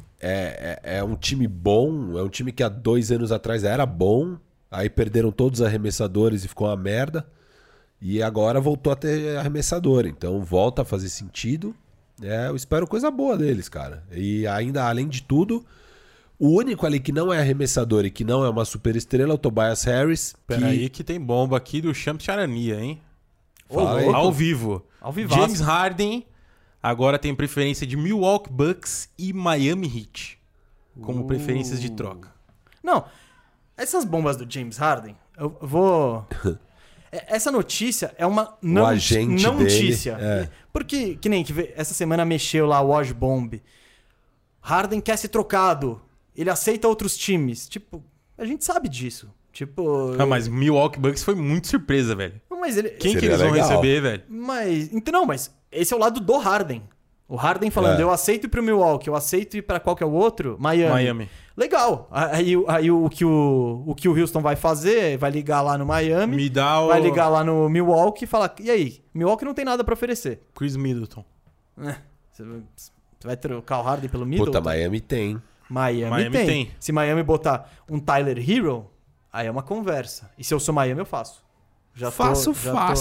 é um time bom. É um time que há 2 anos atrás era bom. Aí perderam todos os arremessadores e ficou uma merda. E agora voltou a ter arremessador. Então volta a fazer sentido. Eu espero coisa boa deles, cara. E ainda, além de tudo, o único ali que não é arremessador e que não é uma super estrela é o Tobias Harris. Peraí que tem bomba aqui do Champ Charania, hein? Fala aí. Ao vivo. Ao vivaço. James Harden agora tem preferência de Milwaukee Bucks e Miami Heat como preferências de troca. Não, essas bombas do James Harden, eu vou... Essa notícia é uma não agente notícia. dele, Porque, essa semana mexeu lá o Woj Bomb. Harden quer ser trocado. Ele aceita outros times. Tipo, a gente sabe disso. Tipo... Mas Milwaukee Bucks foi muito surpresa, velho. Mas ele... Quem que Seria eles vão legal. receber, velho? Mas esse é o lado do Harden. O Harden falando, eu aceito ir pro Milwaukee, eu aceito ir pra qual que é o outro? Miami. Legal. Aí o que o Houston vai fazer, vai ligar lá no Miami, vai ligar lá no Milwaukee e falar, e aí? Milwaukee não tem nada pra oferecer. Chris Middleton. Você vai trocar o Harden pelo Middleton? Puta, Miami tem. Miami tem. Se Miami botar um Tyler Hero, aí é uma conversa. E se eu sou Miami, eu faço. Fácil.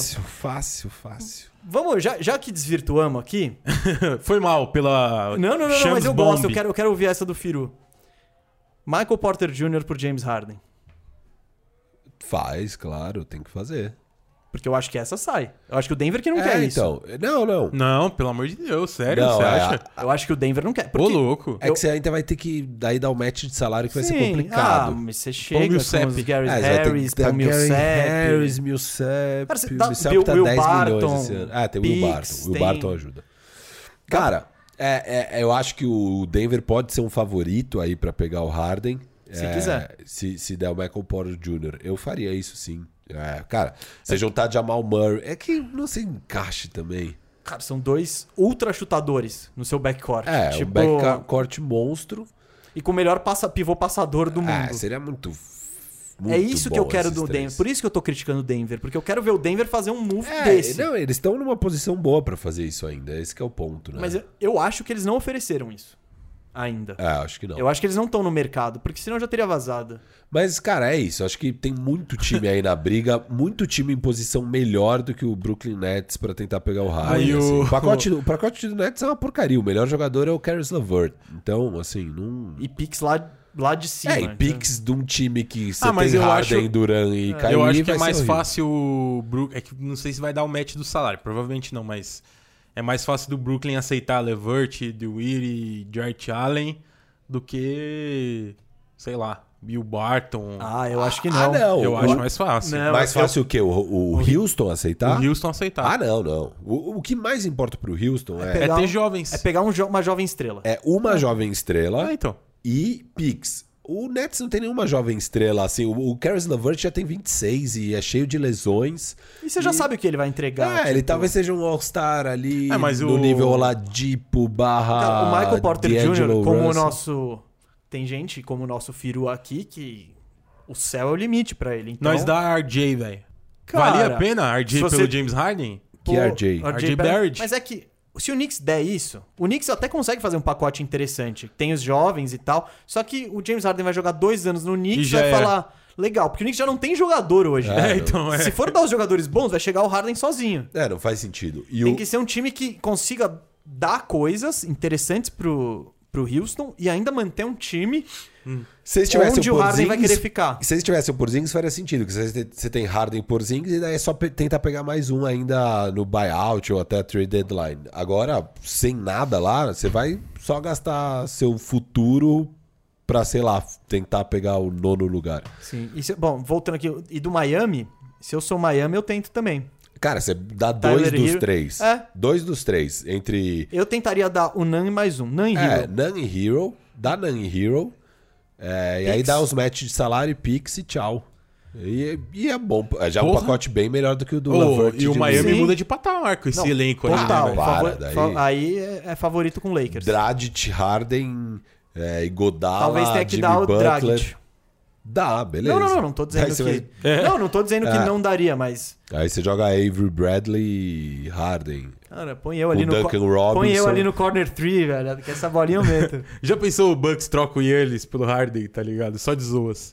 Vamos, já que desvirtuamos aqui... Foi mal pela... Não, Shams mas eu Bomb. gosto, eu quero ouvir essa do Firu. Michael Porter Jr. por James Harden. Faz, claro, tem que fazer. Porque eu acho que essa sai. Eu acho que o Denver que não quer isso. Então, não. Não, pelo amor de Deus, sério, Não, você acha? Eu acho que o Denver não quer. Ô, Porque... louco. É que você ainda vai ter que daí dar o match de salário que vai ser Sim, complicado. mas você chega com Millsap. os Gary Você vai ter Harris, que dar Paul Gary Harris, Millsap. Millsap. Cara, você dá Millsap tá Will 10 Barton, milhões esse ano. Tem o Will Barton. Picks, O Will tem- Barton ajuda. Cara, eu acho que o Denver pode ser um favorito aí pra pegar o Harden. Se quiser. Se der o Michael Porter Jr. Eu faria isso sim. Cara, você juntar Jamal Murray... É que não se encaixe também. Cara, são dois ultra chutadores no seu backcourt. Um backcourt monstro. E com o melhor pivô passador do mundo. Seria muito É isso que eu bom quero esses do três. Denver. Por isso que eu tô criticando o Denver. Porque eu quero ver o Denver fazer um move É, desse. não, eles estão numa posição boa pra fazer isso ainda. Esse que é o ponto, né? Mas eu acho que eles não ofereceram isso. Ainda. Acho que não. Eu acho que eles não estão no mercado. Porque senão já teria vazado. Mas, cara, é isso. Acho que tem muito time aí na briga, muito time em posição melhor do que o Brooklyn Nets pra tentar pegar o Harden. Aí assim. o- O pacote do Nets é uma porcaria. O melhor jogador é o Caris LeVert. Então, assim, não... E picks lá de cima. e então. picks de um time que você mas tem eu Harden, acho- Durant e Kyrie Eu acho que vai é ser mais horrível. fácil o Brook... É que não sei se vai dar o match do salário. Provavelmente não, mas... É mais fácil do Brooklyn aceitar Levert, DeWitt, Jarrett Allen do que... Sei lá, Bill Barton. Eu acho que não. não. eu acho mais fácil. Não. Mais fácil o quê? O Houston aceitar? O Houston aceitar. Não. O que mais importa pro Houston É pegar ter um- jovens. É pegar uma jovem estrela. uma jovem estrela Então. e picks. O Nets não tem nenhuma jovem estrela assim. O Caris LeVert já tem 26 e é cheio de lesões. E você já sabe o que ele vai entregar. Ele tipo- talvez seja um All-Star ali mas no o- nível Oladipo barra Cara, o Michael Porter Jr., D'Angelo como o Russell. nosso... Tem gente como o nosso Firu aqui que o céu é o limite pra ele. Então, Nós dá RJ, velho. Cara, Valia a pena RJ se você- pelo James Harden? Que RJ? RJ Barrett. Mas é que se o Knicks der isso, o Knicks até consegue fazer um pacote interessante. Tem os jovens e tal. Só que o James Harden vai jogar 2 anos no E Knicks e já vai era. falar... Legal, porque o Knicks já não tem jogador hoje. Então Se for dar os jogadores bons, vai chegar o Harden sozinho. Não faz sentido. E Tem que ser um time que consiga dar coisas interessantes pro Houston e ainda manter um time se eles tivessem onde o Harden vai querer ficar. Se eles tivessem o Porzingis, faria sentido. Que você tem Harden e Porzingis e daí é só tentar pegar mais um ainda no buyout ou até trade deadline. Agora, sem nada lá, você vai só gastar seu futuro pra, sei lá, tentar pegar o 9º lugar. Sim. Bom, voltando aqui. E do Miami, se eu sou Miami, eu tento também. Cara, você dá Tyler 2 dos Hero. 3. É. 2 dos 3. Entre Eu tentaria dar o Nan e mais um. Nan e Hero. Nan e Hero. Dá Nan e Hero. E aí Picks. dá os matches de salário, picks e tchau. E é bom. Já é um Porra. pacote bem melhor do que o do Oh, LeVert. e o de Miami Sim. muda de patamar com esse Não, elenco aí. Total. Né, velho? Para, daí. Aí é favorito com o Lakers. Dragic, Harden e Godala, Talvez tenha que Jimmy dar o Butler. Dragic. Dá, beleza. Não tô dizendo Aí você que... vai- Não tô dizendo que não daria, mas... Aí você joga Avery Bradley e Harden. Cara, põe eu ali O no... Duncan Põe Robinson. eu ali no corner 3, velho. Que essa bolinha eu meto. Já pensou o Bucks troca o Yannis pelo Harden, tá ligado? Só de zoas.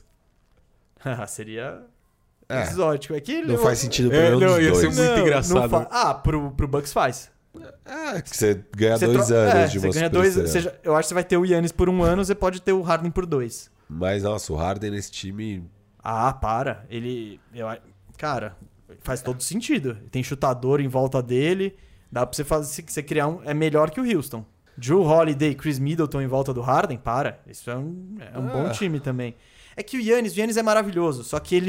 Seria exótico. É que Não faz sentido pra nenhum não, dos ia ser dois. muito engraçado. Pro Bucks faz. Que você ganha Você 2 anos de você uma ganha 2... superestrela. Eu acho que você vai ter o Yannis por 1 ano, você pode ter o Harden por 2. Mas, nossa, o Harden nesse time... Para. Ele... Cara, faz todo sentido. Tem chutador em volta dele. Dá pra você criar um... É melhor que o Houston. Drew Holiday e Chris Middleton em volta do Harden, para. Isso é um bom time também. É que o Yannis é maravilhoso. Só que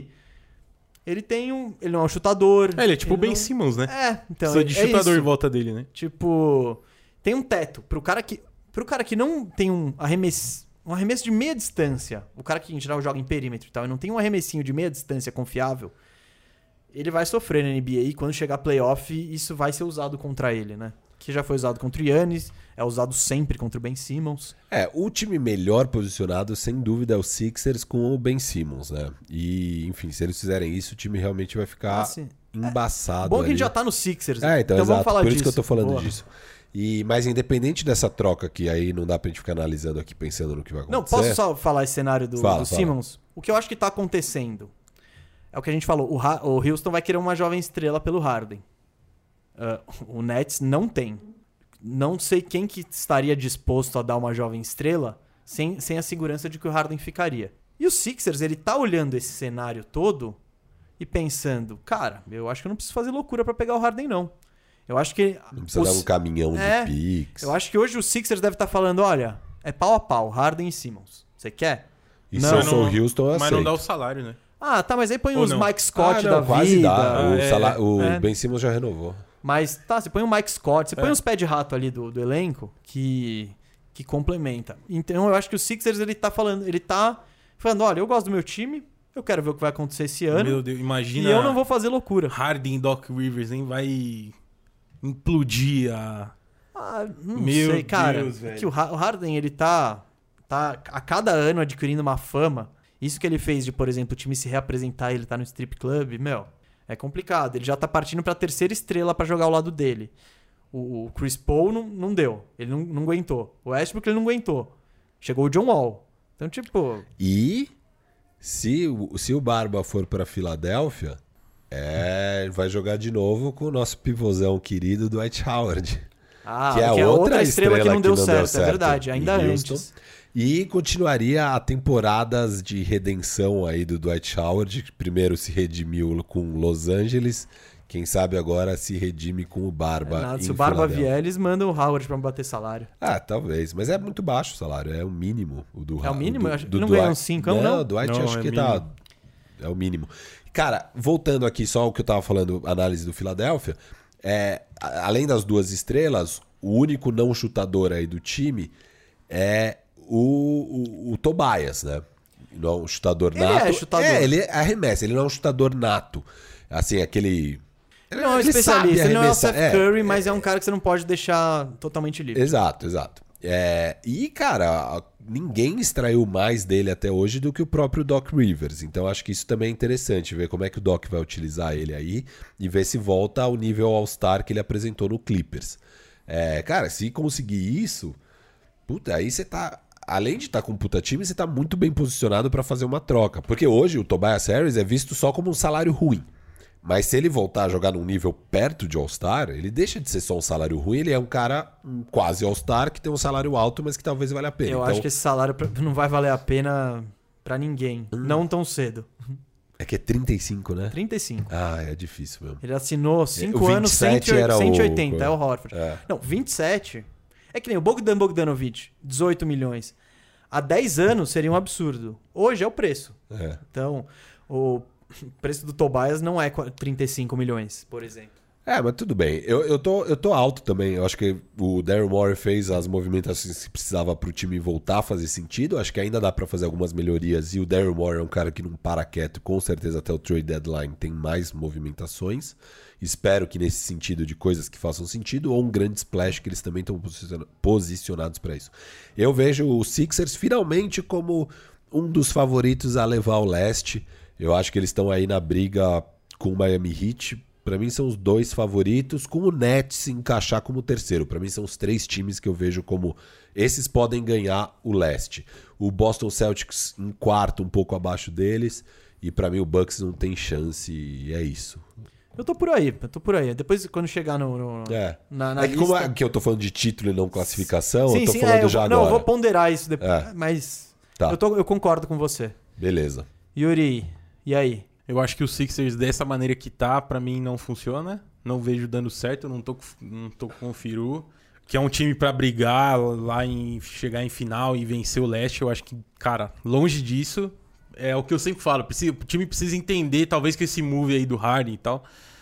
ele tem um... Ele não é um chutador. Ele é tipo o Ben não- Simmons, né? Então... Precisa de chutador isso. em volta dele, né? Tipo, tem um teto. Pro cara que não tem um arremesso de meia distância, o cara que em geral joga em perímetro e tal, e não tem um arremessinho de meia distância confiável, ele vai sofrer na NBA e quando chegar playoff, isso vai ser usado contra ele, né? Que já foi usado contra o Giannis, é usado sempre contra o Ben Simmons. O time melhor posicionado, sem dúvida, é o Sixers com o Ben Simmons, né? E, enfim, se eles fizerem isso, o time realmente vai ficar Assim, embaçado. bom que a gente ali. já tá no Sixers. Então vamos exato. falar Por disso. isso que eu tô falando Boa. disso. Mas independente dessa troca que aí não dá pra gente ficar analisando aqui pensando no que vai acontecer. Não, posso só falar esse cenário do Fala. Simmons? O que eu acho que tá acontecendo é o que a gente falou. O Houston vai querer uma jovem estrela pelo Harden. O Nets não tem. Não sei quem que estaria disposto a dar uma jovem estrela sem a segurança de que o Harden ficaria. E o Sixers, ele tá olhando esse cenário todo e pensando, cara, eu acho que eu não preciso fazer loucura pra pegar o Harden, não. Eu acho que... Não precisa dar um caminhão de picks. Eu acho que hoje o Sixers deve estar falando, olha, é pau a pau, Harden e Simmons. Você quer? E se eu sou o Houston, eu Mas aceito. não dá o salário, né? Ah, tá, mas aí põe Ou os não? Mike Scott da quase vida. dá. O Ben Simmons já renovou. Mas tá, você põe o Mike Scott, você põe os pé de rato ali do elenco que complementa. Então eu acho que o Sixers ele tá falando, olha, eu gosto do meu time, eu quero ver o que vai acontecer esse ano. Meu Deus, imagina. E eu não vou fazer loucura. Harden e Doc Rivers, hein? Vai implodir a... Não Meu sei, cara. Deus, velho. Que o Harden, ele tá a cada ano adquirindo uma fama. Isso que ele fez de, por exemplo, o time se reapresentar e ele tá no strip club, é complicado. Ele já tá partindo pra terceira estrela pra jogar ao lado dele. O Chris Paul não deu. Ele não aguentou. O Westbrook ele não aguentou. Chegou o John Wall. Então, tipo... E se o Barba for pra Filadélfia, vai jogar de novo com o nosso pivôzão querido Dwight Howard. Que é a outra estrela que não deu certo. É verdade, ainda Houston. antes. E continuaria a temporadas de redenção aí do Dwight Howard, que primeiro se redimiu com Los Angeles, quem sabe agora se redime com o Barba. Se o Barba vier, eles mandam o Howard pra bater salário. Talvez, mas é muito baixo o salário, é o mínimo. É o mínimo? Não ganha uns 5, não? Não, o Dwight acho que tá... É o mínimo. Cara, voltando aqui só ao que eu tava falando, análise do Philadelphia, além das duas estrelas, o único não chutador aí do time é o Tobias, né? Não é um chutador nato. Ele é chutador. Ele arremessa, ele não é um chutador nato. Assim, aquele... Ele não é um especialista, ele não é o Seth Curry, mas é um cara que você não pode deixar totalmente livre. Exato. E, cara, ninguém extraiu mais dele até hoje do que o próprio Doc Rivers. Então, acho que isso também é interessante, ver como é que o Doc vai utilizar ele aí e ver se volta ao nível All-Star que ele apresentou no Clippers. Cara, se conseguir isso, puta, aí você tá... Além de estar com um puta time, você tá muito bem posicionado pra fazer uma troca. Porque hoje o Tobias Harris é visto só como um salário ruim. Mas se ele voltar a jogar num nível perto de All-Star, ele deixa de ser só um salário ruim, ele é um cara quase All-Star que tem um salário alto, mas que talvez valha a pena. Eu acho que esse salário não vai valer a pena pra ninguém. Não tão cedo. É que é 35, né? 35. É difícil mesmo. Ele assinou 5 O anos, 180. É o Horford. É. Não, 27. É que nem o Bogdanovic, 18 milhões. Há 10 anos seria um absurdo. Hoje é o preço. Então, o preço do Tobias não é 35 milhões, por exemplo. Mas tudo bem. Eu tô alto também. Eu acho que o Daryl Morey fez as movimentações que precisava pro time voltar a fazer sentido. Acho que ainda dá pra fazer algumas melhorias. E o Daryl Morey é um cara que não para quieto. Com certeza até o trade deadline tem mais movimentações. Espero que nesse sentido de coisas que façam sentido. Ou um grande splash que eles também estão posicionados pra isso. Eu vejo o Sixers finalmente como um dos favoritos a levar ao leste. Eu acho que eles estão aí na briga com o Miami Heat. Pra mim são os dois favoritos, com o Nets se encaixar como terceiro. Pra mim são os 3 times que eu vejo como... Esses podem ganhar o leste. O Boston Celtics em quarto, um pouco abaixo deles. E pra mim o Bucks não tem chance e é isso. Eu tô por aí. Depois, quando chegar na que lista... como é que eu tô falando de título e não classificação, sim, eu tô falando já agora. Não, eu vou ponderar isso depois, mas Tá. eu concordo com você. Beleza. Yuri, e aí? Eu acho que o Sixers, dessa maneira que tá, pra mim não funciona. Não vejo dando certo, não tô com o Firu. Que é um time pra brigar lá chegar em final e vencer o leste. Eu acho que, cara, longe disso. É o que eu sempre falo. O time precisa entender, talvez com esse move aí do Harden e tal.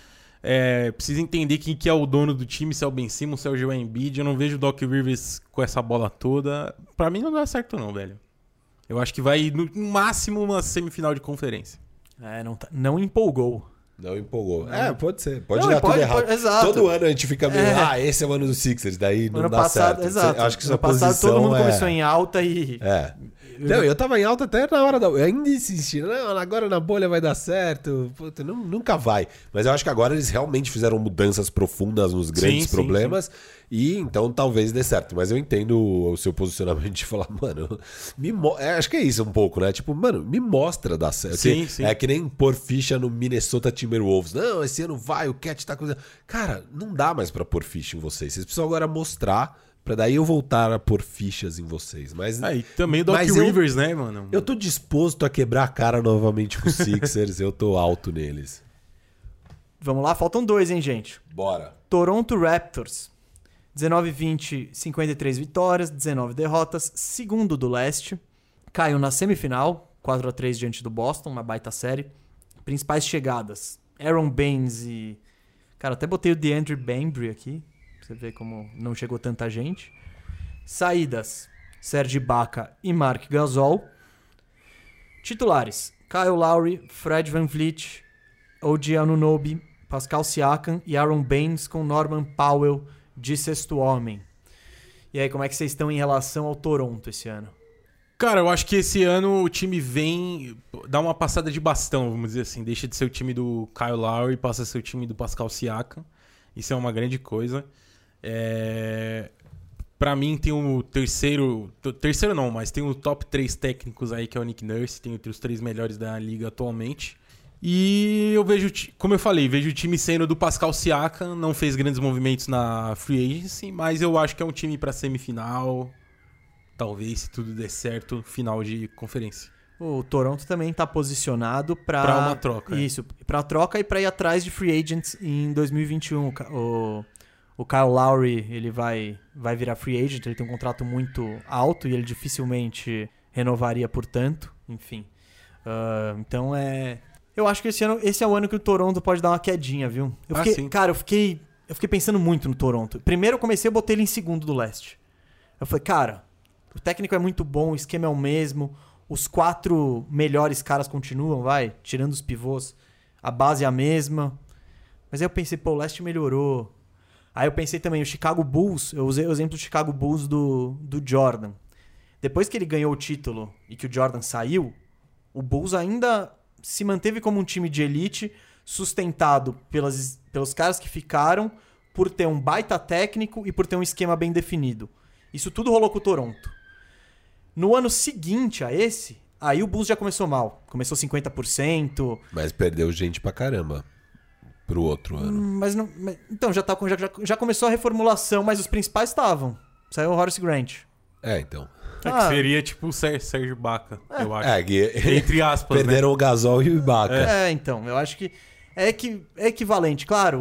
Precisa entender quem que é o dono do time, se é o Ben Simmons, se é o Joel Embiid. Eu não vejo o Doc Rivers com essa bola toda. Pra mim não dá certo não, velho. Eu acho que vai, no máximo, uma semifinal de conferência. Não empolgou. Não empolgou. Pode ser. Pode Não, dar tudo errado. Exato. Todo ano a gente fica meio... esse é o ano do Sixers. Daí não Ano dá passado, certo. exato. Acho que sua ano passado posição todo mundo começou em alta e Não, eu tava em alta até na hora eu ainda insisti, não, agora na bolha vai dar certo. Puta, nunca vai. Mas eu acho que agora eles realmente fizeram mudanças profundas nos grandes problemas. E então talvez dê certo. Mas eu entendo o seu posicionamento de falar, mano, acho que é isso um pouco, né? Tipo, mano, me mostra dar certo. Sim. É que nem pôr ficha no Minnesota Timberwolves. Não, esse ano vai, o Cat tá coisa. Cara, não dá mais pra pôr ficha em vocês. Vocês precisam agora mostrar. Pra daí eu voltar a pôr fichas em vocês. Mas, e também o Doc Rivers, né, mano? Eu tô disposto a quebrar a cara novamente com os Sixers. Eu tô alto neles. Vamos lá, faltam 2, hein, gente? Bora. Toronto Raptors. 19-20, 53 vitórias, 19 derrotas. Segundo do leste. Caiu na semifinal, 4-3 diante do Boston, uma baita série. Principais chegadas. Aaron Baines e... Cara, até botei o DeAndre Bembry aqui. Você vê como não chegou tanta gente. Saídas: Serge Ibaka e Marc Gasol. Titulares: Kyle Lowry, Fred VanVleet, OG Anunoby, Pascal Siakam e Aaron Baines com Norman Powell de sexto homem. E aí, como é que vocês estão em relação ao Toronto esse ano? Cara, eu acho que esse ano o time vem dar uma passada de bastão, vamos dizer assim. Deixa de ser o time do Kyle Lowry e passa a ser o time do Pascal Siakam. Isso é uma grande coisa. Pra mim tem o terceiro não, mas tem o top 3 técnicos aí, que é o Nick Nurse, tem entre os 3 melhores da liga atualmente. E eu vejo, como eu falei, vejo o time sendo do Pascal Siakam, não fez grandes movimentos na Free Agency, mas eu acho que é um time pra semifinal, talvez, se tudo der certo, final de conferência. O Toronto também tá posicionado pra uma troca. Isso, pra troca e pra ir atrás de free agents em 2021. O Kyle Lowry, ele vai virar free agent, ele tem um contrato muito alto e ele dificilmente renovaria por tanto, enfim. Então eu acho que esse é o ano que o Toronto pode dar uma quedinha, viu? Eu fiquei pensando muito no Toronto. Primeiro eu comecei a botar ele em segundo do leste. Eu falei, cara, o técnico é muito bom, o esquema é o mesmo, os 4 melhores caras continuam, tirando os pivôs, a base é a mesma. Mas aí eu pensei, o leste melhorou. Aí eu pensei também, o Chicago Bulls, eu usei o exemplo do Chicago Bulls do Jordan. Depois que ele ganhou o título e que o Jordan saiu, o Bulls ainda se manteve como um time de elite, sustentado pelos caras que ficaram, por ter um baita técnico e por ter um esquema bem definido. Isso tudo rolou com o Toronto. No ano seguinte a esse, aí o Bulls já começou mal. Começou 50%. Mas perdeu gente pra caramba. Pro outro ano. Então, já começou a reformulação, mas os principais estavam. Saiu o Horace Grant. Então. Que seria tipo o Serge Ibaka, eu acho. Entre aspas, perderam o Gasol e o Ibaka. Então, eu acho que é equivalente. Claro,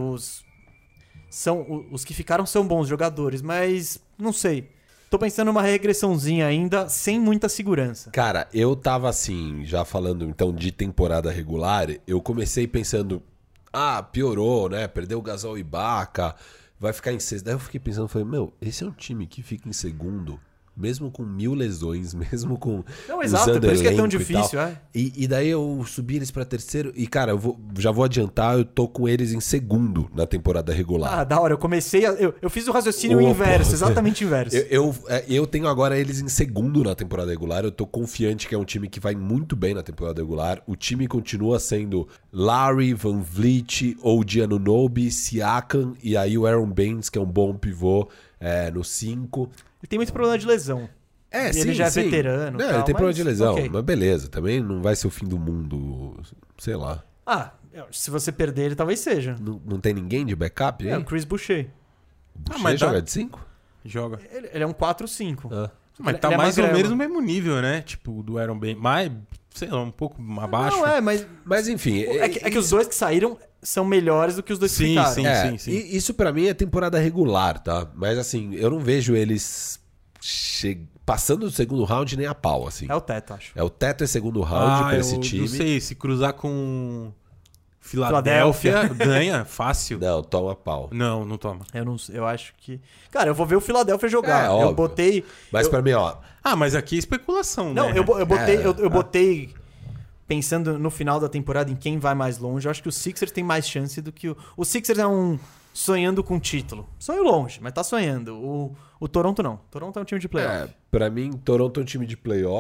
os que ficaram são bons jogadores, mas não sei. Tô pensando numa regressãozinha ainda, sem muita segurança. Cara, eu tava assim, já falando então de temporada regular, eu comecei pensando... piorou, né? Perdeu o Gasol e Ibaka, vai ficar em sexto. Daí eu fiquei pensando, esse é um time que fica em segundo, mesmo com 1000 lesões, mesmo com... Não, exato, por isso que é tão difícil, E daí eu subi eles pra terceiro, e cara, já vou adiantar, eu tô com eles em segundo na temporada regular. Da hora, eu comecei, eu fiz o raciocínio inverso, exatamente inverso. Eu tenho agora eles em segundo na temporada regular, eu tô confiante que é um time que vai muito bem na temporada regular, o time continua sendo Larry, VanVleet, OG Anunoby, Siakam, e aí o Aaron Baines, que é um bom pivô, no 5. Ele tem muito problema de lesão. Ele já é veterano. Não, ele tem problema de lesão, mas beleza, também não vai ser o fim do mundo, sei lá. Se você perder ele, talvez seja. Não tem ninguém de backup aí? O Chris Boucher. Boucher joga de 5? Joga. Ele é um 4-5. Mas tá mais ou menos no mesmo nível, né? Tipo, do Aaron Baines. Mais, sei lá, um pouco abaixo. Mas enfim... É que os dois que saíram são melhores do que os dois que ficaram. Sim. E isso pra mim é temporada regular, tá? Mas assim, eu não vejo eles passando do segundo round nem a pau, assim. É o teto, acho. O teto é segundo round pra esse time. Não sei, se cruzar com Filadélfia ganha fácil. Não, toma pau. Não toma. Eu acho que... Cara, eu vou ver o Philadelphia jogar. Eu óbvio. botei... Mas pra mim, mas aqui é especulação, não, né? Eu botei... Pensando no final da temporada em quem vai mais longe, eu acho que o Sixers tem mais chance do que o Sixers é um sonhando com título. Sonho longe, mas tá sonhando. O Toronto não. O Toronto é um time de playoff. Pra mim, Toronto é um time de playoff.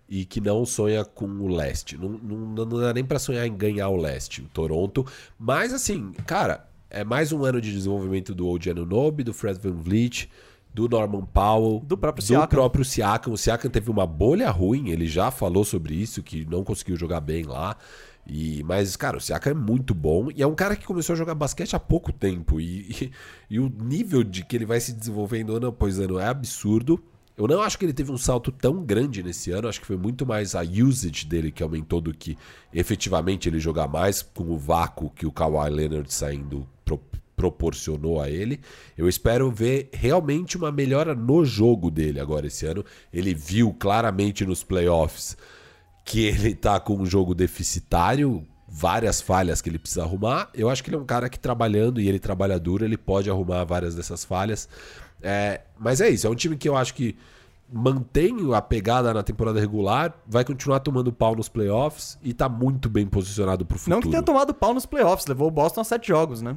e que não sonha com o leste. Não dá nem pra sonhar em ganhar o leste, o Toronto. Mas assim, cara, é mais um ano de desenvolvimento do OG Anunoby, do Fred VanVleet, do Norman Powell, Do próprio Siakam. O Siakam teve uma bolha ruim, ele já falou sobre isso, que não conseguiu jogar bem lá. Mas, cara, o Siakam é muito bom e é um cara que começou a jogar basquete há pouco tempo. E o nível de que ele vai se desenvolvendo ano após ano é absurdo. Eu não acho que ele teve um salto tão grande nesse ano. Acho que foi muito mais a usage dele que aumentou do que efetivamente ele jogar mais, com o vácuo que o Kawhi Leonard saindo proporcionou a ele. Eu espero ver realmente uma melhora no jogo dele agora esse ano. Ele viu claramente nos playoffs que ele tá com um jogo deficitário, várias falhas que ele precisa arrumar. Eu acho que ele é um cara que trabalhando, e ele trabalha duro, ele pode arrumar várias dessas falhas. Mas é isso, é um time que eu acho que mantém a pegada na temporada regular, vai continuar tomando pau nos playoffs e tá muito bem posicionado pro futuro. Não que tenha tomado pau nos playoffs, levou o Boston a 7 jogos, né?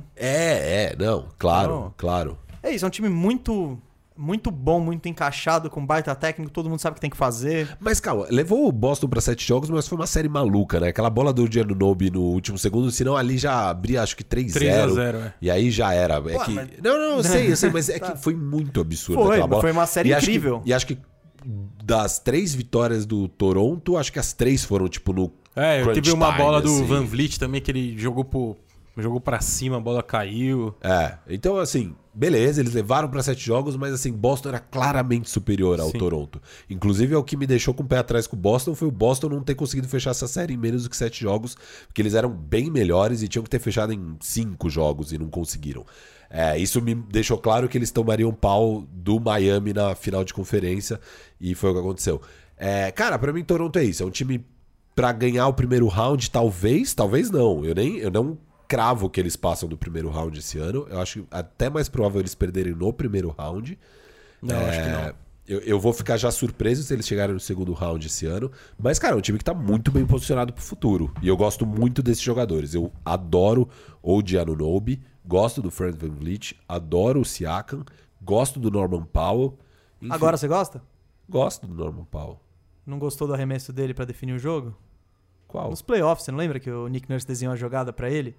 Claro. É isso, é um time muito bom, muito encaixado, com baita técnico, todo mundo sabe o que tem que fazer. Mas calma, levou o Boston pra 7 jogos, mas foi uma série maluca, né? Aquela bola do Giannunobi no último segundo, senão ali já abria acho que 3-0. 3-0, E aí já era. Pô, mas... Não, eu sei, mas é que foi muito absurdo aquela bola. Foi uma série incrível. E acho que das 3 vitórias do Toronto, acho que as 3 foram tipo no teve uma bola do assim. VanVleet também que ele jogou pra cima, a bola caiu. Então assim, beleza, eles levaram pra 7 jogos, mas assim, Boston era claramente superior ao Toronto. Inclusive, é o que me deixou com o pé atrás com o Boston, foi o Boston não ter conseguido fechar essa série em menos do que 7 jogos, porque eles eram bem melhores e tinham que ter fechado em 5 jogos e não conseguiram. Isso me deixou claro que eles tomariam pau do Miami na final de conferência, e foi o que aconteceu. Cara, pra mim Toronto é isso, é um time pra ganhar o primeiro round, talvez não. Eu não cravo que eles passam do primeiro round esse ano. Eu acho até mais provável eles perderem no primeiro round. Não, acho que não. Eu vou ficar já surpreso se eles chegarem no segundo round esse ano. Mas, cara, é um time que tá muito bem posicionado pro futuro. E eu gosto muito desses jogadores. Eu adoro o Anunoby, gosto do Fred VanVleet, adoro o Siakam, gosto do Norman Powell. Enfim, Agora você gosta? gosto do Norman Powell. Não gostou do arremesso dele pra definir o jogo? Qual? Nos playoffs, você não lembra que o Nick Nurse desenhou a jogada pra ele?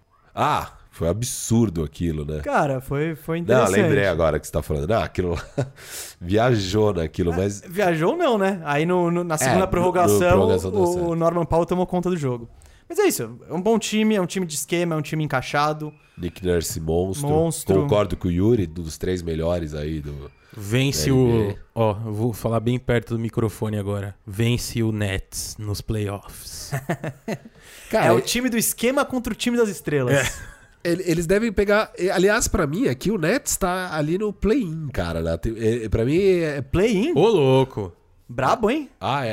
Foi absurdo aquilo, né? Cara, foi Não, interessante. lembrei agora que você tá falando. Aquilo lá viajou naquilo, mas... Viajou não, né? Aí na segunda no prorrogação, prorrogação deu certo. o Norman Powell tomou conta do jogo. Mas é isso, é um bom time, é um time de esquema, é um time encaixado. Nick Nurse monstro. Concordo com o Yuri, dos 3 melhores aí do... Vence o... Ó, eu vou falar bem perto do microfone agora. Vence o Nets nos playoffs. Cara, É o time do esquema contra o time das estrelas. eles devem pegar... Aliás, pra mim, aqui o Nets tá ali no play-in, cara. Pra mim é... Play-in? Ô, louco! Brabo, hein?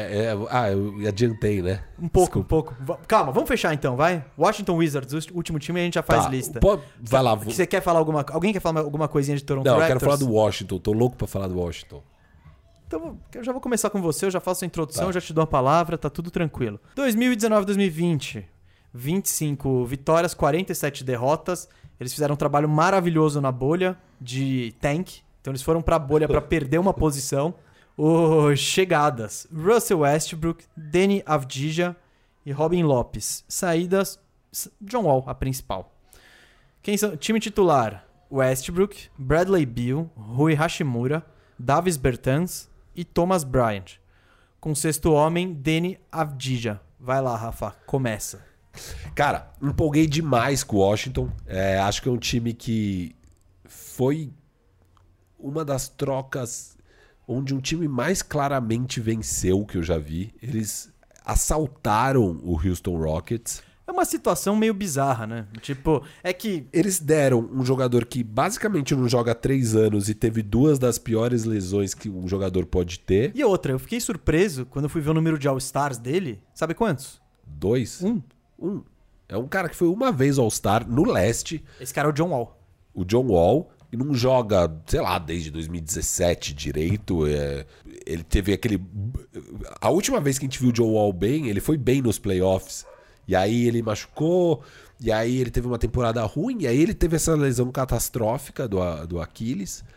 Eu adiantei, né? Um pouco. Calma, vamos fechar então, vai? Washington Wizards, o último time, a gente já faz lista. Vai lá. Você quer falar alguém quer falar alguma coisinha de Toronto Não, Raptors? eu quero falar do Washington. Tô louco pra falar do Washington. Então, eu já vou começar com você, eu já faço a introdução, Tá. já te dou a palavra, tá tudo tranquilo. 2019-2020, 25 vitórias, 47 derrotas. Eles fizeram um trabalho maravilhoso na bolha de tank. Então eles foram pra bolha pra perder uma posição. Chegadas: Russell Westbrook, Deni Avdija e Robin Lopes. Saídas: John Wall, a principal. Quem são? Time titular: Westbrook, Bradley Beal, Rui Hashimura, Davis Bertans e Thomas Bryant. Com sexto homem, Deni Avdija. Vai lá, Rafa, começa. Cara, empolguei demais com o Washington. Acho que é um time que foi uma das trocas onde um time mais claramente venceu que eu já vi. Eles assaltaram o Houston Rockets. É uma situação meio bizarra, né? Tipo, é que... Eles deram um jogador que basicamente não joga há 3 anos e teve 2 das piores lesões que um jogador pode ter. E outra, eu fiquei surpreso quando eu fui ver o número de All-Stars dele. Sabe quantos? 2? 1. É um cara que foi uma vez All-Star no leste. Esse cara é o John Wall. O John Wall. E não joga, sei lá, desde 2017 direito. Ele teve aquele... A última vez que a gente viu o John Wall bem, ele foi bem nos playoffs. E aí ele machucou, e aí ele teve uma temporada ruim, e aí ele teve essa lesão catastrófica do Aquiles.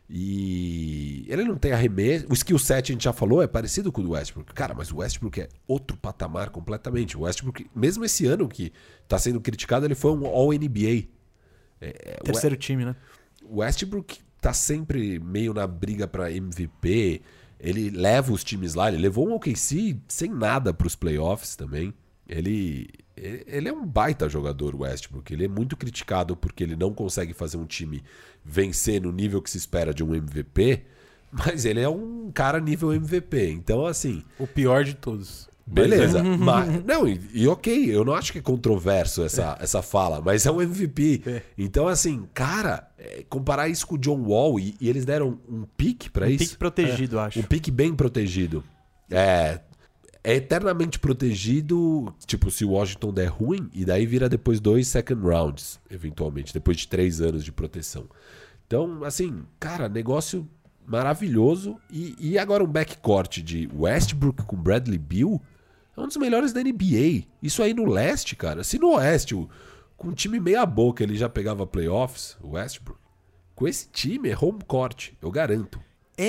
E ele não tem arremesso. O skill set, a gente já falou, é parecido com o do Westbrook. Cara, mas o Westbrook é outro patamar completamente. O Westbrook, mesmo esse ano que tá sendo criticado, ele foi um All-NBA. Terceiro time, né? O Westbrook tá sempre meio na briga pra MVP. Ele leva os times lá. Ele levou um OKC sem nada pros playoffs também. Ele é um baita jogador, o Westbrook. Ele é muito criticado porque ele não consegue fazer um time vencer no nível que se espera de um MVP, mas ele é um cara nível MVP. Então, assim... O pior de todos. Beleza. Mas, não, e ok, eu não acho que é controverso essa fala, mas é um MVP. Então, assim, cara, comparar isso com o John Wall, e eles deram um pique pra isso. Um pique protegido, acho. Um pique bem protegido. É eternamente protegido, tipo, se o Washington der ruim, e daí vira depois 2 second rounds, eventualmente, depois de 3 anos de proteção. Então, assim, cara, negócio maravilhoso. E agora um backcourt de Westbrook com Bradley Beal é um dos melhores da NBA. Isso aí no leste, cara. Se no oeste, com um time meia boca, ele já pegava playoffs, o Westbrook, com esse time é home court, eu garanto.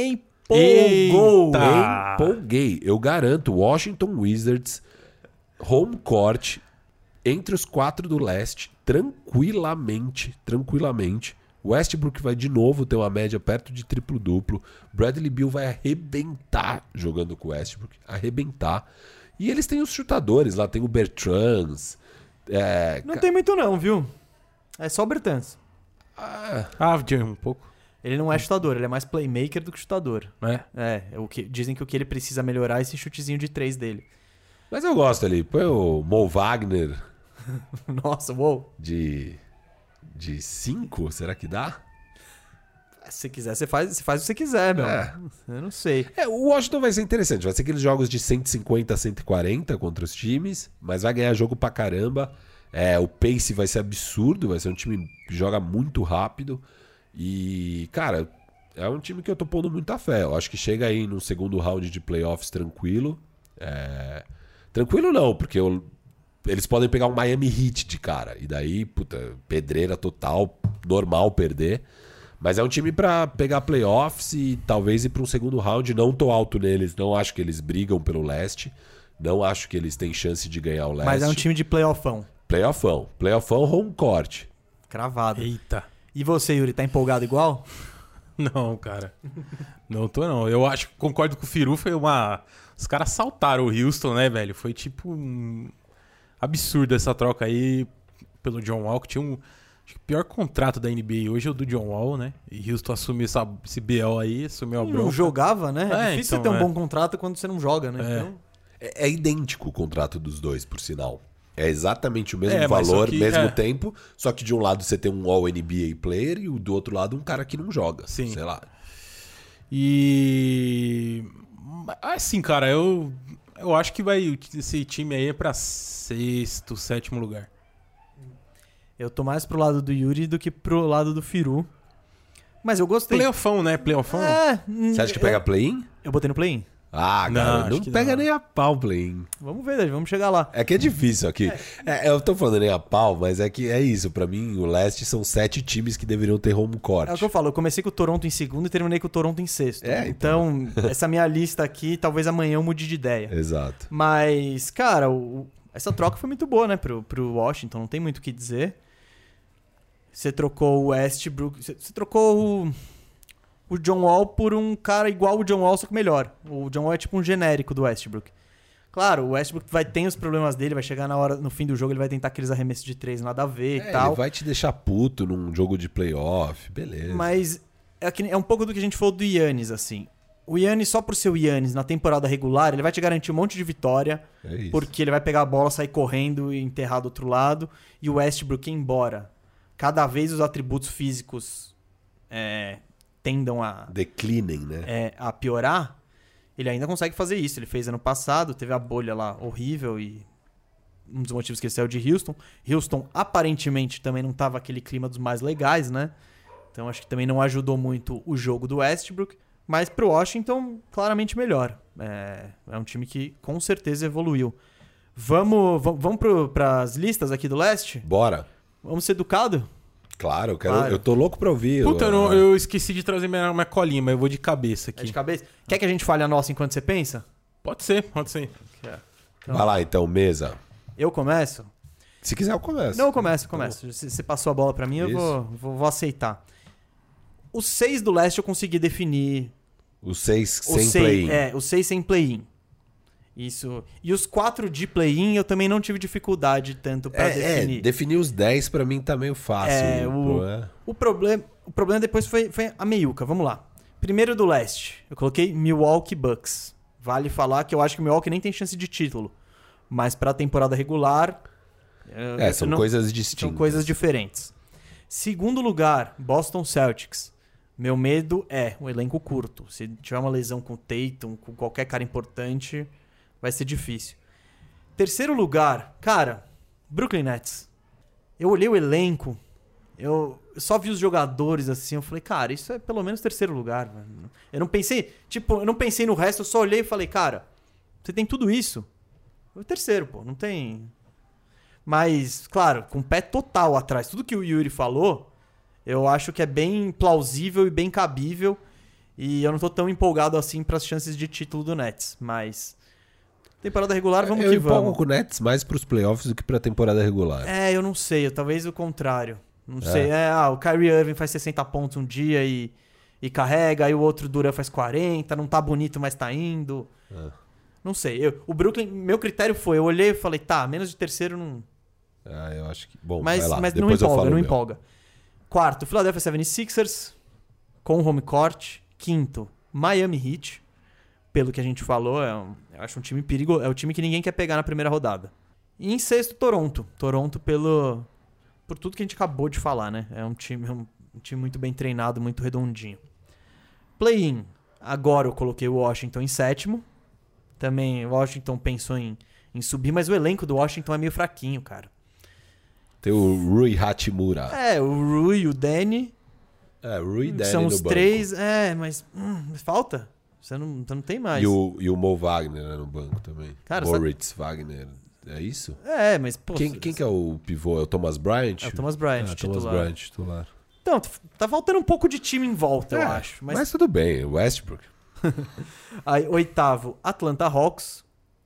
Empolguei. Eu garanto, Washington Wizards, home court, entre os 4 do leste, tranquilamente. Westbrook vai de novo ter uma média perto de triplo-duplo. Bradley Beal vai arrebentar jogando com o Westbrook. Arrebentar. E eles têm os chutadores lá, tem o Bertans. Não tem muito não, viu? É só o Bertans. Um pouco. Ele não é chutador, ele é mais playmaker do que chutador. Dizem que o que ele precisa melhorar é esse chutezinho de 3 dele. Mas eu gosto ali. Põe o Mo Wagner. Nossa, uou. De 5, será que dá? Se quiser, você faz o que você quiser, meu. Eu não sei. O Washington vai ser interessante. Vai ser aqueles jogos de 150 a 140 contra os times, mas vai ganhar jogo pra caramba. O pace vai ser absurdo, vai ser um time que joga muito rápido. E, cara, é um time que eu tô pondo muita fé. Eu acho que chega aí no segundo round de playoffs tranquilo. Tranquilo não, porque eles podem pegar um Miami Heat de cara. E daí, puta, pedreira total, normal perder. Mas é um time pra pegar playoffs e talvez ir pra um segundo round. Não tô alto neles, não acho que eles brigam pelo leste. Não acho que eles têm chance de ganhar o leste. Mas é um time de playoffão. Playoffão home court. Cravado. Eita. E você, Yuri, tá empolgado igual? Não, cara. Não tô, não. Eu acho que concordo com o Firu, foi uma... Os caras saltaram o Houston, né, velho? Foi tipo absurdo essa troca aí pelo John Wall, que tinha acho que o pior contrato da NBA hoje é o do John Wall, né? E Houston assumiu esse BL aí, assumiu a bronca. Não jogava, né? É difícil então, você ter um bom contrato quando você não joga, né? Então... É idêntico o contrato dos dois, por sinal. É exatamente o mesmo valor, mesmo tempo, só que de um lado você tem um All-NBA player e do outro lado um cara que não joga. Sim. Sei lá. E... Assim, cara, eu acho que esse time aí é pra 6º, 7º lugar. Eu tô mais pro lado do Yuri do que pro lado do Firu. Mas eu gostei. Playoffão, né? Playoffão. Você acha que pega play-in? Eu botei no play-in. Cara, não pega nem a pau play-in. Vamos ver, vamos chegar lá. É que é difícil aqui. Eu tô falando nem a pau, mas é que é isso. Pra mim, o leste são 7 times que deveriam ter home court. É o que eu falo, eu comecei com o Toronto em segundo e terminei com o Toronto em sexto. Então, essa minha lista aqui, talvez amanhã eu mude de ideia. Exato. Mas, cara, essa troca foi muito boa, né, pro Washington, não tem muito o que dizer. Você trocou o Westbrook, você trocou o John Wall por um cara igual o John Wall, só que melhor. O John Wall é tipo um genérico do Westbrook. Claro, o Westbrook ter os problemas dele, vai chegar no fim do jogo, ele vai tentar aqueles arremessos de 3 nada a ver e tal. Ele vai te deixar puto num jogo de playoff, beleza. Mas é um pouco do que a gente falou do Giannis, assim. O Giannis, só por ser o Giannis na temporada regular, ele vai te garantir um monte de vitória, porque ele vai pegar a bola, sair correndo e enterrar do outro lado, e o Westbrook ir embora. Cada vez os atributos físicos tendam a... declinem, né? A piorar, ele ainda consegue fazer isso. Ele fez ano passado, teve a bolha lá horrível e um dos motivos que ele saiu de Houston. Houston, aparentemente, também não estava aquele clima dos mais legais, né? Então, acho que também não ajudou muito o jogo do Westbrook. Mas pro Washington, claramente melhor. É um time que com certeza evoluiu. Vamos pras listas aqui do leste? Bora. Vamos ser educados? Claro, Claro. eu tô louco pra ouvir. Puta, eu esqueci de trazer minha colinha, mas eu vou de cabeça É aqui. de cabeça? Quer que a gente fale a nossa enquanto você pensa? Pode ser, pode ser. Vai lá então, mesa. Eu começo? Se quiser, eu começo. Não, eu começo. Se você passou a bola pra mim, eu vou aceitar. Os 6 do leste eu consegui definir. Os 6 Os sem play-in. os 6 sem play-in. Isso. E os 4 de play-in eu também não tive dificuldade tanto pra definir. Definir os 10 pra mim tá meio fácil. O problema depois foi a meiuca. Vamos lá. Primeiro do leste, eu coloquei Milwaukee Bucks. Vale falar que eu acho que o Milwaukee nem tem chance de título. Mas pra temporada regular... São coisas distintas. São coisas diferentes. Segundo lugar, Boston Celtics. Meu medo é o elenco curto. Se tiver uma lesão com o Tatum, com qualquer cara importante, vai ser difícil. Terceiro lugar, cara, Brooklyn Nets. Eu olhei o elenco, eu só vi os jogadores assim, eu falei, cara, isso é pelo menos terceiro lugar. Mano. Eu não pensei no resto, eu só olhei e falei, cara, você tem tudo isso? O terceiro, pô, não tem... Mas, claro, com o pé total atrás. Tudo que o Yuri falou, eu acho que é bem plausível e bem cabível. E eu não tô tão empolgado assim para as chances de título do Nets. Mas, temporada regular, vamos que vamos. Eu empolgo com o Nets mais pros playoffs do que pra temporada regular. Eu não sei. Talvez o contrário. Não sei. O Kyrie Irving faz 60 pontos um dia e carrega. Aí o outro Durant faz 40. Não tá bonito, mas tá indo. Não sei. O Brooklyn, meu critério foi, eu olhei e falei, tá, menos de terceiro não... Eu acho que... Bom, mas, vai lá. Mas depois não empolga. Quarto, Philadelphia 76ers, com home court. Quinto, Miami Heat. Pelo que a gente falou, eu acho um time perigoso. É o time que ninguém quer pegar na primeira rodada. E em sexto, Toronto. Toronto por tudo que a gente acabou de falar, né? É um time muito bem treinado, muito redondinho. Play-in. Agora eu coloquei o Washington em sétimo. Também o Washington pensou em subir, mas o elenco do Washington é meio fraquinho, cara. Tem o Rui Hachimura. O Rui e o Danny. O Rui e Danny são no os banco. 3, mas falta. Você não tem mais. E o Mo Wagner no banco também. Cara, Moritz Wagner. É isso? Mas... Pô, Quem que é o pivô? É o Thomas Bryant? É o Thomas Bryant, titular. Thomas Bryant, titular. Então, tá faltando um pouco de time em volta, eu acho. Mas tudo bem, Westbrook. Aí, oitavo, Atlanta Hawks.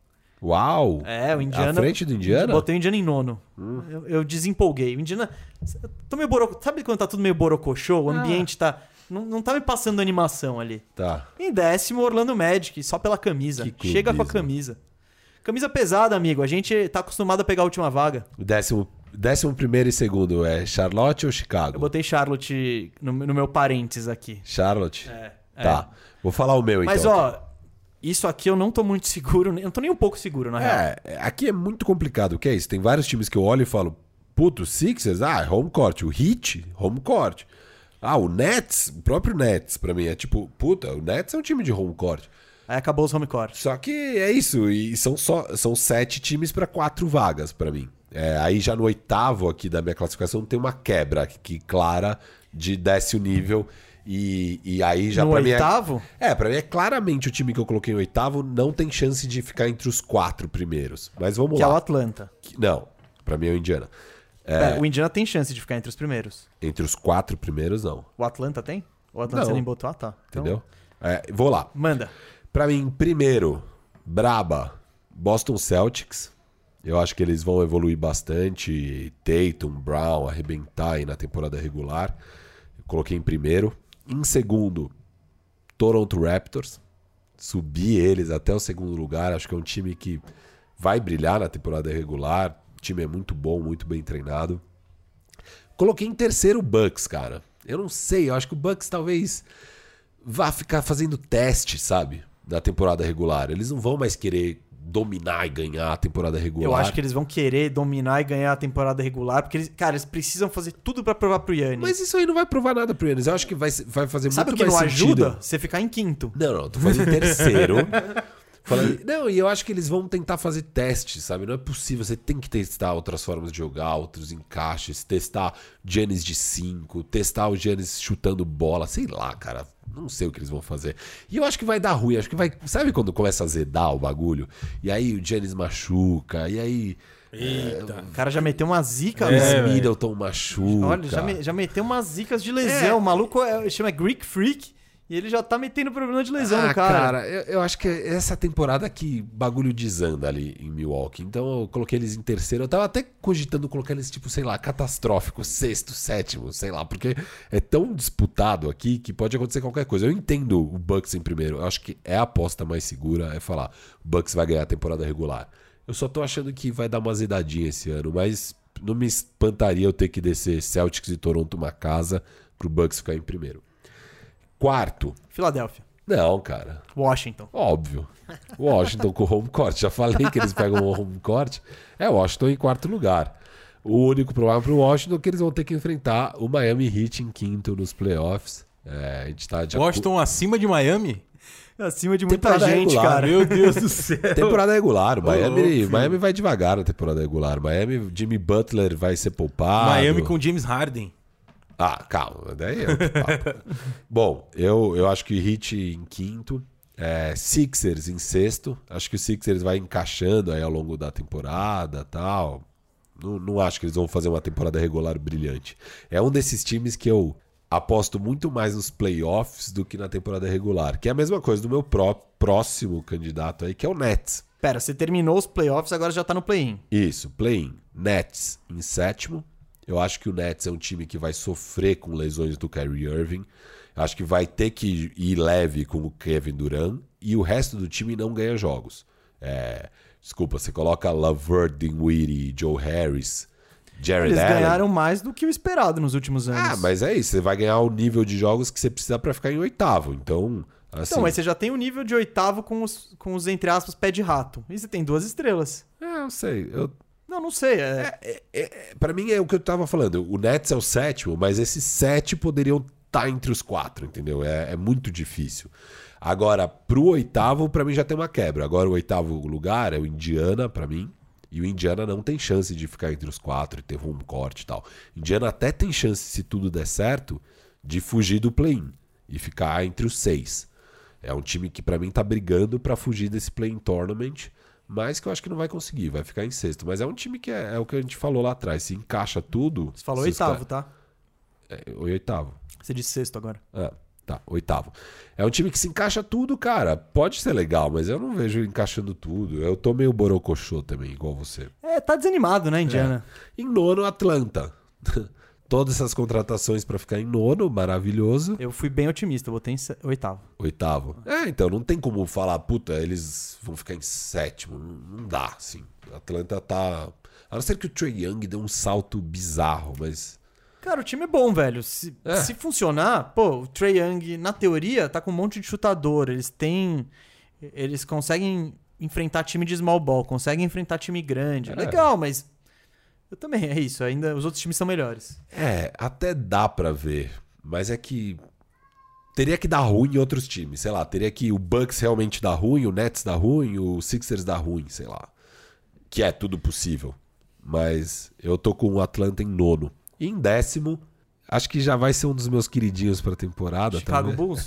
Uau! O Indiana... À frente do Indiana? Botei o Indiana em nono. Eu desempolguei. O Indiana... Tô meio Sabe quando tá tudo meio borocochô? O ambiente tá... Não tá me passando animação ali. Tá. Em décimo, Orlando Magic, só pela camisa. Chega com a camisa. Camisa pesada, amigo. A gente tá acostumado a pegar a última vaga. O décimo primeiro e segundo é Charlotte ou Chicago? Eu botei Charlotte no meu parênteses aqui. Charlotte? Tá. Vou falar o meu, então. Mas, isso aqui eu não tô muito seguro. Eu não tô nem um pouco seguro, na real. Aqui é muito complicado. O que é isso? Tem vários times que eu olho e falo, puto, Sixers, home court. O Heat, home court. O Nets, o próprio Nets, pra mim, é tipo, puta, o Nets é um time de home court. Aí acabou os home court. Só que é isso, e são 7 times pra 4 vagas pra mim. Aí já no oitavo aqui da minha classificação tem uma quebra que clara de desce o nível. E aí já no pra oitavo? mim pra mim é claramente o time que eu coloquei em oitavo não tem chance de ficar entre os 4 primeiros. Mas vamos lá. Que é o Atlanta. Não, pra mim é o Indiana. O Indiana tem chance de ficar entre os primeiros. Entre os 4 primeiros, não. O Atlanta tem? O Atlanta não. você nem botou? Tá. Então... Entendeu? Vou lá. Manda. Pra mim, primeiro, braba, Boston Celtics. Eu acho que eles vão evoluir bastante. Tatum, Brown, arrebentar aí na temporada regular. Eu coloquei em primeiro. Em segundo, Toronto Raptors. Subi eles até o segundo lugar. Acho que é um time que vai brilhar na temporada regular. O time é muito bom, muito bem treinado. Coloquei em terceiro o Bucks, cara. Eu não sei, eu acho que o Bucks talvez vá ficar fazendo teste, sabe? Da temporada regular. Eles não vão mais querer dominar e ganhar a temporada regular. Eu acho que eles vão querer dominar e ganhar a temporada regular, porque eles precisam fazer tudo pra provar pro Yannis. Mas isso aí não vai provar nada pro Yannis. Eu acho que vai fazer Sabe muito mais sentido. Sabe o que não ajuda? Você ficar em quinto. Não, tô fazendo terceiro. Não, e eu acho que eles vão tentar fazer testes, sabe? Não é possível. Você tem que testar outras formas de jogar, outros encaixes, testar Giannis de 5, testar o Giannis chutando bola, sei lá, cara. Não sei o que eles vão fazer. E eu acho que vai dar ruim. Acho que vai. Sabe quando começa a azedar o bagulho? E aí o Giannis machuca, e aí. Eita. O cara já meteu uma zica, Chris velho. Middleton machuca. Olha, já meteu umas zicas de lesão. O maluco chama Greek Freak e ele já tá metendo problema de lesão no cara. Eu acho que essa temporada que bagulho desanda ali em Milwaukee. Então eu coloquei eles em terceiro. Eu tava até cogitando colocar eles, tipo, sei lá, catastrófico, sexto, sétimo, sei lá. Porque é tão disputado aqui que pode acontecer qualquer coisa. Eu entendo o Bucks em primeiro. Eu acho que é a aposta mais segura, é falar o Bucks vai ganhar a temporada regular. Eu só tô achando que vai dar uma azedadinha esse ano, mas não me espantaria eu ter que descer Celtics e Toronto uma casa pro Bucks ficar em primeiro. Quarto. Filadélfia. Não, cara. Washington. Óbvio. Washington com home court. Já falei que eles pegam o home court. É Washington em quarto lugar. O único problema pro Washington é que eles vão ter que enfrentar o Miami Heat em quinto nos playoffs. A gente tá de Washington acima de Miami? Acima de muita Temporada gente, regular. cara. Meu Deus do céu. Temporada regular. louco, Miami vai devagar na temporada regular. Miami, Jimmy Butler vai ser poupado. Miami com James Harden. Ah, calma. Daí é outro papo. Bom, eu acho que Heat em quinto. Sixers em sexto. Acho que o Sixers vai encaixando aí ao longo da temporada e tal. Não acho que eles vão fazer uma temporada regular brilhante. É um desses times que eu aposto muito mais nos playoffs do que na temporada regular. Que é a mesma coisa do meu próximo candidato aí, que é o Nets. Pera, você terminou os playoffs, agora já tá no play-in. Isso, play-in. Nets em sétimo. Eu acho que o Nets é um time que vai sofrer com lesões do Kyrie Irving. Acho que vai ter que ir leve com o Kevin Durant. E o resto do time não ganha jogos. Desculpa, você coloca LeVert, Dinwiddie, Joe Harris, Jared Eles Allen. ganharam mais do que o esperado nos últimos anos. Ah, mas é isso. Você vai ganhar o nível de jogos que você precisa pra ficar em oitavo. Então, assim... Então, mas você já tem o nível de oitavo com os entre aspas, pé de rato. E você tem 2 estrelas. eu sei. Não sei. Pra mim é o que eu tava falando. O Nets é o sétimo, mas esses 7 poderiam estar entre os 4, entendeu? É muito difícil. Agora, pro oitavo, pra mim já tem uma quebra. Agora o oitavo lugar é o Indiana, pra mim. E o Indiana não tem chance de ficar entre os 4 e ter home court e tal. Indiana até tem chance, se tudo der certo, de fugir do play-in e ficar entre os 6. É um time que pra mim tá brigando pra fugir desse play-in tournament, mas que eu acho que não vai conseguir, vai ficar em sexto. Mas é um time que é o que a gente falou lá atrás. Se encaixa tudo... Você falou oitavo, tá? Oitavo. Você disse sexto agora. Tá, oitavo. É um time que se encaixa tudo, cara. Pode ser legal, mas eu não vejo encaixando tudo. Eu tô meio borocochô também, igual você. Tá desanimado, né, Indiana? Em nono, Atlanta. Todas essas contratações pra ficar em nono, maravilhoso. Eu fui bem otimista, eu botei em oitavo. Oitavo. Então não tem como falar, puta, eles vão ficar em sétimo. Não dá, assim. Atlanta tá... A não ser que o Trae Young dê um salto bizarro, mas... Cara, o time é bom, velho. Se funcionar, o Trae Young, na teoria, tá com um monte de chutador. Eles conseguem enfrentar time de small ball, conseguem enfrentar time grande. Legal, mas eu também, é isso. Ainda os outros times são melhores. Até dá pra ver, mas é que teria que dar ruim em outros times. Sei lá, teria que o Bucks realmente dar ruim, o Nets dar ruim, o Sixers dar ruim, sei lá. Que é tudo possível. Mas eu tô com o Atlanta em nono. E em décimo, acho que já vai ser um dos meus queridinhos pra temporada. Chicago também. Bulls?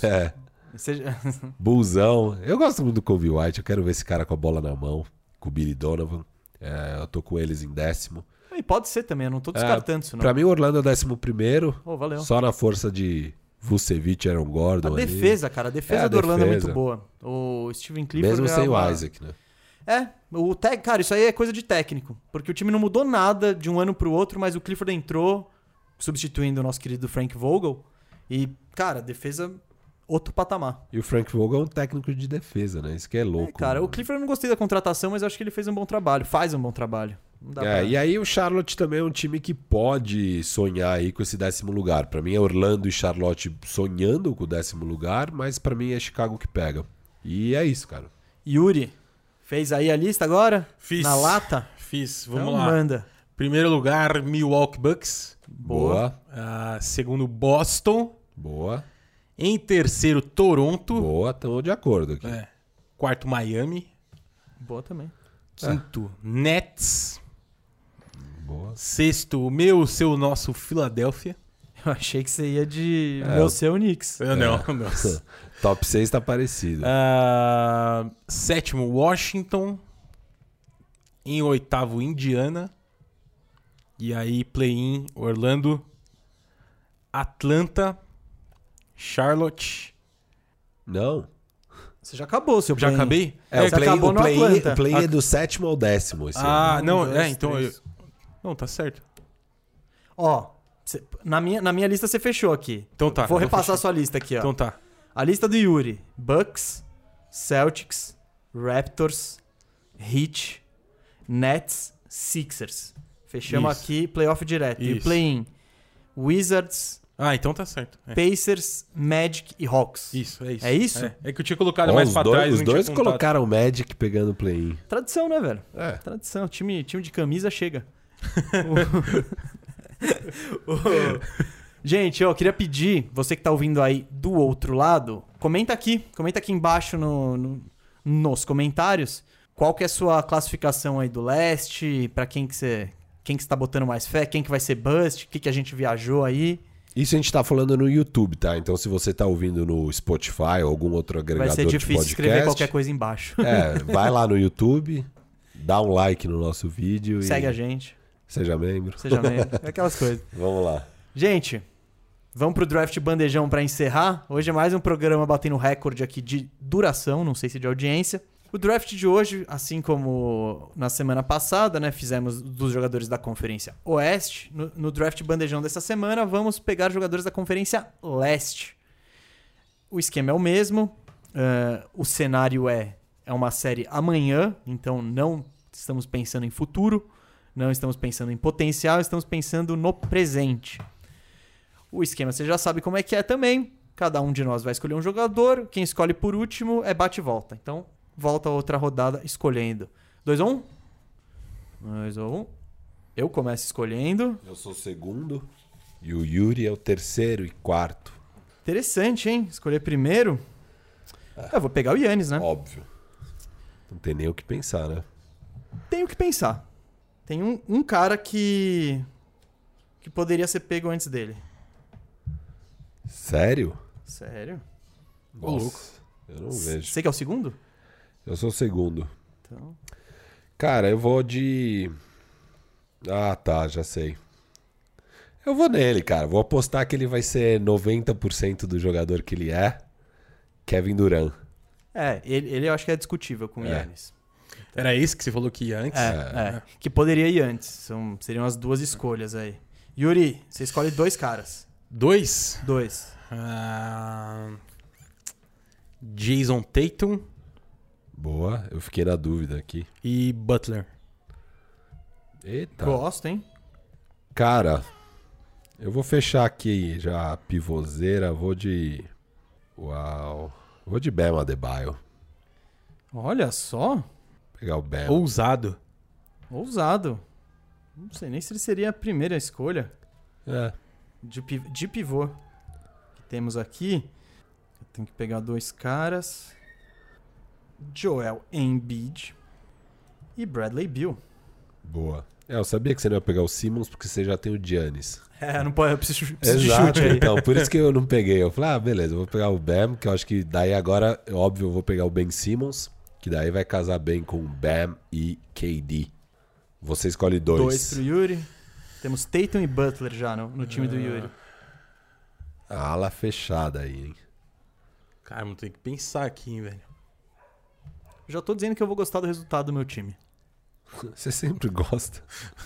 Bullzão. Eu gosto muito do Kobe White. Eu quero ver esse cara com a bola na mão. Com o Billy Donovan. Eu tô com eles em décimo. E pode ser também, eu não tô descartando isso não. Pra mim o Orlando é o 11º. Valeu. Só na força de Vucevic e Aaron Gordon. A defesa, cara. A defesa do Orlando é muito boa. O Steven Clifford... Mesmo sem o Isaac, né? Cara, isso aí é coisa de técnico. Porque o time não mudou nada de um ano pro outro, mas o Clifford entrou substituindo o nosso querido Frank Vogel. E, cara, defesa, outro patamar. E o Frank Vogel é um técnico de defesa, né? Isso que é louco. Cara, o Clifford eu não gostei da contratação, mas eu acho que ele fez um bom trabalho. Faz um bom trabalho. Não dá pra... E aí o Charlotte também é um time que pode sonhar aí com esse 10º lugar. Pra mim é Orlando e Charlotte sonhando com o 10º lugar, mas pra mim é Chicago que pega. E é isso, cara. Yuri, fez aí a lista agora? Fiz. Na lata? Fiz. Vamos então, lá. Manda. Primeiro lugar, Milwaukee Bucks. Boa. Segundo, Boston. Boa. Em terceiro, Toronto. Boa, estamos de acordo aqui. Quarto, Miami. Boa também. Quinto, Nets. Boa. Sexto, seu nosso Philadelphia. Eu achei que você ia de meu seu Knicks. Não. Top 6 tá parecido. Sétimo, Washington. Em oitavo, Indiana. E aí, play-in, Orlando, Atlanta, Charlotte. Não. Você já acabou, seu Já play-in. acabei? Você acabou no Atlanta. O play é do 7º ao 10º esse ano. Não, dois, então... três. Não, tá certo. Ó, na minha lista você fechou aqui. Então tá. Vou eu repassar a fechar. sua lista aqui, ó. Então tá. A lista do Yuri. Bucks, Celtics, Raptors, Heat, Nets, Sixers. Fechamos Isso. aqui, playoff direto. E Isso. play-in. Wizards, Então tá certo. Pacers, Magic e Hawks. Isso, é isso. É isso? É que eu tinha colocado Ó, mais os pra dois, trás. os não tinha dois contado. colocaram o Magic pegando o play-in. Tradição, né, velho? É. Tradição. Time de camisa chega. Gente, eu queria pedir, você que tá ouvindo aí do outro lado, comenta aqui embaixo nos comentários qual que é a sua classificação aí do leste, pra quem que você tá botando mais fé, quem que vai ser bust, o que a gente viajou aí. Isso a gente tá falando no YouTube, tá? Então se você tá ouvindo no Spotify ou algum outro agregador Vai ser de difícil podcast... escrever qualquer coisa embaixo. vai lá no YouTube, dá um like no nosso vídeo Segue e a gente, seja membro. seja membro, aquelas coisas. Vamos lá. Gente, vamos pro draft bandejão pra encerrar. Hoje é mais um programa batendo recorde aqui de duração, não sei se de audiência. O draft de hoje, assim como na semana passada, né, fizemos dos jogadores da Conferência Oeste, no draft bandejão dessa semana vamos pegar jogadores da Conferência Leste. O esquema é o mesmo, o cenário é uma série amanhã, então não estamos pensando em futuro, não estamos pensando em potencial, estamos pensando no presente. O esquema você já sabe como é que é também. Cada um de nós vai escolher um jogador. Quem escolhe por último é bate e volta. Então, volta a outra rodada escolhendo. 2 ou 1? 2 ou 1. Eu começo escolhendo. Eu sou o segundo e o Yuri é o terceiro e quarto. Interessante, hein? Escolher primeiro. Eu vou pegar o Giannis, né? Óbvio. Não tem nem o que pensar, né? Tenho que pensar. Tem um cara que poderia ser pego antes dele. Sério? Sério? Nossa, eu não vejo. Você que é o segundo? Eu sou o segundo. Então... Cara, eu vou de... Ah, tá, já sei. Eu vou nele, cara. Vou apostar que ele vai ser 90% do jogador que ele é. Kevin Durant. Ele eu acho que é discutível com o É. Giannis. Era esse que você falou que ia antes? Que poderia ir antes. Seriam as duas escolhas aí. Yuri, você escolhe 2 caras. 2? 2. Jason Tatum Boa, eu fiquei na dúvida aqui. e Butler. Eita. Gosto, hein? Cara, eu vou fechar aqui já a pivôzeira. Vou de... Uau. Vou de Bam Adebayo. Olha só. Pegar o Bam. Ousado. Ousado. Não sei nem se ele seria a primeira escolha É. de pivô que temos aqui. Eu tenho que pegar 2 caras. Joel Embiid e Bradley Beal. Boa. Eu sabia que você não ia pegar o Simmons porque você já tem o Giannis. Não pode, eu preciso de Exato, chute aí. então, por isso que eu não peguei. Eu falei, beleza, eu vou pegar o Bam, que eu acho que daí agora, óbvio, eu vou pegar o Ben Simmons, que daí vai casar bem com Bam e KD. Você escolhe 2. 2 pro Yuri. Temos Tatum e Butler já no time do Yuri. A ala fechada aí, hein? Cara, vou ter que pensar aqui, hein, velho. Já tô dizendo que eu vou gostar do resultado do meu time. Você sempre gosta.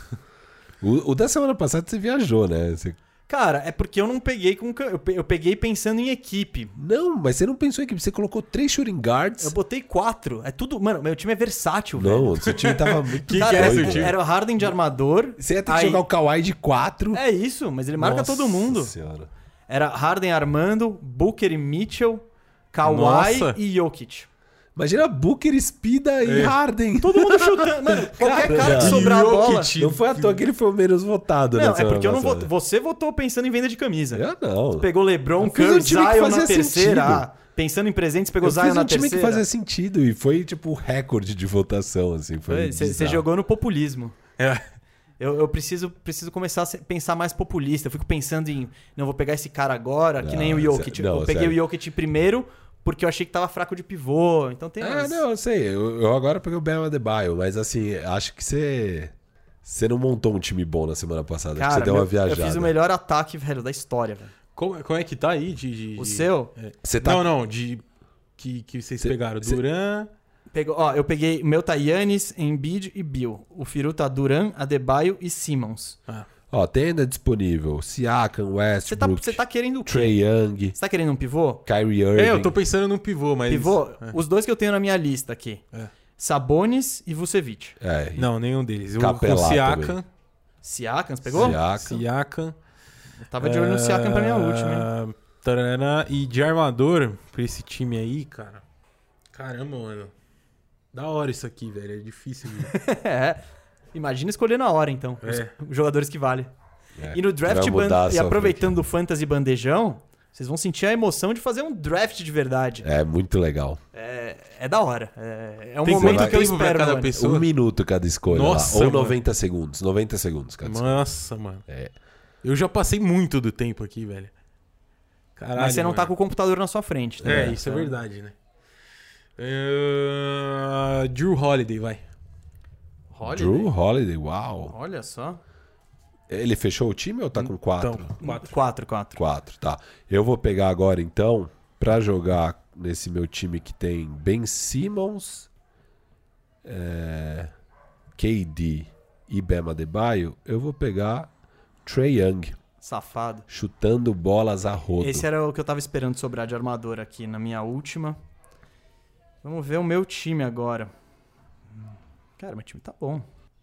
O da semana passada você viajou, né? Você... Cara, é porque eu não peguei com... Eu peguei pensando em equipe. Não, mas você não pensou em equipe. Você colocou 3 shooting guards. Eu botei 4. É tudo... Mano, meu time é versátil, velho. Não, seu time tava muito Que Cara, é doido. seu time? era o Harden de armador. Você ia ter que aí- jogar o Kawhi de 4. É isso, mas ele marca Nossa todo mundo. Senhora. Era Harden armando, Booker e Mitchell, Kawhi Nossa. e Jokic. Imagina Booker, Spida e Harden. Todo mundo chutando. Mano, qualquer cara que não. sobrar a bola... Não foi à toa que ele foi o menos votado. Não, na é semana porque eu não passada. votei. Você votou pensando em venda de camisa. Eu não. Pegou LeBron, Eu fiz Curry, um time que Zion na fazia terceira. sentido. Pensando em presentes, pegou Eu Zion fiz na um time terceira. que fazia sentido e foi tipo o recorde de votação, assim. Você bizarro. jogou no populismo. É. Eu preciso começar a pensar mais populista. Eu fico pensando em, não vou pegar esse cara agora, que nem o Não, Jokic. não, Eu peguei sério. o Jokic primeiro porque eu achei que tava fraco de pivô. Então tem Não, eu sei. Eu agora peguei o Bam Adebayo, mas assim, acho que você não montou um time bom na semana passada. Acho que você deu uma viajada. Eu fiz o melhor ataque, velho, da história, velho. Como é que tá aí? O seu? Você tá... Não, que vocês pegaram. Duran... Eu peguei... O meu tá Giannis, Embiid e Bill. O Firu tá Duran, Adebayo e Simmons. Ó, tem ainda disponível Siakam, Westbrook, Você tá querendo o quê? Trae Young, Você tá querendo um pivô? Kyrie Irving. eu tô pensando num pivô, mas... Pivô? Os dois que eu tenho na minha lista aqui. Sabonis e Vucevic. Não, nenhum deles. Eu Capelá com Siakam. também. Siakam, você pegou? Siakam. Eu tava de olho no Siakam pra minha última, hein? Tarana, e de armador pra esse time aí, cara. Caramba, mano. Da hora isso aqui, velho. É difícil. Imagina escolher na hora, então. Os jogadores que valem. E no draft, e aproveitando o Fantasy Bandejão, vocês vão sentir a emoção de fazer um draft de verdade. É muito legal. É da hora. É um Tem momento quanto que eu tempo pra espero, cada mano. pessoa? 1 minuto cada escolha. Nossa, lá. Ou mano. 90 segundos. 90 segundos cada escolha. Nossa, mano. Eu já passei muito do tempo aqui, velho. Caralho, Mas você não tá mano. com o computador na sua frente. Tá? Isso é verdade, né? Drew Holiday, vai. Holiday? Drew Holiday, uau. Olha só. Ele fechou o time ou tá com 4? Então, 4. 4, tá. Eu vou pegar agora, então, pra jogar nesse meu time que tem Ben Simmons, KD e Bam Adebayo, eu vou pegar Trae Young, Safado. chutando bolas a rodo. Esse era o que eu tava esperando sobrar de armador aqui na minha última. Vamos ver o meu time agora. Cara, meu time tá bom.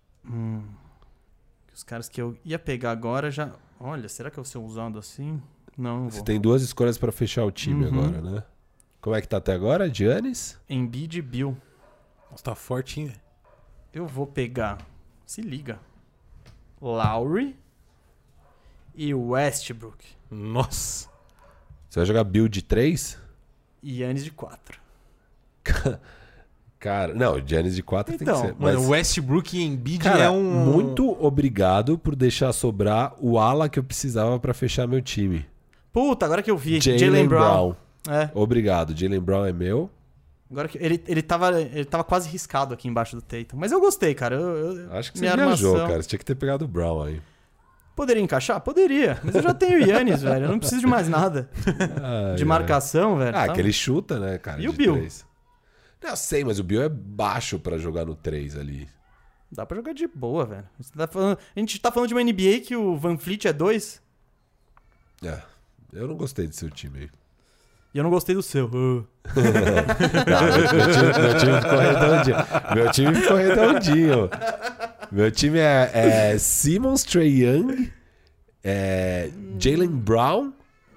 Os caras que eu ia pegar agora já... Olha, será que eu sou usando assim? Não vou. Você tem 2 escolhas pra fechar o time agora, né? Como é que tá até agora? Giannis? Embiid e Bill. Nossa, tá forte, hein, velho? Eu vou pegar... Se liga. Lowry e Westbrook. Nossa. Você vai jogar Bill de 3? E Giannis de 4. Cara, não, o Giannis de 4 tem que Então, ser. Mano, Westbrook e Embiid Cara, é um... muito obrigado por deixar sobrar o ala que eu precisava pra fechar meu time. Puta, agora que eu vi. Jaylen Brown. É. Obrigado, Jaylen Brown é meu. Agora que ele tava quase riscado aqui embaixo do Tatum. Mas eu gostei, cara. Acho que você minha viajou, armação... cara. Você tinha que ter pegado o Brown aí. Poderia encaixar? Poderia. Mas eu já tenho o Giannis, velho. Eu não preciso de mais nada. De marcação, velho. Ah, tá? que ele chuta, né, cara? E o de Bill? 3. Não, eu sei, mas o Bill é baixo pra jogar no 3 ali. Dá pra jogar de boa, velho. A gente tá falando de uma NBA que o Van Fleet é 2. Eu não gostei do seu time aí. E eu não gostei do seu. Não, meu time ficou redondinho. Meu time ficou redondinho. Meu time é Simmons, Trae Young, Jaylen Brown,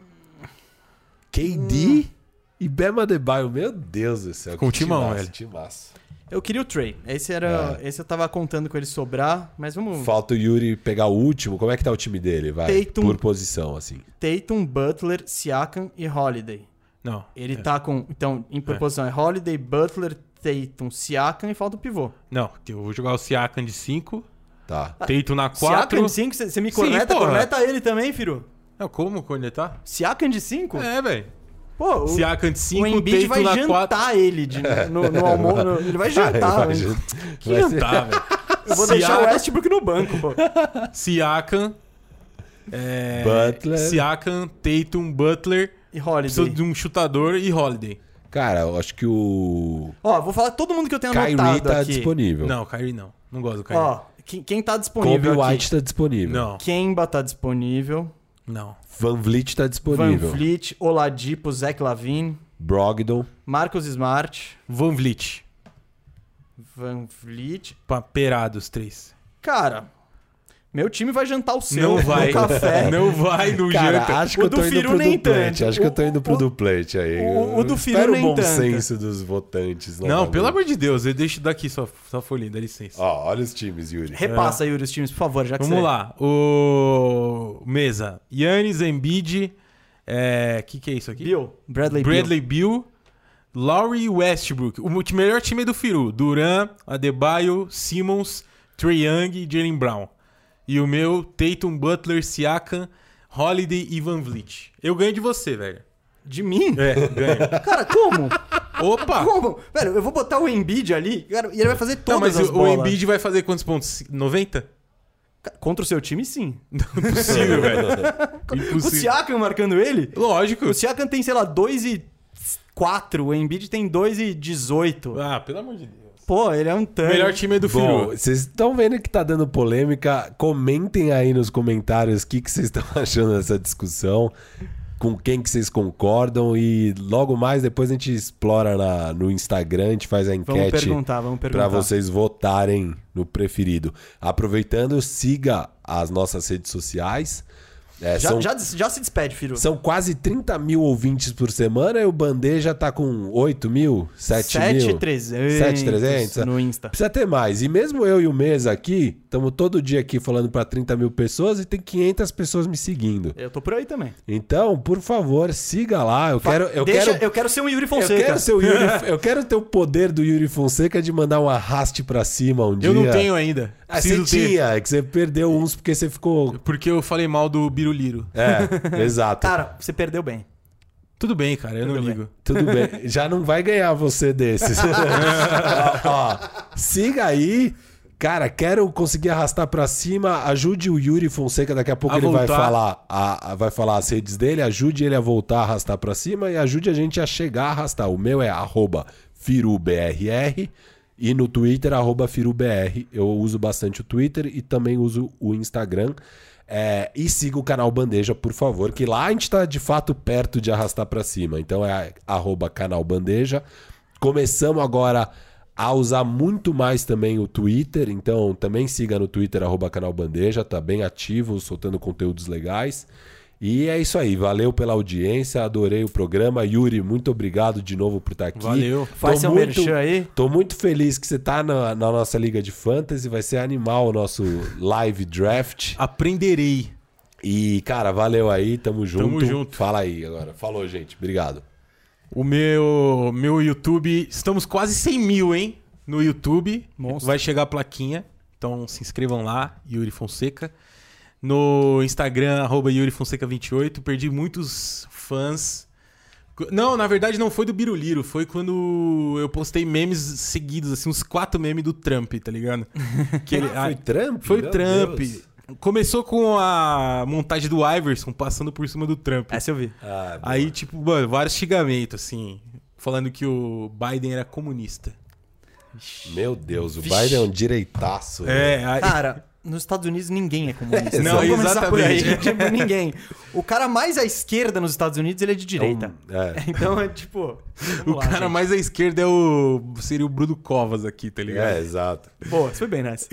KD e Bam Adebayo. Meu Deus do céu. Com que timão, timaço, velho. timaço. Eu queria o Trey. Esse eu tava contando com ele sobrar, mas vamos... Falta o Yuri pegar o último. Como é que tá o time dele? Vai, Tatum. por posição, assim. Tatum, Butler, Siakam e Holiday. Não. Ele tá com... Então, em proposição é Holiday, Butler, Tatum, Siakam e falta o pivô. Não, eu vou jogar o Siakam de 5, Tá. Tatum na 4. Siakam de 5? Você me corneta? Sim, porra. Corneta ele também, Firu. Não, como cornetar? Siakam de 5? É, velho. Pô, Siakam de 5, o Embiid vai Tatum na 4. jantar ele no almoço. Ele vai jantar, Vai, velho. Que jantar, velho. Eu vou deixar o Westbrook no banco, pô. Siakam. Butler. Siakam, Tatum, Butler. E Holiday. Preciso de um chutador e Holiday. Cara, eu acho que o Ó, vou falar todo mundo que eu tenho Kyrie anotado tá aqui. disponível. Não, Kyrie não. Não gosto do Kyrie. Ó, quem tá Kobe disponível aqui? White tá disponível. Não, Kemba tá disponível. não. Van Vliet tá Van disponível. Vliet, Oladipo, Zach LaVine, Brogdon. Marcus Smart, Van Vliet. Van Vliet. Paperados, 3. Cara, meu time vai jantar o seu Não vai. no café. Não vai no Cara, janta. acho que O eu tô do indo Firu pro nem duplete. tanto. Acho que eu tô indo pro O- duplete aí. o do Firu Espero nem o bom tanto. senso dos votantes. Não, novamente. pelo amor de Deus, eu deixo daqui sua folhinha, dá licença. Ó, olha os times, Yuri. Repassa, Yuri, os times, por favor, já que Vamos você... lá. O Mesa. Giannis, Embiid. Que é isso aqui? Bill, Bradley Bill. Lowry e Westbrook. O melhor time é do Firu. Duran, Adebayo, Simmons, Trae Young e Jaylen Brown. E o meu, Tatum, Butler, Siakam, Holiday e Van Vliet. Eu ganho de você, velho. De mim? Ganha. Cara, como? Opa! Como? Velho, eu vou botar o Embiid ali, cara, e ele vai fazer Não, todas mas as o bolas. Embiid vai fazer quantos pontos? 90? Contra o seu time, sim. Impossível, velho. O Impossível. Siakam marcando ele? Lógico. O Siakam tem, sei lá, 2,4. O Embiid tem 2,18. Ah, pelo amor de Deus. Pô, ele é um O tanque. melhor time é do Bom, Firu. vocês estão vendo que tá dando polêmica? Comentem aí nos comentários o que vocês estão achando dessa discussão, com quem que vocês concordam e logo mais depois a gente explora no Instagram, a gente faz a enquete Vamos perguntar. para vocês votarem no preferido. Aproveitando, siga as nossas redes sociais. Já se despede, Firu. São quase 30 mil ouvintes por semana e o Bandeja tá com 8 mil, 7 mil. 7.300 no Insta. Precisa ter mais. E mesmo eu e o Mesa aqui, estamos todo dia aqui falando para 30 mil pessoas e tem 500 pessoas me seguindo. Eu tô por aí também. Então, por favor, siga lá. Eu quero ser um Yuri Fonseca. Eu quero ser o Yuri, eu quero ter o poder do Yuri Fonseca de mandar um arraste pra cima um dia. Eu não tenho ainda. Você Preciso ter. tinha, é que você perdeu uns porque você ficou... Porque eu falei mal do Biruliro. É, exato. Cara, você perdeu bem. Tudo bem, cara, eu não Tudo bem. ligo. Tudo bem. Já não vai ganhar você desses. Ó, siga aí. Cara, quero conseguir arrastar pra cima. Ajude o Yuri Fonseca. Daqui a pouco A ele vai voltar. vai falar as redes dele. Ajude ele a voltar a arrastar pra cima e ajude a gente a chegar a arrastar. O meu é @FiruBRR e no Twitter @FiruBR. Eu uso bastante o Twitter e também uso o Instagram. E siga o canal Bandeja, por favor, que lá a gente tá de fato perto de arrastar pra cima. Então é @canal Bandeja. Começamos agora a usar muito mais também o Twitter, então também siga no Twitter @canal Bandeja, tá bem ativo, soltando conteúdos legais. E é isso aí, valeu pela audiência, adorei o programa. Yuri, muito obrigado de novo por estar aqui. Valeu. Faz seu merchan aí. Tô muito feliz que você tá na nossa Liga de Fantasy, vai ser animal o nosso live draft. Aprenderei. E, cara, valeu aí, tamo junto. Tamo junto. Fala aí agora. Falou, gente. Obrigado. O meu YouTube... Estamos quase 100 mil, hein? No YouTube. Monstro. Vai chegar a plaquinha. Então se inscrevam lá, Yuri Fonseca. No Instagram, @YuriFonseca28. Perdi muitos fãs. Não, na verdade não foi do Biruliro. Foi quando eu postei memes seguidos, assim, uns 4 memes do Trump, tá ligado? Que ele, Foi Trump? Foi Meu Trump. Deus. Começou com a montagem do Iverson passando por cima do Trump. Essa eu vi. Ah, Aí, tipo, mano, vários xingamentos, assim, falando que o Biden era comunista. meu Deus, o Biden é um direitaço. É, aí... Cara, nos Estados Unidos ninguém é comunista. Não, Vamos começar por aí. exatamente. Tipo, ninguém. O cara mais à esquerda nos Estados Unidos, ele é de direita. Então é tipo... o vamos lá, cara gente. mais à esquerda seria o Bruno Covas aqui, tá ligado? Exato. Pô, você foi bem nessa.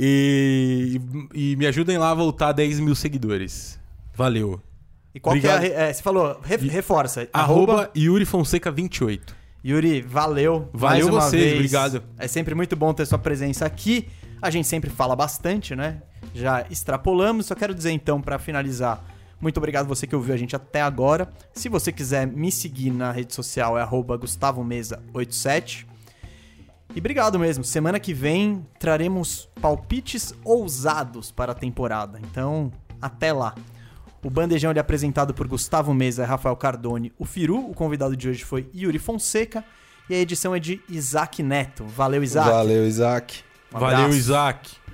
E me ajudem lá a voltar a 10 mil seguidores. Valeu. E qual que é, Obrigado. você falou, reforça. Yuri Fonseca 28. Yuri, valeu. Valeu mais uma vocês, vez. obrigado. É sempre muito bom ter sua presença aqui. A gente sempre fala bastante, né? Já extrapolamos. Só quero dizer então, pra finalizar, muito obrigado você que ouviu a gente até agora. Se você quiser me seguir na rede social, é @GustavoMesa87. E obrigado mesmo. Semana que vem traremos palpites ousados para a temporada. Então, até lá. O Bandejão é apresentado por Gustavo Mesa e Rafael Cardone. O Firu, o convidado de hoje foi Yuri Fonseca. E a edição é de Isaac Neto. Valeu, Isaac. Valeu, Isaac. Um Valeu, abraço. Isaac.